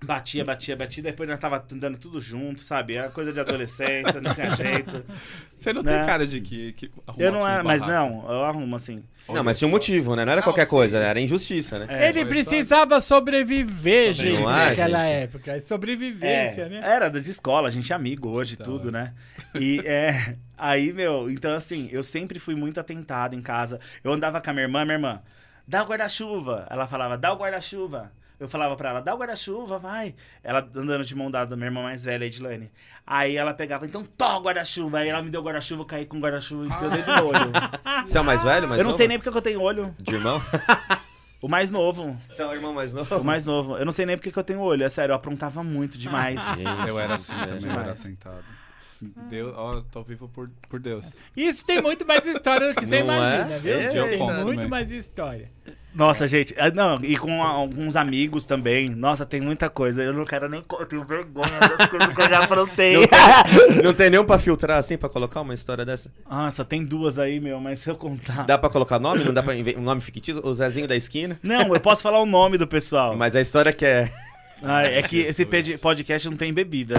Speaker 2: Batia, depois nós tava andando tudo junto, sabe? Era coisa de adolescência, não tinha jeito.
Speaker 1: Você não
Speaker 2: Né?
Speaker 1: tem cara de que arruma
Speaker 2: Eu não
Speaker 1: esses
Speaker 2: era, mas
Speaker 1: barracos.
Speaker 2: não, eu arrumo assim.
Speaker 4: Não, mas tinha um motivo, né? Não era
Speaker 1: Não,
Speaker 4: qualquer
Speaker 1: sim.
Speaker 4: coisa, era injustiça, né?
Speaker 2: É,
Speaker 3: Ele
Speaker 1: foi
Speaker 3: precisava sobreviver, gente,
Speaker 4: Não é,
Speaker 3: naquela
Speaker 4: gente?
Speaker 3: época. É sobrevivência, né?
Speaker 2: Era de escola, a gente é amigo hoje,
Speaker 1: Da
Speaker 2: tudo,
Speaker 1: hora.
Speaker 2: né? E aí, meu, então assim, eu sempre fui muito atentado em casa. Eu andava com a minha irmã, dá o guarda-chuva. Ela falava, dá o guarda-chuva. Eu falava pra ela, dá o guarda-chuva, vai. Ela andando de mão dada, minha irmã mais velha, a Edilane. Aí ela pegava, então toma o guarda-chuva. Aí ela me deu o guarda-chuva, eu caí com o guarda-chuva e enfiou dentro do olho.
Speaker 4: Você é o mais velho? Mais
Speaker 2: Eu não
Speaker 4: novo?
Speaker 2: sei nem porque que eu tenho olho.
Speaker 4: De irmão?
Speaker 2: O mais novo.
Speaker 4: Você é o irmão mais novo?
Speaker 2: O mais novo. Eu não sei nem porque que eu tenho olho. É sério, eu aprontava muito demais.
Speaker 1: Eu era assim
Speaker 4: Gente,
Speaker 1: também, eu era
Speaker 2: demais.
Speaker 1: tentado. Deus, ó, tô vivo por Deus.
Speaker 3: Isso tem muito mais história do que você
Speaker 4: Não é?
Speaker 3: imagina, viu?
Speaker 4: Eita.
Speaker 3: Tem
Speaker 1: Eu conto
Speaker 3: muito
Speaker 1: também.
Speaker 3: mais história.
Speaker 2: Nossa, gente. Não, e com alguns amigos também. Nossa, tem muita coisa. Eu não quero nem. Eu tenho vergonha das coisas que eu já aprontei.
Speaker 4: Não tem nenhum pra filtrar assim, pra colocar uma história dessa?
Speaker 2: Nossa, tem duas aí, meu, mas se eu contar.
Speaker 4: Dá pra colocar nome? Não dá pra um nome fictício? O Zezinho da esquina?
Speaker 2: Não, eu posso falar o nome do pessoal.
Speaker 4: Mas a história que é...
Speaker 2: Ai, é que esse podcast não tem bebida.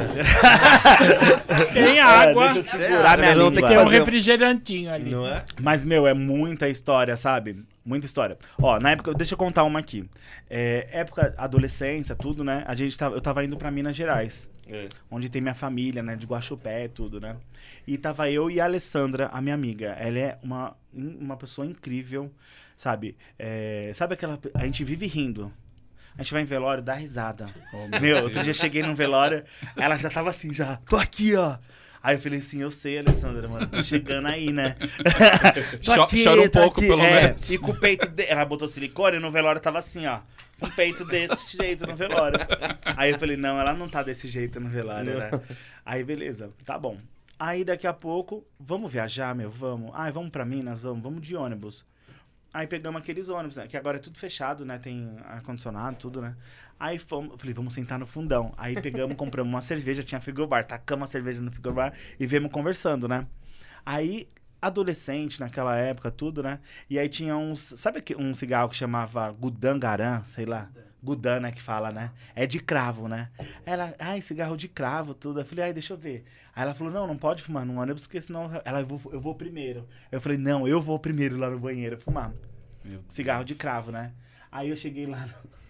Speaker 3: Tem água,
Speaker 2: Deixa eu segurar minha
Speaker 4: não tem
Speaker 2: língua.
Speaker 3: tem um
Speaker 4: fazer um-
Speaker 3: refrigerantinho ali.
Speaker 4: Não é?
Speaker 2: Mas, meu, é muita história, sabe? Muita história. Ó, na época, deixa eu contar uma aqui. Época, adolescência, tudo, né? Eu tava indo pra Minas Gerais, onde tem minha família, né? De Guaxupé, tudo, né? E tava eu e a Alessandra, a minha amiga. Ela é uma pessoa incrível, sabe? Sabe aquela... A gente vive rindo. A gente vai em velório, dá risada.
Speaker 1: Oh,
Speaker 2: Meu,
Speaker 1: Deus.
Speaker 2: outro dia eu cheguei num velório, ela já tava assim, já, tô aqui, ó. Aí eu falei assim, eu sei, Alessandra, mano, tô chegando aí, né?
Speaker 1: Chora um pouco, pelo menos.
Speaker 2: E com o peito... Ela botou silicone e no velório tava assim, ó. Com o peito desse jeito no velório. Aí eu falei, não, ela não tá desse jeito no velório, né? Aí, beleza, tá bom. Aí, daqui a pouco, vamos viajar, meu, vamos. Ai, vamos pra Minas, vamos de ônibus. Aí pegamos aqueles ônibus, né? Que agora é tudo fechado, né? Tem ar-condicionado, tudo, né? Aí falei, vamos sentar no fundão. Aí pegamos, compramos uma cerveja, tinha frigobar, tacamos a cerveja no frigobar e viemos conversando, né? Aí, adolescente naquela época, tudo, né? E aí tinha uns... Sabe um cigarro que chamava Gudangaran, sei lá? Gudan, né, que fala, né? É de cravo, né? Ela, cigarro de cravo, tudo. Eu falei, deixa eu ver. Aí ela falou, não pode fumar no ônibus, porque senão... eu vou primeiro. Eu falei, não, eu vou primeiro lá no banheiro fumar.
Speaker 1: Meu Deus.
Speaker 2: Cigarro de cravo, né? Aí eu cheguei lá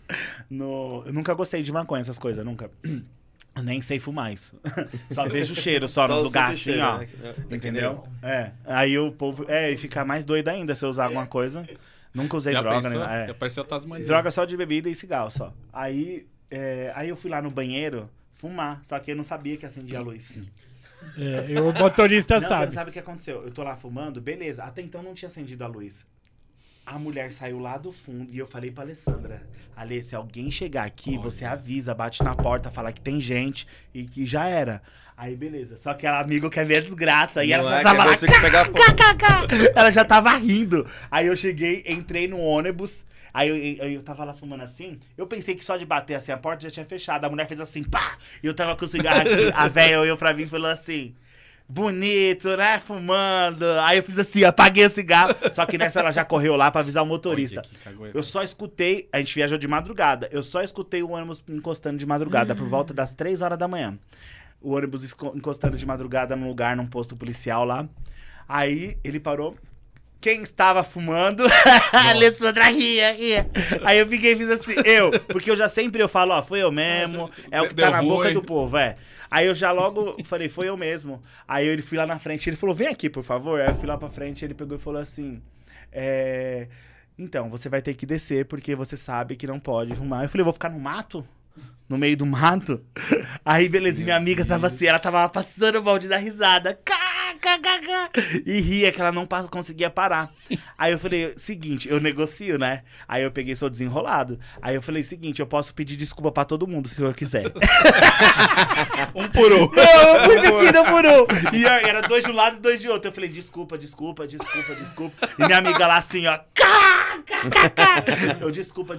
Speaker 2: Eu nunca gostei de maconha, essas coisas, nunca. Eu nem sei fumar isso. Só vejo o cheiro, só nos
Speaker 4: o
Speaker 2: lugares
Speaker 4: cheiro,
Speaker 2: assim, ó.
Speaker 4: né?
Speaker 2: Entendeu? Aí o povo... e fica mais doido ainda se eu usar alguma coisa. Nunca usei
Speaker 1: Já
Speaker 2: droga,
Speaker 1: pensou?
Speaker 2: né?
Speaker 1: Já apareceu Tasmania.
Speaker 2: Droga só de bebida e cigarro, só. Aí eu fui lá no banheiro fumar, só que eu não sabia que acendia a luz.
Speaker 3: E o motorista
Speaker 2: Não, você não
Speaker 3: sabe.
Speaker 2: sabe o que aconteceu. Eu tô lá fumando, beleza. Até então não tinha acendido a luz. A mulher saiu lá do fundo e eu falei pra Alessandra, Ale, se alguém chegar aqui, você avisa, bate na porta, fala que tem gente e que já era. Aí, beleza. Só que ela, amigo, quer ver a desgraça. E ela já tava lá, ela já tava rindo. Aí eu cheguei, entrei no ônibus. Aí eu tava lá fumando assim. Eu pensei que só de bater assim a porta já tinha fechado. A mulher fez assim, pá! E eu tava com o cigarro aqui. A velha olhou pra mim e falou assim: bonito, né? Fumando. Aí eu fiz assim, apaguei o cigarro. Só que nessa ela já correu lá pra avisar o motorista.
Speaker 1: Olha que cagueta.
Speaker 2: Eu só escutei, a gente viajou de madrugada. Eu só escutei o ônibus encostando de madrugada, por volta das 3 horas da manhã. O ônibus encostando de madrugada num lugar, num posto policial lá. Aí ele parou. Quem estava fumando? A Alessandra ria. Aí eu fiquei e fiz assim, porque eu sempre falo, ó, foi eu mesmo, é o que tá
Speaker 1: deu
Speaker 2: na boca
Speaker 1: ruim.
Speaker 2: do povo, Aí eu já logo falei, foi eu mesmo. Aí ele fui lá na frente, ele falou, vem aqui, por favor. Aí eu fui lá pra frente, ele pegou e falou assim, então, você vai ter que descer, porque você sabe que não pode fumar. Eu falei, eu vou ficar no mato? No meio do mato? Aí, beleza, minha amiga tava assim, ela tava passando o balde da risada. E ria que ela não conseguia parar. Aí eu falei, seguinte, eu negocio, né? Aí eu peguei, sou desenrolado. Aí eu falei, seguinte, eu posso pedir desculpa pra todo mundo, se o senhor quiser.
Speaker 1: Um por um.
Speaker 2: Não, eu fui pedindo um por um. E era 2 de um lado e 2 de outro. Eu falei, desculpa. E minha amiga lá assim, ó. Eu, desculpa.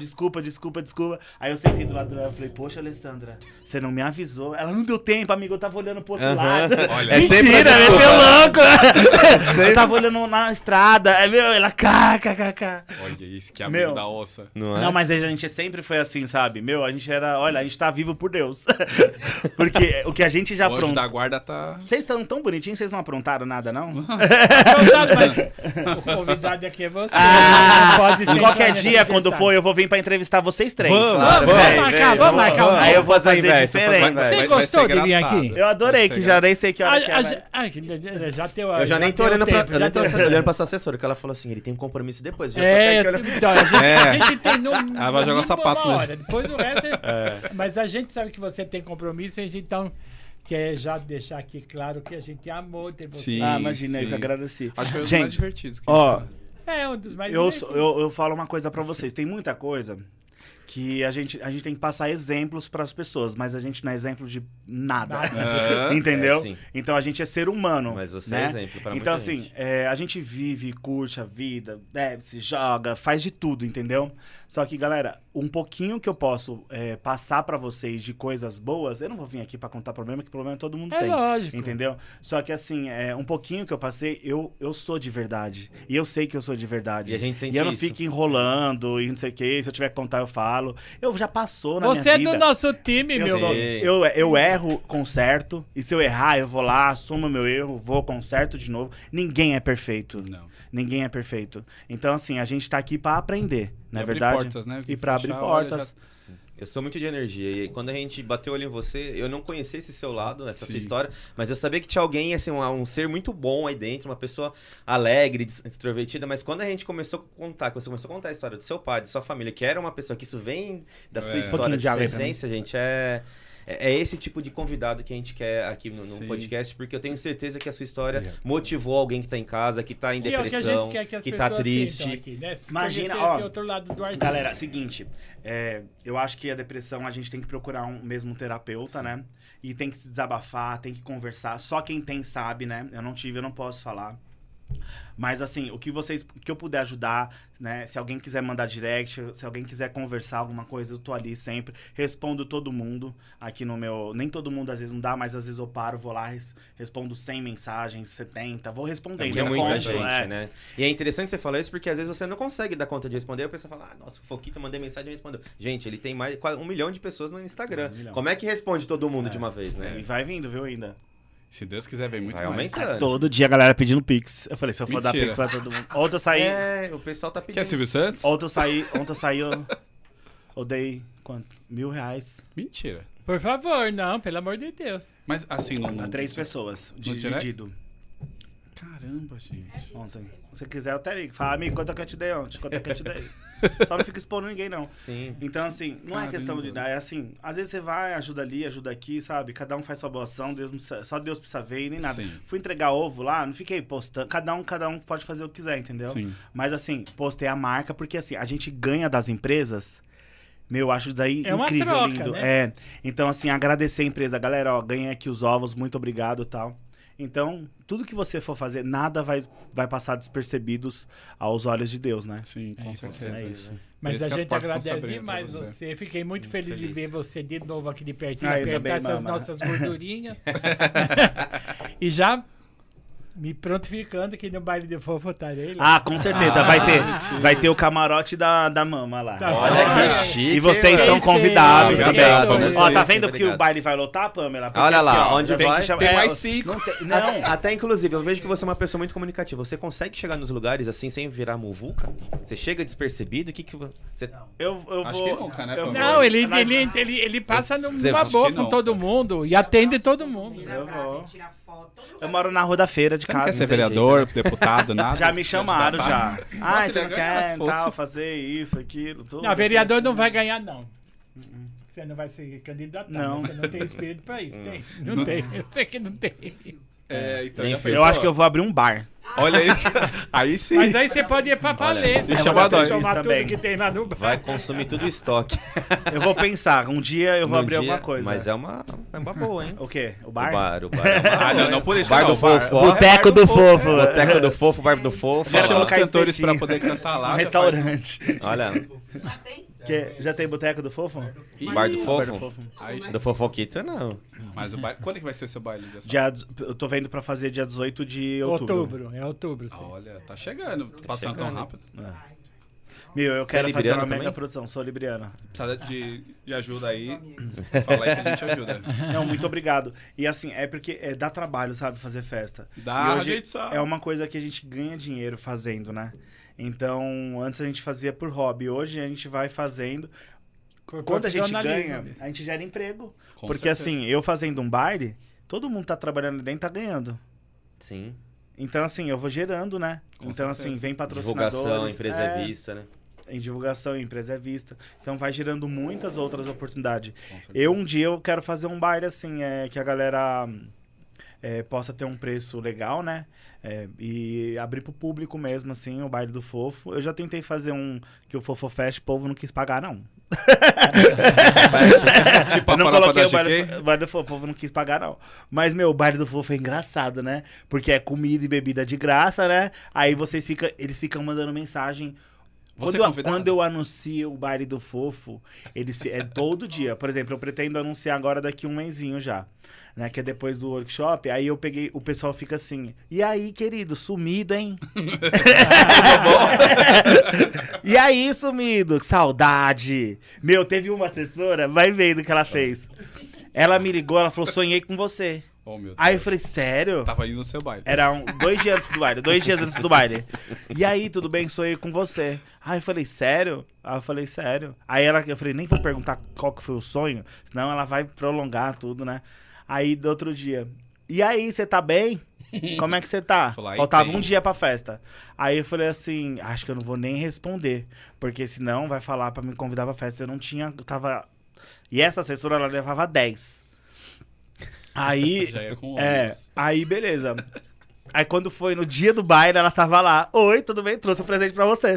Speaker 2: Aí eu sentei do lado dela e falei, poxa, Alessandra, você não me avisou. Ela, não deu tempo, amigo, eu tava olhando pro outro lado.
Speaker 1: Olha,
Speaker 2: Mentira, meteu louco. Eu tava olhando na estrada. Ela,
Speaker 1: Olha isso, que amigo da ossa.
Speaker 2: Não, mas a gente sempre foi assim, sabe? A gente era, olha, a gente tá vivo por Deus. Porque o que a gente já
Speaker 1: O anjo da guarda tá...
Speaker 2: Vocês estão tão bonitinhos, vocês não aprontaram nada, não?
Speaker 3: Mas o convidado aqui é você. Não pode ser
Speaker 2: Qualquer
Speaker 3: entrar
Speaker 2: dia,
Speaker 3: nesse
Speaker 2: quando
Speaker 3: detalhe.
Speaker 2: for, eu vou vir pra entrevistar vocês três.
Speaker 3: Vamos marcar.
Speaker 2: Aí eu vou fazer
Speaker 4: inversa,
Speaker 2: diferente.
Speaker 4: vai
Speaker 3: Você
Speaker 1: vai
Speaker 3: gostou
Speaker 1: ser
Speaker 3: de vir
Speaker 1: engraçado.
Speaker 3: aqui?
Speaker 2: Eu adorei, que já nem sei que hora que é.
Speaker 3: Já tem
Speaker 4: Eu já nem tô olhando pra sua assessora, que ela falou assim, ele tem um compromisso depois. Já tô até aqui olhando.
Speaker 3: Então, a gente tem no
Speaker 1: Ela vai jogar
Speaker 3: mínimo
Speaker 1: sapato,
Speaker 3: uma
Speaker 1: né?
Speaker 3: hora. Depois o resto Mas a gente sabe que você tem compromisso e a gente então quer já deixar aqui claro que a gente amou ter você.
Speaker 1: Sim.
Speaker 2: Imagina, eu
Speaker 1: sim.
Speaker 2: que agradeci.
Speaker 1: Acho que foi um dos
Speaker 2: Gente,
Speaker 1: mais divertidos. que
Speaker 2: ó,
Speaker 1: a gente fez.
Speaker 3: É um dos mais
Speaker 2: Eu
Speaker 3: divertidos.
Speaker 2: falo uma coisa pra vocês. Tem muita coisa que a gente tem que passar exemplos pras pessoas, mas a gente não é exemplo de nada. Entendeu?
Speaker 4: É, sim.
Speaker 2: Então a gente é ser humano.
Speaker 4: Mas você
Speaker 2: né?
Speaker 4: é exemplo pra
Speaker 2: Então,
Speaker 4: muita
Speaker 2: assim,
Speaker 4: gente.
Speaker 2: a gente vive, curte a vida, bebe, se joga, faz de tudo, entendeu? Só que, galera, um pouquinho que eu posso passar pra vocês de coisas boas, eu não vou vir aqui pra contar problema, que problema todo mundo
Speaker 3: É
Speaker 2: tem.
Speaker 3: lógico.
Speaker 2: Entendeu? Só que, assim, um pouquinho que eu passei, eu sou de verdade. E eu sei que eu sou de verdade.
Speaker 4: E a gente sente
Speaker 2: E eu não
Speaker 4: isso.
Speaker 2: fico enrolando e não sei o que. Se eu tiver que contar, eu falo. Eu já passou na
Speaker 3: Você é
Speaker 2: minha vida.
Speaker 3: do nosso time,
Speaker 2: Eu,
Speaker 3: meu.
Speaker 2: sou-
Speaker 4: Sim.
Speaker 2: eu erro, conserto. E se eu errar, eu vou lá, assumo meu erro, vou, conserto de novo. Ninguém é perfeito.
Speaker 1: Não.
Speaker 2: Ninguém é perfeito. Então, assim, a gente tá aqui pra aprender, não é
Speaker 1: abrir
Speaker 2: verdade?
Speaker 1: portas, né?
Speaker 2: E pra abrir
Speaker 1: Fechar, olha,
Speaker 2: portas.
Speaker 4: Eu sou muito de energia e quando a gente bateu o olho em você, eu não conhecia esse seu lado, essa
Speaker 1: Sim.
Speaker 4: sua história, mas eu sabia que tinha alguém, assim, um ser muito bom aí dentro, uma pessoa alegre, extrovertida, mas quando a gente começou a contar, que você começou a contar a história do seu pai, de sua família, que era uma pessoa que isso vem da sua
Speaker 1: Um
Speaker 4: história,
Speaker 2: pouquinho
Speaker 4: de
Speaker 2: de
Speaker 4: sua
Speaker 2: água aí pra mim.
Speaker 4: essência, gente, é esse tipo de convidado que a gente quer aqui no
Speaker 1: Sim.
Speaker 4: podcast, porque eu tenho certeza que a sua história motivou alguém que tá em casa, que tá em
Speaker 3: Que é o que a
Speaker 4: depressão,
Speaker 3: gente quer que as
Speaker 4: que tá
Speaker 3: pessoas
Speaker 4: triste.
Speaker 3: sintam aqui, né?
Speaker 2: Imagina,
Speaker 3: Conhecer
Speaker 2: ó,
Speaker 3: esse outro lado do artista.
Speaker 2: Galera, seguinte, eu acho que a depressão a gente tem que procurar mesmo um terapeuta, né? E tem que se desabafar, tem que conversar. Só quem tem sabe, né? Eu não tive, eu não posso falar. Mas assim, o que eu puder ajudar, né? Se alguém quiser mandar direct, se alguém quiser conversar alguma coisa, eu tô ali sempre. Respondo todo mundo aqui no meu... Nem todo mundo às vezes não dá, mas às vezes eu paro, vou lá, respondo 100 mensagens, 70, vou respondendo.
Speaker 4: Que é
Speaker 2: eu
Speaker 4: muita
Speaker 2: conto,
Speaker 4: gente, né? E é interessante você falar isso porque às vezes você não consegue dar conta de responder. Aí a pessoa fala, nossa, o Foquito, mandei mensagem e não respondeu. Gente, ele tem mais quase 1 milhão de pessoas no Instagram.
Speaker 2: 1 milhão.
Speaker 4: Como é que responde todo mundo de uma vez,
Speaker 2: E
Speaker 4: né?
Speaker 2: vai vindo, viu, ainda.
Speaker 1: Se Deus quiser, vem muito
Speaker 4: Vai
Speaker 1: mais.
Speaker 4: aumentando.
Speaker 2: Todo dia a galera pedindo Pix. Eu falei, se eu for dar
Speaker 1: Mentira.
Speaker 2: Pix pra todo mundo. Ontem eu saí...
Speaker 4: O pessoal tá pedindo.
Speaker 1: Quer Silvio Santos?
Speaker 2: Ontem eu saí, eu dei, quanto? R$1.000
Speaker 1: Mentira.
Speaker 3: Por favor, não, pelo amor de Deus.
Speaker 1: Mas assim, não...
Speaker 2: a 3 pessoas,
Speaker 1: No direct?
Speaker 2: dividido.
Speaker 1: Caramba, gente.
Speaker 2: Ontem. Se você quiser, eu até ligo. Fala, amigo, quanto é que eu te dei ontem? Quanto é que eu te dei? Só não fica expondo ninguém, não.
Speaker 4: Sim.
Speaker 2: Então, assim, não é questão de
Speaker 1: Caramba.
Speaker 2: dar, é assim, às vezes você vai, ajuda ali, ajuda aqui, sabe? Cada um faz sua boa ação, só Deus precisa ver e nem nada.
Speaker 1: Sim.
Speaker 2: Fui entregar ovo lá, não fiquei postando, cada um pode fazer o que quiser, entendeu?
Speaker 1: Sim.
Speaker 2: Mas assim, postei a marca, porque assim, a gente ganha das empresas. Meu, eu acho isso daí
Speaker 3: É uma
Speaker 2: incrível,
Speaker 3: troca,
Speaker 2: lindo.
Speaker 3: né?
Speaker 2: Então, assim, agradecer a empresa. Galera, ó, ganhei aqui os ovos, muito obrigado e tal. Então, tudo que você for fazer, nada vai passar despercebidos aos olhos de Deus, né?
Speaker 1: Sim, com certeza.
Speaker 2: É isso.
Speaker 3: Mas
Speaker 1: Por isso
Speaker 3: a
Speaker 1: que as
Speaker 3: gente
Speaker 1: portas estão
Speaker 3: agradece
Speaker 1: se abrindo pra
Speaker 3: demais
Speaker 1: você.
Speaker 3: você. Fiquei muito feliz de ver você de novo aqui de pertinho,
Speaker 2: Ah, eu
Speaker 3: apertar
Speaker 2: também,
Speaker 3: essas
Speaker 2: mama.
Speaker 3: nossas gordurinhas. E já me prontificando que no baile de fofotarei.
Speaker 2: Ah, com certeza. Vai ter o camarote da mama lá.
Speaker 3: Tá.
Speaker 4: Olha
Speaker 3: Ah,
Speaker 4: que chique.
Speaker 2: E vocês
Speaker 4: hein,
Speaker 2: estão
Speaker 4: mano?
Speaker 2: convidados
Speaker 3: Obrigado,
Speaker 2: também.
Speaker 3: vamos
Speaker 2: Ó,
Speaker 4: ver,
Speaker 2: tá
Speaker 4: sim,
Speaker 2: vendo que
Speaker 4: obrigado.
Speaker 2: o baile vai lotar, Pamela? Porque
Speaker 4: Olha lá,
Speaker 2: ó,
Speaker 4: onde
Speaker 2: tem que
Speaker 4: vai,
Speaker 2: chamar-
Speaker 1: tem mais
Speaker 2: ó,
Speaker 1: 5.
Speaker 2: Não,
Speaker 4: Até inclusive, eu vejo que você é uma pessoa muito comunicativa. Você consegue chegar nos lugares assim sem virar muvuca? Você chega despercebido? O que você...
Speaker 2: eu vou...
Speaker 1: Acho que nunca, né,
Speaker 2: eu vou-
Speaker 3: Não, ele,
Speaker 2: Mas-
Speaker 3: ele passa
Speaker 4: Você-
Speaker 3: numa
Speaker 4: acho
Speaker 3: boa
Speaker 1: que
Speaker 3: com
Speaker 1: não,
Speaker 3: todo
Speaker 1: cara.
Speaker 3: mundo e atende todo mundo.
Speaker 2: Eu vou.
Speaker 5: Tirar foto.
Speaker 2: Eu moro na Rua da Feira de
Speaker 1: Você não quer
Speaker 2: casa.
Speaker 1: ser
Speaker 4: tem
Speaker 1: vereador, deputado, nada?
Speaker 2: Já me chamaram, já. Ah,
Speaker 1: Nossa,
Speaker 2: você
Speaker 1: ele
Speaker 2: não
Speaker 1: ia ganhar
Speaker 2: quer
Speaker 1: se fosse.
Speaker 2: tal, fazer isso, aquilo, tudo.
Speaker 3: Não, vereador não vai ganhar, não. Você não vai se candidatar.
Speaker 2: Não.
Speaker 3: Você não tem espírito pra isso, tem? Não tem. Eu sei que não tem.
Speaker 1: É, então
Speaker 4: Nem
Speaker 1: já
Speaker 4: fez.
Speaker 2: Eu acho que eu vou abrir um bar.
Speaker 1: Olha isso. Aí sim.
Speaker 3: Mas aí você pode ir pra falência.
Speaker 1: e
Speaker 3: se
Speaker 1: chama
Speaker 3: você
Speaker 1: nós.
Speaker 3: tomar
Speaker 2: Também.
Speaker 3: tudo que tem lá no bar.
Speaker 4: Vai consumir tudo o estoque.
Speaker 2: Eu vou pensar, um dia eu vou
Speaker 4: Um
Speaker 2: abrir
Speaker 4: dia,
Speaker 2: alguma coisa.
Speaker 4: Mas é uma boa, hein?
Speaker 2: O quê? O
Speaker 4: O
Speaker 2: bar?
Speaker 4: bar é uma
Speaker 1: Ah,
Speaker 4: boa,
Speaker 1: não
Speaker 4: hein?
Speaker 1: por isso.
Speaker 4: Bar
Speaker 1: não,
Speaker 4: do Fofo, ó.
Speaker 2: Boteco do Fofo.
Speaker 4: Boteco do Fofo, Bar do Fofo.
Speaker 2: Já
Speaker 1: Já chama
Speaker 2: chama
Speaker 1: os
Speaker 2: Cais
Speaker 1: cantores pra
Speaker 2: Petinho.
Speaker 1: poder cantar lá.
Speaker 2: Um
Speaker 1: já
Speaker 2: restaurante.
Speaker 4: Olha,
Speaker 5: Já tem?
Speaker 2: Já tem Boteco do Fofo?
Speaker 4: Bar do
Speaker 2: Bar do
Speaker 4: Fofo.
Speaker 2: Fofo.
Speaker 1: Aí,
Speaker 4: Do Fofoquito, não.
Speaker 1: mas o baile... Quando é que vai ser seu baile?
Speaker 2: Eu tô vendo pra fazer dia 18 de outubro.
Speaker 3: É outubro, sim.
Speaker 1: Olha, tá chegando. Passando tão rápido.
Speaker 2: Meu, eu
Speaker 4: Você é
Speaker 2: quero fazer
Speaker 4: libriano
Speaker 2: uma mega
Speaker 4: também?
Speaker 2: produção, sou libriano.
Speaker 1: Precisa de ajuda aí. Fala aí que a gente ajuda.
Speaker 2: Não, muito obrigado. E assim, é porque dá trabalho, sabe, fazer festa.
Speaker 1: Dá,
Speaker 2: E
Speaker 1: a
Speaker 2: hoje
Speaker 1: gente sabe.
Speaker 2: é uma coisa que a gente ganha dinheiro fazendo, né? Então, antes a gente fazia por hobby, hoje a gente vai fazendo. Quando a gente ganha, a gente gera emprego.
Speaker 1: Com
Speaker 2: Porque
Speaker 1: certeza.
Speaker 2: assim, eu fazendo um baile, todo mundo tá trabalhando ali dentro e tá ganhando.
Speaker 4: Sim.
Speaker 2: Então, assim, eu vou gerando, né?
Speaker 1: Com
Speaker 2: então,
Speaker 1: certeza.
Speaker 2: assim, vem patrocinadores.
Speaker 4: Divulgação, empresa é vista, né?
Speaker 2: Em divulgação, empresa é vista. Então, vai gerando muitas outras oportunidades.
Speaker 1: Com certeza.
Speaker 2: Um dia eu quero fazer um baile, assim, que a galera possa ter um preço legal, né? E abrir pro público mesmo, assim, o baile do Fofo. Eu já tentei fazer que o Fofo Fest, o povo não quis pagar, não.
Speaker 1: Tipo,
Speaker 2: Eu não
Speaker 1: a farofa
Speaker 2: coloquei
Speaker 1: da
Speaker 2: o baile,
Speaker 1: GQ?
Speaker 2: o baile do Fofo, o povo não quis pagar, não. Mas, meu, o baile do Fofo é engraçado, né? Porque é comida e bebida de graça, né? Aí eles ficam mandando mensagem.
Speaker 1: Você convidado?
Speaker 2: Quando eu anuncio o baile do Fofo, é todo dia. Por exemplo, eu pretendo anunciar agora daqui um mesinho já. Né, que é depois do workshop, aí o pessoal fica assim, e aí, querido, sumido, hein? E aí, sumido, saudade. Meu, teve uma assessora, vai vendo o que ela fez. Ela me ligou, ela falou, sonhei com você.
Speaker 1: Oh, meu Deus.
Speaker 2: Aí eu falei, sério?
Speaker 1: Tava indo no seu baile.
Speaker 2: Era 2 dias antes do baile, 2 dias antes do baile. E aí, tudo bem? Sonhei com você. Aí eu falei, sério? Aí eu falei, sério. Aí eu falei, nem vou perguntar qual que foi o sonho, senão ela vai prolongar tudo, né? Aí, do outro dia, e aí, você tá bem? Como é que você tá?
Speaker 1: Falei,
Speaker 2: Faltava
Speaker 1: tem.
Speaker 2: um dia pra festa. Aí eu falei assim, acho que eu não vou nem responder, porque senão vai falar pra me convidar pra festa. Eu não tinha, eu tava... E essa assessora, ela levava 10. Aí...
Speaker 1: Já ia com
Speaker 2: aí beleza. Aí quando foi no dia do baile, ela tava lá. Oi, tudo bem? Trouxe um presente pra você.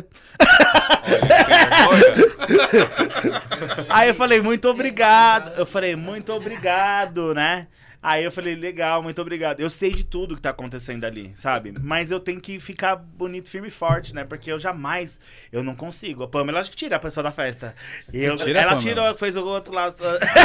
Speaker 2: Aí eu falei, muito obrigado. Eu falei, muito obrigado, né? Aí eu falei, legal, muito obrigado. Eu sei de tudo que tá acontecendo ali, sabe? Mas eu tenho que ficar bonito, firme e forte, né? Porque eu não consigo. A Pamela tira a pessoa da festa.
Speaker 1: Tira,
Speaker 2: Ela
Speaker 1: Pamela?
Speaker 2: tirou, fez o outro lado.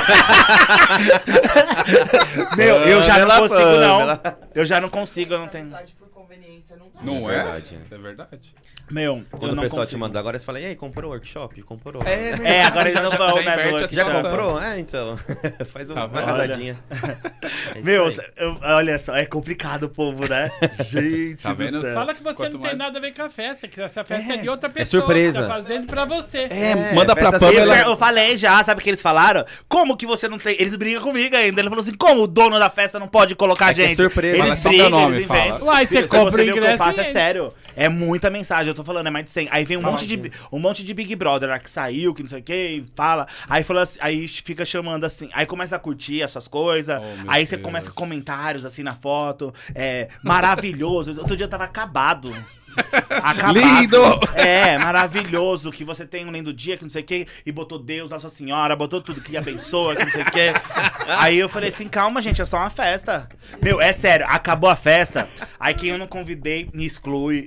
Speaker 2: Meu, eu já não consigo, não. Eu já não consigo, eu não tenho.
Speaker 5: Amizade por conveniência não dá.
Speaker 1: Não
Speaker 4: É
Speaker 1: é?
Speaker 4: verdade.
Speaker 1: É verdade.
Speaker 2: Meu,
Speaker 4: Quando
Speaker 2: eu
Speaker 4: o
Speaker 2: não
Speaker 4: pessoal
Speaker 2: consigo.
Speaker 4: te manda agora, você fala, e aí, comprou o workshop? Comprou.
Speaker 2: Agora eles não vão, né?
Speaker 1: inverte
Speaker 2: do
Speaker 1: a
Speaker 2: workshop.
Speaker 4: Já
Speaker 1: situação.
Speaker 4: comprou? Então. Faz
Speaker 1: Tá
Speaker 4: uma
Speaker 1: vendo?
Speaker 4: casadinha. É isso
Speaker 2: Meu,
Speaker 4: aí.
Speaker 2: olha só, é complicado o povo, né? Gente
Speaker 1: Tá
Speaker 2: do
Speaker 1: vendo?
Speaker 2: céu.
Speaker 3: Fala que você
Speaker 1: Quanto
Speaker 3: não
Speaker 1: mais-
Speaker 3: tem nada a ver com a festa, que essa festa é de outra pessoa.
Speaker 4: surpresa.
Speaker 3: Que tá fazendo pra você.
Speaker 1: Manda pra
Speaker 4: festa
Speaker 1: Pamela.
Speaker 2: Eu falei já, sabe o que eles falaram? Como que você não tem... Eles brigam comigo ainda. Ele falou assim, como o dono da festa não pode colocar
Speaker 4: É que é
Speaker 2: gente?
Speaker 4: surpresa.
Speaker 1: Fala
Speaker 2: Eles
Speaker 1: só
Speaker 2: brigam,
Speaker 1: meu nome,
Speaker 2: eles
Speaker 1: fala.
Speaker 2: inventam.
Speaker 3: Uai, você
Speaker 2: Se
Speaker 3: compra o
Speaker 2: vê o que eu
Speaker 3: ingresso
Speaker 2: faço,
Speaker 3: e
Speaker 2: é sério. É muita mensagem, eu tô falando, é mais de 100. Aí vem um monte de Big Brother lá que saiu, que não sei o que, fala. Aí fala assim, aí fica chamando assim. Aí começa a curtir essas coisas.
Speaker 1: Oh, meu
Speaker 2: aí você
Speaker 1: Deus.
Speaker 2: começa comentários assim na foto. Maravilhoso. Outro dia eu tava acabado. Acabado.
Speaker 1: Lindo!
Speaker 2: É, maravilhoso. Que você tem um lindo dia, que não sei o que. E botou Deus, Nossa Senhora, botou tudo que abençoa, que não sei o que. Aí eu falei assim, calma, gente, é só uma festa. Meu, é sério, acabou a festa. Aí quem eu não convidei, me exclui.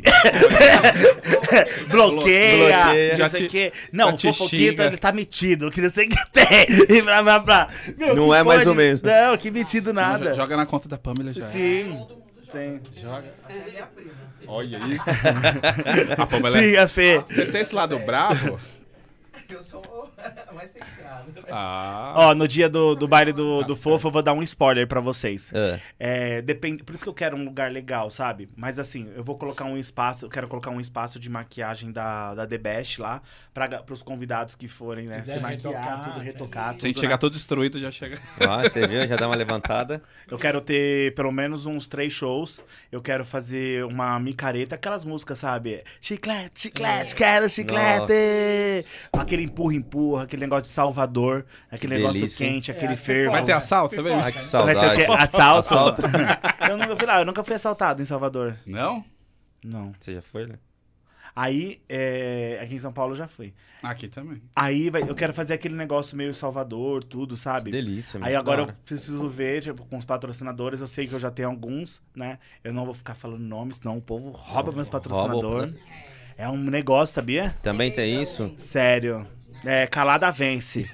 Speaker 2: Bloqueia,
Speaker 1: Já
Speaker 2: não sei
Speaker 1: te-
Speaker 2: o que. Não,
Speaker 1: já
Speaker 2: o
Speaker 1: te
Speaker 2: fofoquito,
Speaker 1: xinga.
Speaker 2: ele tá metido, que não sei o que tem. E blá, blá, blá. Meu,
Speaker 4: Não
Speaker 2: que
Speaker 4: é mais
Speaker 2: pode?
Speaker 4: o mesmo.
Speaker 2: Não, que metido nada.
Speaker 1: Joga na conta da Pamela já.
Speaker 2: Sim, sim.
Speaker 5: É minha prima.
Speaker 1: Olha isso. A Pamela
Speaker 2: Sim, a Fê.
Speaker 1: Você tem esse lado bravo?
Speaker 5: Eu sou a mais centrada.
Speaker 1: Ah.
Speaker 2: Ó, no dia do baile do Fofo, eu vou dar um spoiler pra vocês. Depende, por isso que eu quero um lugar legal, sabe? Mas assim, eu vou colocar um espaço, eu quero colocar um espaço de maquiagem da The Best lá, pros convidados que forem, né?
Speaker 3: Quiser
Speaker 2: Se maquiar,
Speaker 3: retocar,
Speaker 2: tudo, retocar, tudo,
Speaker 1: Sem
Speaker 2: né?
Speaker 1: chegar todo destruído, já chega.
Speaker 4: Ó, você viu? Já dá uma levantada.
Speaker 2: Eu quero ter pelo menos uns 3 shows. Eu quero fazer uma micareta, aquelas músicas, sabe? Chiclete, chiclete, quero chiclete. Aquele empurra, aquele negócio de Salvador, aquele negócio
Speaker 4: Delícia, hein?
Speaker 2: quente, aquele fervo.
Speaker 1: Vai ter assalto, você vê?
Speaker 4: Ai, que
Speaker 2: Vai
Speaker 4: saudade.
Speaker 2: ter o quê? Assalto.
Speaker 4: Assalto.
Speaker 2: Eu nunca fui lá, eu nunca fui assaltado em Salvador.
Speaker 1: Não?
Speaker 2: Não.
Speaker 4: Você já foi, né?
Speaker 2: Aí, aqui em São Paulo eu já fui.
Speaker 1: Aqui também.
Speaker 2: Aí eu quero fazer aquele negócio meio Salvador, tudo, sabe?
Speaker 4: Que delícia,
Speaker 2: Aí
Speaker 4: muito
Speaker 2: agora
Speaker 4: da
Speaker 2: eu
Speaker 4: hora.
Speaker 2: preciso ver, tipo, com os patrocinadores. Eu sei que eu já tenho alguns, né? Eu não vou ficar falando nomes, senão o povo rouba meus patrocinadores. É um negócio, sabia?
Speaker 4: Também tem isso?
Speaker 2: Sério. Calada vence.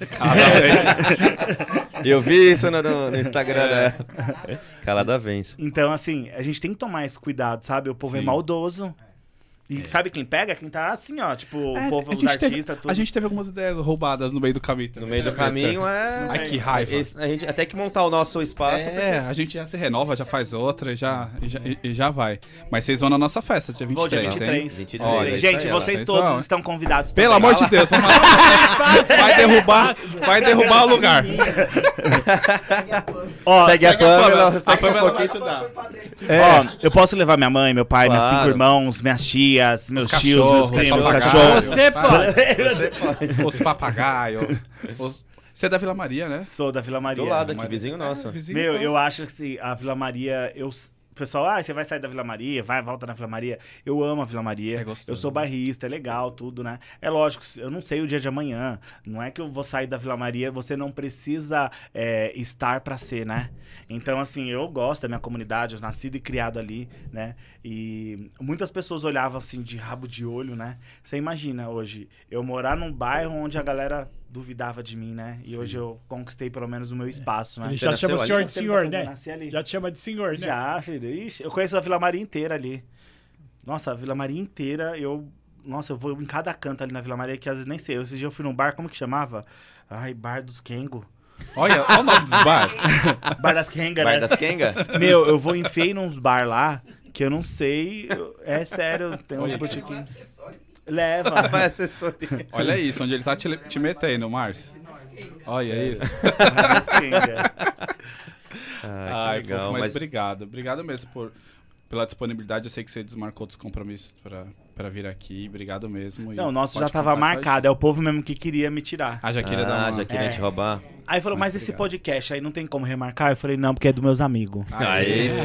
Speaker 4: Eu vi isso no Instagram dela. Calada vence.
Speaker 2: Então, assim, a gente tem que tomar esse cuidado, sabe? O povo é
Speaker 1: Sim.
Speaker 2: maldoso. E sabe quem pega? Quem tá assim, ó. Tipo, o povo,
Speaker 1: a
Speaker 2: os
Speaker 1: gente teve-
Speaker 2: artistas, tudo.
Speaker 1: A gente teve algumas ideias roubadas no meio do caminho
Speaker 4: No
Speaker 1: também,
Speaker 4: meio do
Speaker 1: né,
Speaker 4: caminho
Speaker 1: Vitor?
Speaker 4: é...
Speaker 1: Ai, que raiva.
Speaker 4: A gente até que montar o nosso espaço.
Speaker 1: A gente já se renova, já faz outra e já vai. Mas vocês vão na nossa festa, dia
Speaker 2: Vou dia
Speaker 1: 23, hein?
Speaker 2: 23.
Speaker 4: 23,
Speaker 1: Olha,
Speaker 4: é isso
Speaker 2: Gente,
Speaker 4: aí,
Speaker 2: vocês
Speaker 1: ó.
Speaker 2: todos
Speaker 1: Vocês vão.
Speaker 2: estão convidados
Speaker 1: Pelo
Speaker 2: também.
Speaker 1: amor de Deus, vamos lá. Vai derrubar o lugar.
Speaker 2: Ó,
Speaker 4: Segue a Pamela, segue
Speaker 1: A Pamela
Speaker 4: a
Speaker 1: vai
Speaker 4: Fofoquita.
Speaker 1: ajudar.
Speaker 2: Ó, eu posso levar minha mãe, meu pai, meus
Speaker 4: Claro.
Speaker 2: 5 irmãos, minhas tias, meus
Speaker 1: Os
Speaker 2: tios, meus
Speaker 1: cachorros,
Speaker 2: primos, meus
Speaker 1: papagaio.
Speaker 2: cachorros.
Speaker 3: Você pode.
Speaker 1: Os papagaios. Você é da Vila Maria, né?
Speaker 2: Sou da Vila Maria.
Speaker 4: Do lado aqui,
Speaker 1: Maria.
Speaker 4: vizinho nosso.
Speaker 1: Vizinho.
Speaker 2: Meu, eu acho que se a Vila Maria... O pessoal, você vai sair da Vila Maria, volta na Vila Maria. Eu amo a Vila Maria.
Speaker 1: É gostoso,
Speaker 2: Eu sou
Speaker 1: né?
Speaker 2: bairrista, é legal, tudo, né? É lógico, eu não sei o dia de amanhã. Não é que eu vou sair da Vila Maria, você não precisa estar pra ser, né? Então, assim, eu gosto da minha comunidade, eu nascido e criado ali, né? E muitas pessoas olhavam assim de rabo de olho, né? Você imagina hoje, eu morar num bairro onde a galera duvidava de mim, né? E hoje eu conquistei pelo menos o meu espaço, né?
Speaker 3: Ele
Speaker 4: Você
Speaker 3: já
Speaker 4: nasceu
Speaker 3: chama o
Speaker 4: ali?
Speaker 3: senhor de senhor,
Speaker 2: Eu
Speaker 3: né?
Speaker 2: nasci ali.
Speaker 3: Já te chama de senhor, né?
Speaker 2: Já, filho. Ixi, eu conheço a Vila Maria inteira ali. Nossa, a Vila Maria inteira, Nossa, eu vou em cada canto ali na Vila Maria, que às vezes nem sei. Esse dia eu fui num bar, como que chamava? Ai, Bar dos Kengo.
Speaker 1: Olha o nome dos bares.
Speaker 2: Bar das Kenga,
Speaker 4: Bar
Speaker 2: né?
Speaker 4: das Kengas?
Speaker 2: Meu, eu vou enfiei nos bar lá, que eu não sei. É sério, tem uns botiquinhos. Leva.
Speaker 4: Vai assessoria.
Speaker 1: Olha isso, onde ele tá te metendo, Márcio. Olha isso.
Speaker 2: Bar das Kenga.
Speaker 1: Ai,
Speaker 4: que legal.
Speaker 1: fofo, mas
Speaker 4: Mas
Speaker 1: obrigado. Obrigado mesmo pela disponibilidade. Eu sei que você desmarcou dos compromissos pra vir aqui. Obrigado mesmo. E
Speaker 2: Não, o nosso
Speaker 1: pode
Speaker 2: já tava
Speaker 1: contar com a
Speaker 2: marcado.
Speaker 1: gente.
Speaker 2: É o povo mesmo que queria me tirar.
Speaker 1: Ah, já queria dar uma...
Speaker 4: já queria te roubar.
Speaker 2: Aí falou, mas
Speaker 1: Mas
Speaker 2: esse
Speaker 1: obrigado.
Speaker 2: podcast aí não tem como remarcar? Eu falei, não, porque é dos meus amigos.
Speaker 4: Aí sim.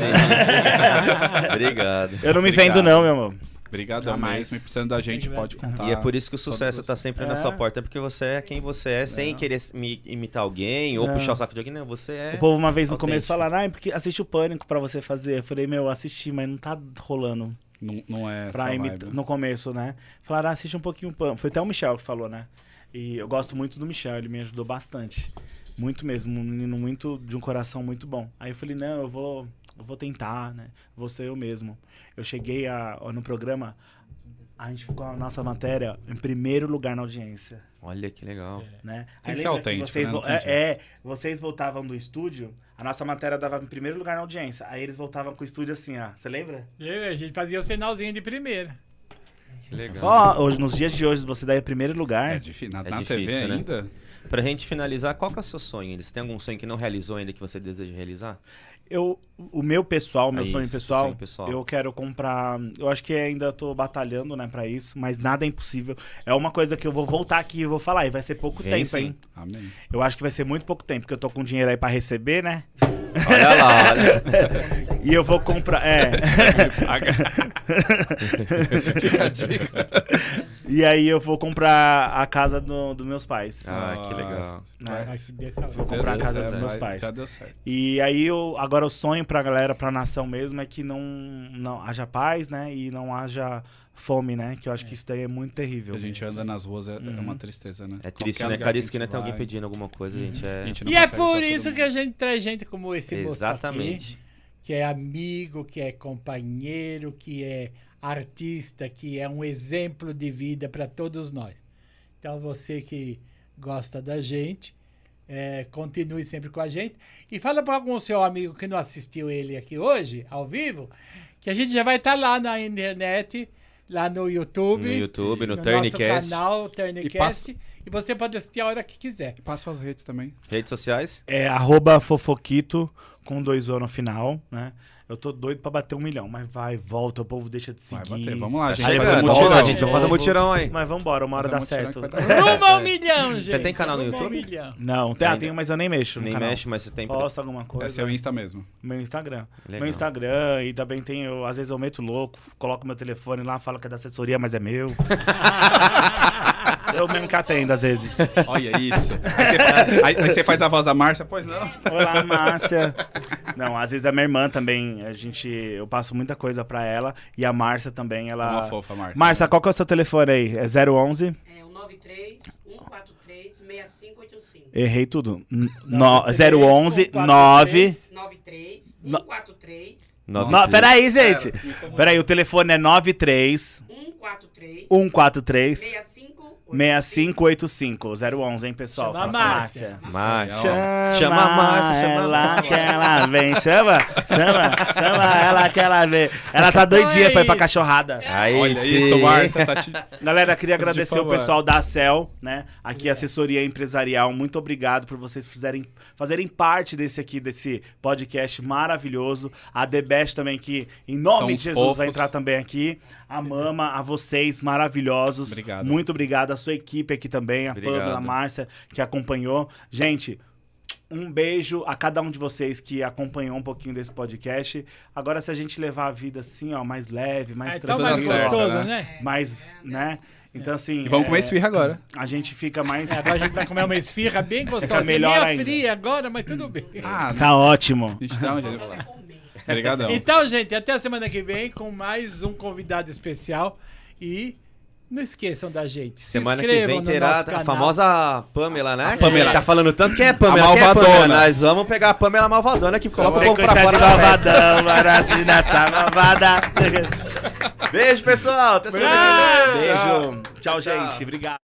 Speaker 4: Obrigado.
Speaker 2: Eu não me
Speaker 1: Obrigado.
Speaker 2: vendo não, meu amor.
Speaker 1: Obrigadão
Speaker 2: Jamais.
Speaker 1: mesmo. E precisando da gente, pode contar.
Speaker 4: E é por isso que o sucesso
Speaker 1: todos
Speaker 4: tá sempre na
Speaker 2: É.
Speaker 4: sua porta, porque você é quem você é, sem querer imitar alguém ou
Speaker 2: Não.
Speaker 4: puxar o saco de alguém. Não, você é.
Speaker 2: O povo uma vez no começo
Speaker 4: autêntico.
Speaker 2: falaram, porque assiste o Pânico pra você fazer. Eu falei, meu, assisti, mas não tá rolando
Speaker 1: Não é
Speaker 2: pra
Speaker 1: só
Speaker 2: imitar
Speaker 1: vibe.
Speaker 2: no começo, né? Falaram, assiste um pouquinho o Pânico. Foi até o Michel que falou, né? E eu gosto muito do Michel, ele me ajudou bastante. Muito mesmo, um menino muito, de um coração muito bom. Aí eu falei, não, eu vou tentar, né? Vou ser eu mesmo. Eu cheguei no programa, a gente ficou a nossa matéria em primeiro lugar na audiência.
Speaker 4: Olha que legal.
Speaker 2: Né?
Speaker 1: Tem que
Speaker 2: lembra
Speaker 1: ser autêntico,
Speaker 2: vocês,
Speaker 1: né? Não tem
Speaker 2: vocês voltavam do estúdio, a nossa matéria dava em primeiro lugar na audiência. Aí eles voltavam com o estúdio assim, ó. Você lembra?
Speaker 3: A gente fazia o sinalzinho de primeira.
Speaker 4: Que legal.
Speaker 2: Ó, hoje, nos dias de hoje, você dá em primeiro lugar.
Speaker 1: É difícil. Na
Speaker 4: É
Speaker 1: TV
Speaker 4: difícil, né?
Speaker 1: ainda?
Speaker 4: Pra gente finalizar, qual que é o seu sonho ainda? Você tem algum sonho que não realizou ainda que você deseja realizar?
Speaker 2: O meu pessoal, meu
Speaker 4: É
Speaker 2: sonho
Speaker 4: isso,
Speaker 2: pessoal,
Speaker 4: sonho pessoal.
Speaker 2: eu quero comprar. Eu acho que ainda tô batalhando, né, pra isso, mas nada é impossível. É uma coisa que eu vou voltar aqui e vou falar, e vai ser pouco
Speaker 4: Vem
Speaker 2: tempo,
Speaker 4: sim.
Speaker 2: hein?
Speaker 1: Amém.
Speaker 2: Eu acho que vai ser muito pouco tempo, porque eu tô com dinheiro aí pra receber, né?
Speaker 4: Olha lá, olha.
Speaker 2: E eu vou comprar.
Speaker 1: Fica a dica.
Speaker 2: E aí eu vou comprar a casa dos meus pais.
Speaker 4: Ah, que legal.
Speaker 1: Nossa.
Speaker 2: né?
Speaker 3: Vai subir essa
Speaker 2: Vou
Speaker 3: hora.
Speaker 2: comprar a
Speaker 1: Deus
Speaker 2: casa
Speaker 1: quiser,
Speaker 2: dos meus
Speaker 1: vai-
Speaker 2: pais.
Speaker 1: Já deu certo.
Speaker 2: E aí agora o sonho pra galera, pra nação mesmo, é que não haja paz, né? E não haja fome, né? Que eu acho que isso daí é muito terrível.
Speaker 1: A gente anda nas ruas, é
Speaker 2: Uhum.
Speaker 1: uma tristeza, né?
Speaker 4: É triste,
Speaker 1: Qualquer
Speaker 4: né?
Speaker 1: lugar
Speaker 4: Cada
Speaker 1: que a
Speaker 4: esquina
Speaker 1: gente
Speaker 4: tem alguém
Speaker 1: vai,
Speaker 4: pedindo alguma coisa, gente. É...
Speaker 1: a gente não
Speaker 3: E é
Speaker 1: consegue
Speaker 3: por
Speaker 1: pra todo
Speaker 3: isso
Speaker 1: mundo.
Speaker 3: que a gente traz gente como esse moço aqui,
Speaker 4: Exatamente.
Speaker 3: que é amigo, que é companheiro, que é artista, que é um exemplo de vida para todos nós. Então, você que gosta da gente, continue sempre com a gente. E fala para algum seu amigo que não assistiu ele aqui hoje, ao vivo, que a gente já vai estar lá na internet, lá no YouTube.
Speaker 4: No YouTube, no
Speaker 3: nosso
Speaker 4: Turncast.
Speaker 3: canal, Turncast. E você pode assistir a hora que quiser.
Speaker 1: Passa as redes também.
Speaker 4: Redes sociais.
Speaker 2: É @fofoquito com 2 O no final, né? Eu tô doido pra bater 1 milhão, mas vai, volta, o povo deixa de
Speaker 1: Vai
Speaker 2: seguir.
Speaker 1: bater. Vamos lá, gente.
Speaker 2: Aí
Speaker 1: Vai
Speaker 2: vai
Speaker 1: fazer
Speaker 2: fazer
Speaker 4: Vamos lá,
Speaker 1: mutirão.
Speaker 4: gente. Vamos fazer mutirão aí.
Speaker 2: Mas vambora, uma hora dá
Speaker 1: Fazer
Speaker 2: certo.
Speaker 1: mutirão que vai dar
Speaker 3: Rumo a 1 milhão, gente.
Speaker 4: Você tem canal no
Speaker 3: Rumo a 1
Speaker 4: YouTube?
Speaker 3: milhão.
Speaker 2: Não, tenho, mas eu nem mexo no
Speaker 4: Nem
Speaker 2: canal.
Speaker 4: mexe, mas você tem...
Speaker 2: Posto alguma coisa.
Speaker 1: É seu Insta mesmo.
Speaker 2: Meu Instagram.
Speaker 4: Legal.
Speaker 2: Meu Instagram, e também tenho, às vezes eu meto louco, coloco meu telefone lá, falo que é da assessoria, mas é meu. Eu mesmo que atendo, às vezes.
Speaker 1: Olha isso. Aí você faz a voz da Márcia, pois não?
Speaker 2: Olá, Márcia. Não, às vezes a minha irmã também, eu passo muita coisa pra ela, e a Márcia também, ela...
Speaker 1: Uma fofa, Márcia.
Speaker 2: Márcia, qual que é o seu telefone aí? É 011?
Speaker 6: É o 93-143-6585.
Speaker 2: Errei tudo. 011 9...
Speaker 6: 93-143-6585.
Speaker 2: Peraí, gente. Peraí, o telefone é 93 143 6585. 011, hein, pessoal?
Speaker 3: Chama a
Speaker 2: Faça
Speaker 3: Márcia.
Speaker 4: Márcia.
Speaker 2: Chama
Speaker 4: Chama a Márcia, chama a
Speaker 2: ela
Speaker 4: Márcia.
Speaker 2: que ela vem. Chama ela que ela vem. Ela tá doidinha pra ir pra
Speaker 3: isso.
Speaker 2: cachorrada.
Speaker 4: Aí
Speaker 1: Olha
Speaker 4: sim.
Speaker 1: isso, Márcia. Tá te...
Speaker 2: Galera, queria agradecer o
Speaker 1: favor.
Speaker 2: pessoal da Cel, né? Aqui, assessoria empresarial. Muito obrigado por vocês fazerem parte desse podcast maravilhoso. A The Best também, que em nome
Speaker 1: São
Speaker 2: de Jesus vai
Speaker 1: fofos.
Speaker 2: entrar também aqui. A Mama, a vocês, maravilhosos.
Speaker 1: Obrigado.
Speaker 2: Muito obrigado. A sua equipe aqui também, a
Speaker 4: Obrigado.
Speaker 2: Pamela, a Márcia, que acompanhou. Gente, um beijo a cada um de vocês que acompanhou um pouquinho desse podcast. Agora, se a gente levar a vida assim, ó, mais leve, mais
Speaker 3: É tão mais
Speaker 1: Tudo certo,
Speaker 3: gostoso,
Speaker 1: né?
Speaker 3: né?
Speaker 2: mais, né? Então, assim...
Speaker 1: E vamos comer esfirra agora.
Speaker 2: A gente fica mais...
Speaker 3: Agora a gente vai comer uma esfirra bem gostosa.
Speaker 2: Fica melhor
Speaker 3: meio
Speaker 2: ainda.
Speaker 3: fria agora, mas tudo bem.
Speaker 1: Ah,
Speaker 2: Tá ótimo.
Speaker 1: a gente dá um jeito.
Speaker 6: Vai comer.
Speaker 1: Obrigadão.
Speaker 3: Então, gente, até a semana que vem com mais um convidado especial. E não esqueçam da gente. Se
Speaker 4: Semana que
Speaker 3: inscrevam
Speaker 4: vem
Speaker 3: no
Speaker 4: terá
Speaker 3: nosso
Speaker 4: a
Speaker 3: canal.
Speaker 4: famosa Pamela, né?
Speaker 1: Pamela.
Speaker 4: Tá falando tanto. Quem é Pamela?
Speaker 1: A
Speaker 4: Quem é
Speaker 1: malvadona.
Speaker 4: Pamela? Nós vamos pegar a Pamela malvadona que coloca o povo pra
Speaker 2: Sequência de
Speaker 4: fora da festa.
Speaker 2: malvadão, Maraci nessa malvada.
Speaker 4: Beijo, pessoal. Até semana que vem.
Speaker 2: Beijo. Tchau,
Speaker 4: Tchau.
Speaker 2: gente. Obrigado.